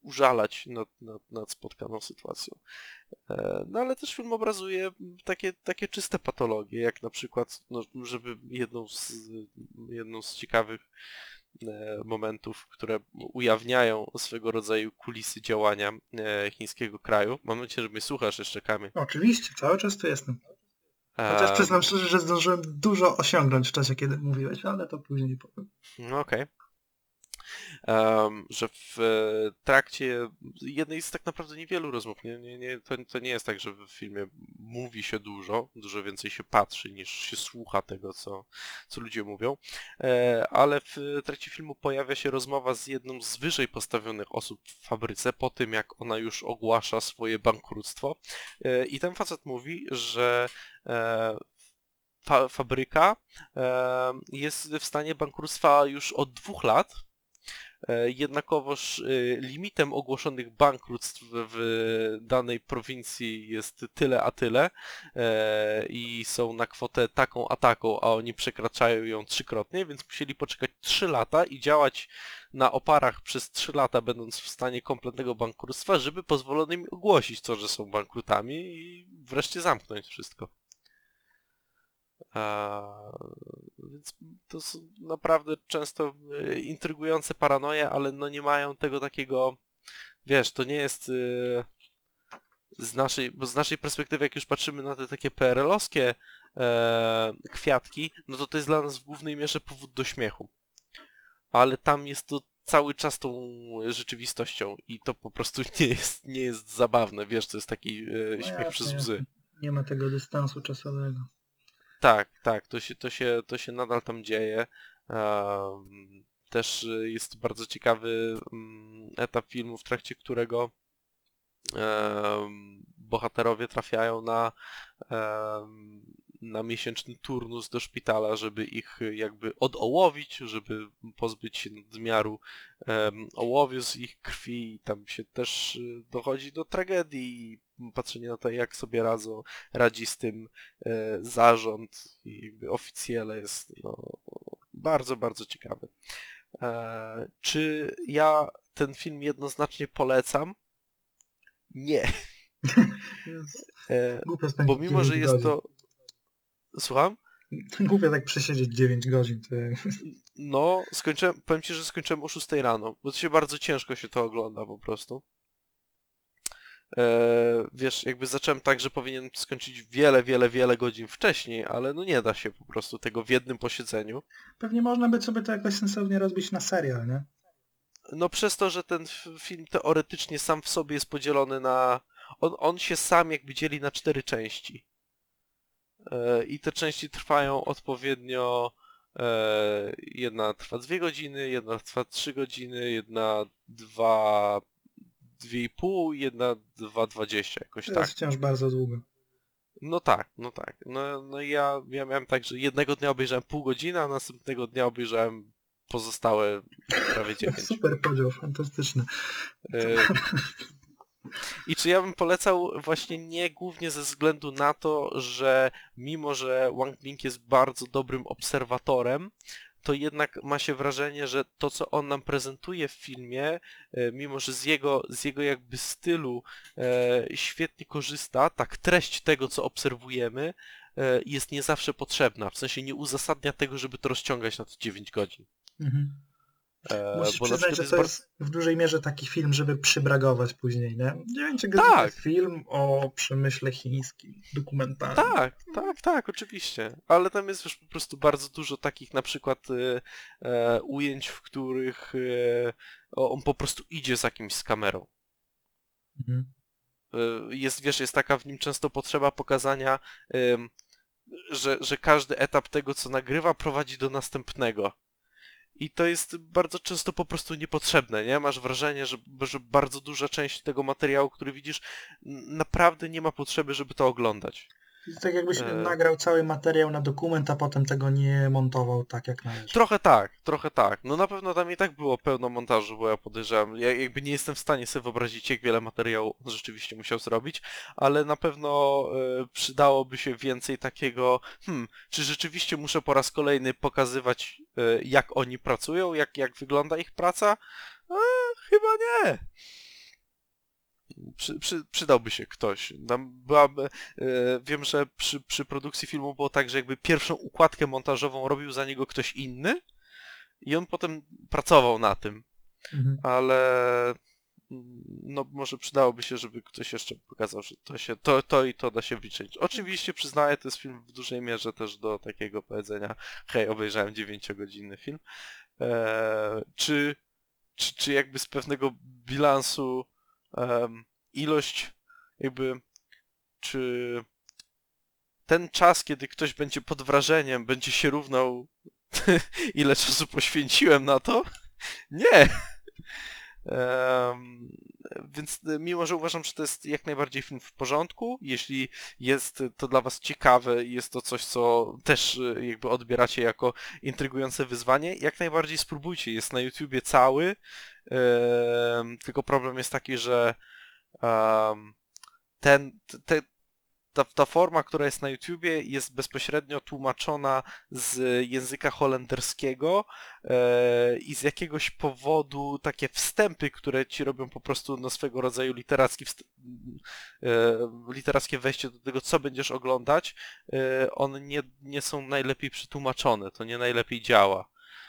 S2: użalać nad, nad, nad spotkaną sytuacją. E, No ale też film obrazuje takie, takie czyste patologie, jak na przykład, no, żeby jedną z, jedną z ciekawych e, momentów, które ujawniają swego rodzaju kulisy działania e, chińskiego kraju. Mam nadzieję, że mnie słuchasz jeszcze, Kamil.
S3: Oczywiście, cały czas tu jestem. Chociaż
S2: Em,
S3: przyznam szczerze, że zdążyłem dużo osiągnąć w czasie, kiedy mówiłeś, ale to później powiem.
S2: No okej. Em, że w e, trakcie jednej z tak naprawdę niewielu rozmów, nie, nie, nie, to, to nie jest tak, że w filmie mówi się dużo, dużo więcej się patrzy niż się słucha tego, co, co ludzie mówią, e, ale w trakcie filmu pojawia się rozmowa z jedną z wyżej postawionych osób w fabryce po tym, jak ona już ogłasza swoje bankructwo e, i ten facet mówi, że e, fa fabryka e, jest w stanie bankructwa już od dwóch lat. E, Jednakowoż e, limitem ogłoszonych bankructw w danej prowincji jest tyle a tyle e, i są na kwotę taką a taką, a oni przekraczają ją trzykrotnie, więc musieli poczekać trzy lata i działać na oparach przez trzy lata, będąc w stanie kompletnego bankructwa, żeby pozwolono im ogłosić to, że są bankrutami i wreszcie zamknąć wszystko. A, więc to są naprawdę często e, intrygujące paranoje, ale no nie mają tego takiego, wiesz, to nie jest e, z naszej, bo z naszej perspektywy, jak już patrzymy na te takie P R L-owskie e, kwiatki, no to to jest dla nas w głównej mierze powód do śmiechu. Ale tam jest to cały czas tą rzeczywistością i to po prostu nie jest, nie jest zabawne, wiesz, to jest taki e,
S3: No
S2: śmiech
S3: jasne,
S2: przez
S3: jasne.
S2: łzy.
S3: Nie ma tego dystansu czasowego.
S2: Tak, tak, to się, to się, to się nadal tam dzieje. Em, Też y, jest bardzo ciekawy mm, etap filmu, w trakcie którego em, bohaterowie trafiają na, em, na miesięczny turnus do szpitala, żeby ich jakby odołowić, żeby pozbyć się nadmiaru em, ołowiu z ich krwi. I tam się też y, dochodzi do tragedii i patrzenie na to, jak sobie radzą, radzi z tym e, zarząd i jakby oficjele jest no, bardzo, bardzo ciekawy. E, czy ja ten film jednoznacznie polecam? Nie. E,
S3: Głupio
S2: bo
S3: spędzić
S2: mimo, że
S3: dziewięć
S2: jest
S3: godzin.
S2: to... Słucham?
S3: Głupio tak przesiedzieć dziewięć godzin. To...
S2: No, skończyłem, powiem ci, że skończyłem o szóstej rano, bo to się bardzo ciężko się to ogląda po prostu. E, wiesz, jakby zacząłem tak, że powinien skończyć wiele, wiele, wiele godzin wcześniej, ale no nie da się po prostu tego w jednym posiedzeniu.
S3: Pewnie można by sobie to jakoś sensownie rozbić na serial, nie?
S2: No przez to, że ten f- film teoretycznie sam w sobie jest podzielony na... On, on się sam jakby dzieli na cztery części. E, I te części trwają odpowiednio... E, jedna trwa dwie godziny, jedna trwa trzy godziny, jedna dwa... dwie i pół, jedna dwa dwadzieścia, jakoś
S3: To
S2: tak.
S3: jest wciąż bardzo długo.
S2: No tak, no tak. No, no i ja, ja miałem tak, że jednego dnia obejrzałem pół godziny, a następnego dnia obejrzałem pozostałe prawie dziewięć.
S3: Super podział, fantastyczny.
S2: E, I czy ja bym polecał właśnie nie głównie ze względu na to, że mimo, że Wang Bing jest bardzo dobrym obserwatorem, to jednak ma się wrażenie, że to, co on nam prezentuje w filmie, e, mimo że z jego, z jego jakby stylu e, świetnie korzysta, tak treść tego, co obserwujemy, e, jest nie zawsze potrzebna. W sensie nie uzasadnia tego, żeby to rozciągać na te dziewięć godzin.
S3: Mhm.
S2: E,
S3: Musisz
S2: bo na
S3: przyznać,
S2: przykład
S3: że
S2: jest
S3: to
S2: bardzo...
S3: jest w dużej mierze taki film, żeby przybragować później, nie? Dziewięciogodzinny
S2: Tak.
S3: film o przemyśle chińskim, dokumentalnym.
S2: Tak, tak, tak, oczywiście. Ale tam jest już po prostu bardzo dużo takich na przykład e, e, ujęć, w których e, on po prostu idzie za kimś z kamerą.
S3: Mhm.
S2: E, jest, wiesz, jest taka w nim często potrzeba pokazania, em, że, że każdy etap tego, co nagrywa, prowadzi do następnego. I to jest bardzo często po prostu niepotrzebne, nie? Masz wrażenie, że, że bardzo duża część tego materiału, który widzisz, n- naprawdę nie ma potrzeby, żeby to oglądać.
S3: To jest tak jakbyś
S2: E.
S3: nagrał cały materiał na dokument, a potem tego nie montował tak jak należy.
S2: Trochę tak, trochę tak. No na pewno tam i tak było pełno montażu, bo ja podejrzewam, ja jakby nie jestem w stanie sobie wyobrazić, jak wiele materiału on rzeczywiście musiał zrobić, ale na pewno e, przydałoby się więcej takiego, hmm, czy rzeczywiście muszę po raz kolejny pokazywać, e, jak oni pracują, jak, jak wygląda ich praca? E, chyba nie. przy, przy, przydałby się ktoś. Tam byłaby, e, wiem, że przy, przy produkcji filmu było tak, że jakby pierwszą układkę montażową robił za niego ktoś inny i on potem pracował na tym,
S3: Mhm.
S2: ale mm, no może przydałoby się, żeby ktoś jeszcze pokazał, że to się, to, to i to da się wliczyć. Oczywiście przyznaję, to jest film w dużej mierze też do takiego powiedzenia, hej, obejrzałem dziewięciogodzinny film. E, czy, czy, czy jakby z pewnego bilansu um, ilość jakby, czy ten czas, kiedy ktoś będzie pod wrażeniem, będzie się równał ile czasu poświęciłem na to? Nie! Um, więc mimo, że uważam, że to jest jak najbardziej film w porządku, jeśli jest to dla was ciekawe i jest to coś, co też jakby odbieracie jako intrygujące wyzwanie, jak najbardziej spróbujcie. Jest na YouTubie cały, um, tylko problem jest taki, że um, ten, te, ta, ta forma, która jest na YouTubie, jest bezpośrednio tłumaczona z języka holenderskiego e, i z jakiegoś powodu takie wstępy, które ci robią po prostu no, swego rodzaju literacki wst- e, literackie wejście do tego, co będziesz oglądać, e, one nie, nie są najlepiej przetłumaczone, to nie najlepiej działa.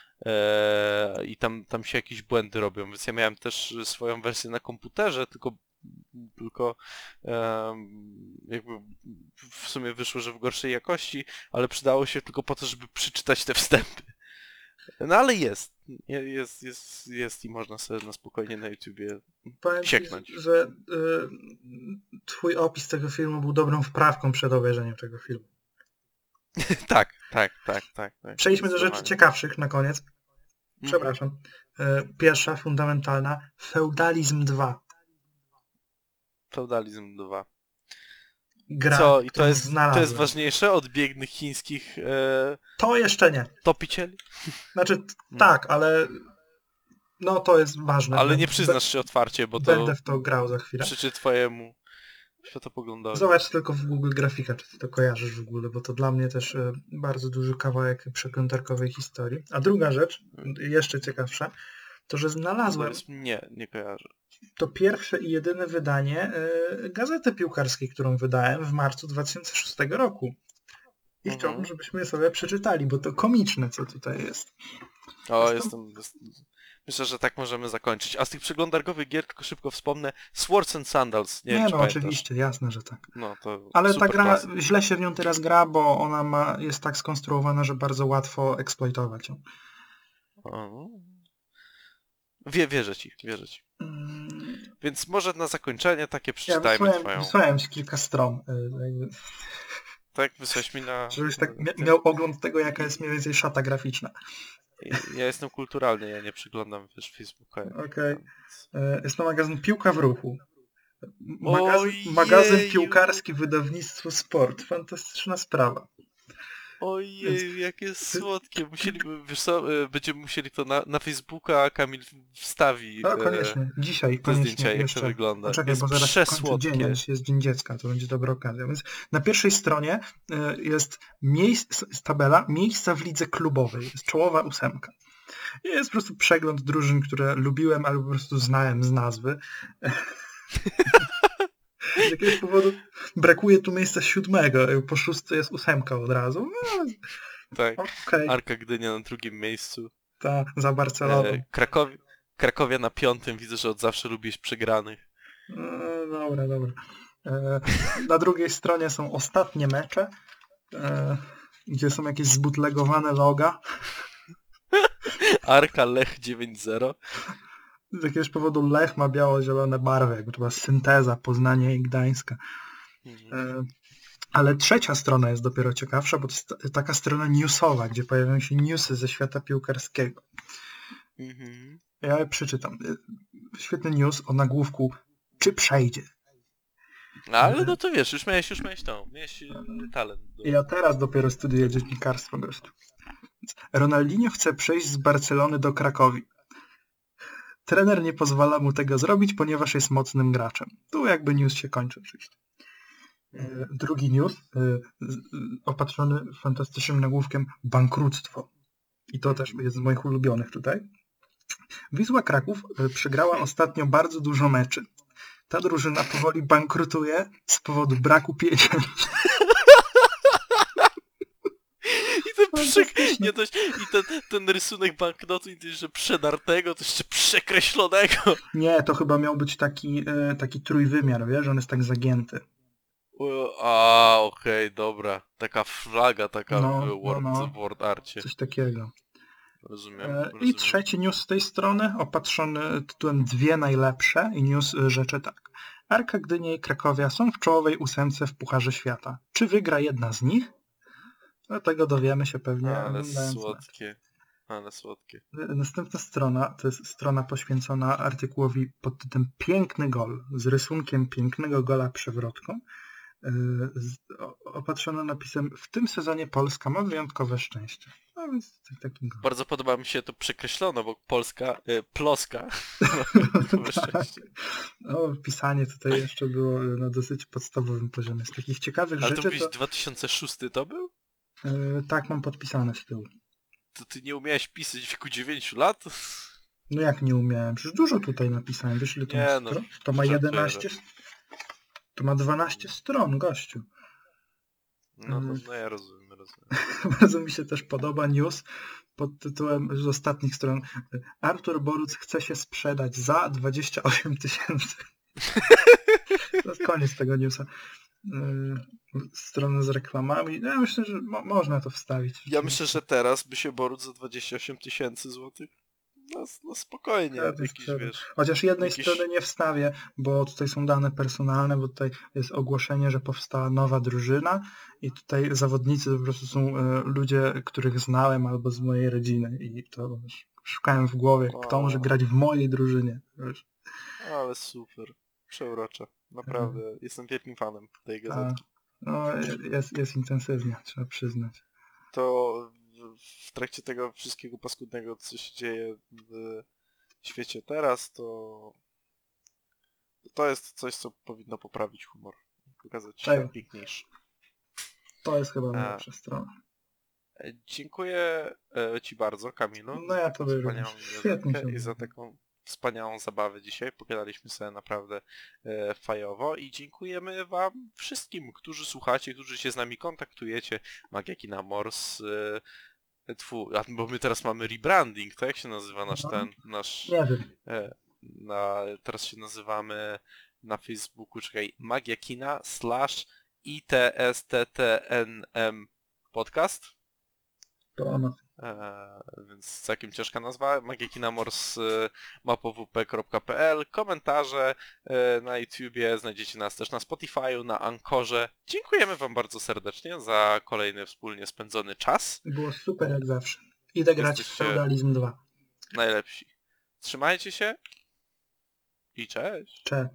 S2: E, I tam, tam się jakieś błędy robią, więc ja miałem też swoją wersję na komputerze, tylko tylko um, jakby w sumie wyszło, że w gorszej jakości, ale przydało się tylko po to, żeby przeczytać te wstępy. No ale jest. Jest, jest, jest i można sobie na spokojnie na YouTubie
S3: Powiem ci,
S2: sieknąć.
S3: że y, twój opis tego filmu był dobrą wprawką przed obejrzeniem tego filmu.
S2: tak, tak, tak, tak, tak.
S3: Przejdźmy do rzeczy
S2: Zdecydowanie.
S3: ciekawszych na koniec. Przepraszam. Y, pierwsza, fundamentalna. Feudalizm dwa.
S2: Feudalizm dwa.
S3: Gra,
S2: Co? I to
S3: którą
S2: jest, to
S3: znalazłem.
S2: jest ważniejsze od biednych chińskich e,
S3: To jeszcze nie.
S2: topicieli?
S3: Znaczy, t- tak, ale no to jest ważne.
S2: Ale
S3: Bę-
S2: nie przyznasz się otwarcie, bo to
S3: Będę w to grał za chwilę.
S2: przyczy twojemu światopoglądowi.
S3: Zobacz tylko w Google grafika, czy ty to kojarzysz w ogóle, bo to dla mnie też e, bardzo duży kawałek przeplątarkowej historii. A druga rzecz, jeszcze ciekawsza, to że znalazłem
S2: Nie, nie kojarzę.
S3: to pierwsze i jedyne wydanie e, gazety piłkarskiej, którą wydałem w marcu dwa tysiące szóstego roku. I
S2: Mhm.
S3: chciałbym, żebyśmy sobie przeczytali, bo to komiczne, co tutaj jest.
S2: O,
S3: Zresztą-
S2: jestem... jest- Myślę, że tak możemy zakończyć. A z tych przeglądarkowych gier tylko szybko wspomnę Swords and Sandals. Nie,
S3: Nie,
S2: wiem, czy
S3: no
S2: pamiętasz.
S3: oczywiście, jasne, że tak.
S2: No, to
S3: Ale
S2: super
S3: ta gra,
S2: klasyk.
S3: źle się w nią teraz gra, bo ona ma, jest tak skonstruowana, że bardzo łatwo eksploitować ją.
S2: O. Wie, wierzę ci, wierzę ci.
S3: Mm,
S2: Więc może na zakończenie takie
S3: Ja
S2: przeczytajmy
S3: wysłałem,
S2: twoją...
S3: wysłałem ci kilka stron, y, jakby,
S2: Tak, wysłałeś mi na...
S3: żebyś tak mia-
S2: Ty-
S3: miał ogląd tego, jaka jest mniej więcej szata graficzna.
S2: Ja jestem kulturalny, ja nie przyglądam, wiesz, Facebooka.
S3: Okej. Y, Jest to magazyn Piłka w ruchu. Magazyn,
S2: Ojeju.
S3: magazyn piłkarski, wydawnictwo Sport. Fantastyczna sprawa.
S2: Ojej, jakie słodkie. Musieliby, wiesz co, e, będziemy musieli to na, na Facebooka, Kamil wstawi
S3: No
S2: e,
S3: koniecznie. Dzisiaj
S2: te
S3: koniecznie
S2: zdjęcia, jak
S3: jeszcze.
S2: to wygląda.
S3: Poczekaj,
S2: Jest
S3: bo zaraz kończy
S2: przesłodkie.
S3: dzień, a dzisiaj jest Dzień Dziecka, to będzie dobra okazja. Więc na pierwszej stronie y, jest miejsc, jest tabela miejsca w lidze klubowej. Jest czołowa ósemka. I jest po prostu przegląd drużyn, które lubiłem albo po prostu znałem z nazwy. Z jakiegoś powodu brakuje tu miejsca siódmego. Po szóstce jest ósemka od razu. No,
S2: Tak.
S3: okej,
S2: Arka Gdynia na drugim miejscu.
S3: ta za Barceloną.
S2: E, Krakowi, Krakowia na piątym. Widzę, że od zawsze lubisz przegranych.
S3: No, dobra, dobra. E, na drugiej stronie są ostatnie mecze, e, gdzie są jakieś zbutlegowane loga.
S2: Arka Lech dziewięć zero.
S3: Z jakiegoś powodu Lech ma biało-zielone barwy, jakby to była synteza Poznania i Gdańska.
S2: Mhm.
S3: E, ale trzecia strona jest dopiero ciekawsza, bo to jest ta- taka strona newsowa, gdzie pojawiają się newsy ze świata piłkarskiego.
S2: Mhm.
S3: Ja je przeczytam. E, Świetny news o nagłówku czy przejdzie.
S2: No, ale no to wiesz, już miałeś, już miałeś tą, miałeś e, talent. Do...
S3: Ja teraz dopiero studiuję dziennikarstwo, gościu. Więc Ronaldinho chce przejść z Barcelony do Krakowi. Trener nie pozwala mu tego zrobić, ponieważ jest mocnym graczem. Tu jakby news się kończy oczywiście. E, Drugi news, e, z- opatrzony fantastycznym nagłówkiem bankructwo. I to też jest z moich ulubionych tutaj. Wisła Kraków e, przegrała ostatnio bardzo dużo meczy. ta drużyna powoli bankrutuje z powodu braku pieniędzy.
S2: I ten, przek- nie, to, i ten, ten rysunek banknotu, i ten, że przedartego, to jeszcze przekreślonego.
S3: Nie, to chyba miał być taki, e, taki trójwymiar, wiesz, on jest tak zagięty.
S2: O, A, okej, dobra. Taka flaga, taka
S3: No,
S2: w
S3: no,
S2: Word,
S3: no.
S2: w Word Arcie.
S3: Coś takiego.
S2: Rozumiem,
S3: E,
S2: rozumiem.
S3: I trzeci news z tej strony, opatrzony tytułem Dwie najlepsze, i news e, rzeczy tak. Arka Gdynia i Krakowia są w czołowej ósemce w Pucharze Świata. Czy wygra jedna z nich? No, tego dowiemy się pewnie
S2: Ale
S3: oglądając mecz.
S2: słodkie. Ale słodkie.
S3: Następna strona to jest strona poświęcona artykułowi pod tytułem Piękny gol, z rysunkiem pięknego gola przewrotką, yy, z, o, opatrzona napisem W tym sezonie Polska ma wyjątkowe szczęście. No więc tak- taki gol.
S2: Bardzo podoba mi się to przekreślono, bo Polska, y, ploska.
S3: Tak. No, pisanie tutaj jeszcze było na dosyć podstawowym poziomie. Z takich ciekawych
S2: Ale to
S3: rzeczy
S2: mówisz
S3: to...
S2: dwa tysiące szósty to był?
S3: Yy, tak, mam podpisane z tyłu.
S2: To ty nie umiałeś pisać w wieku dziewięciu lat?
S3: No jak nie umiałem? Przecież dużo tutaj napisałem. Wiesz ile to
S2: Nie,
S3: ma
S2: no,
S3: stron? To ma
S2: żartuję,
S3: jedenaście... To ma dwanaście stron, gościu.
S2: No, no,
S3: Mhm.
S2: no ja rozumiem, rozumiem.
S3: Bardzo mi się też podoba news pod tytułem z ostatnich stron Artur Boruc chce się sprzedać za dwadzieścia osiem tysięcy. To jest koniec tego newsa. Yy, Strona z reklamami. Ja myślę, że mo można to wstawić.
S2: Ja myślę, że teraz by się Boruc za dwadzieścia osiem tysięcy złotych. No, no spokojnie,
S3: Ja to
S2: jakiś
S3: sprzedam.
S2: wiesz.
S3: Chociaż jednej
S2: jakieś-
S3: strony nie wstawię, bo tutaj są dane personalne, bo tutaj jest ogłoszenie, że powstała nowa drużyna i tutaj zawodnicy to po prostu są e, ludzie, których znałem albo z mojej rodziny i to wiesz, szukałem w głowie, kto
S2: O.
S3: może grać w mojej drużynie. Wiesz.
S2: Ale super. Przeurocze. Naprawdę. Jestem wielkim fanem tej
S3: A,
S2: gazetki.
S3: no, jest, jest intensywnie, trzeba przyznać.
S2: To w- w trakcie tego wszystkiego paskudnego, co się dzieje w świecie teraz, to to jest coś, co powinno poprawić humor. Pokazać
S3: Tak.
S2: świat piękniejszy.
S3: To jest chyba
S2: A.
S3: najlepsza strona.
S2: E, Dziękuję e, Ci bardzo, Kamilu.
S3: No ja
S2: za
S3: tobie
S2: wspaniałą
S3: również. Świetnie
S2: gazetkę
S3: się
S2: i za
S3: bawię.
S2: taką wspaniałą zabawę dzisiaj. Pogadaliśmy sobie naprawdę e, fajowo i dziękujemy Wam wszystkim, którzy słuchacie, którzy się z nami kontaktujecie. Magia Kina Mors. E, tfu, a, bo my teraz mamy rebranding, to jak się nazywa nasz
S3: No.
S2: ten, nasz...
S3: Nie wiem.
S2: E, na, teraz się nazywamy na Facebooku, czekaj, Magia Kina slash I T S T T N M podcast.
S3: To ono.
S2: Eee, więc całkiem ciężka nazwa. Magiekinamors mapowp kropka p l. Komentarze e, na YouTubie, znajdziecie nas też na Spotify'u, na Ankorze. Dziękujemy Wam bardzo serdecznie za kolejny wspólnie spędzony czas.
S3: Było super jak zawsze. Idę grać w
S2: Jesteście-
S3: Feudalizm dwa.
S2: Najlepsi. Trzymajcie się i cześć.
S3: Cze.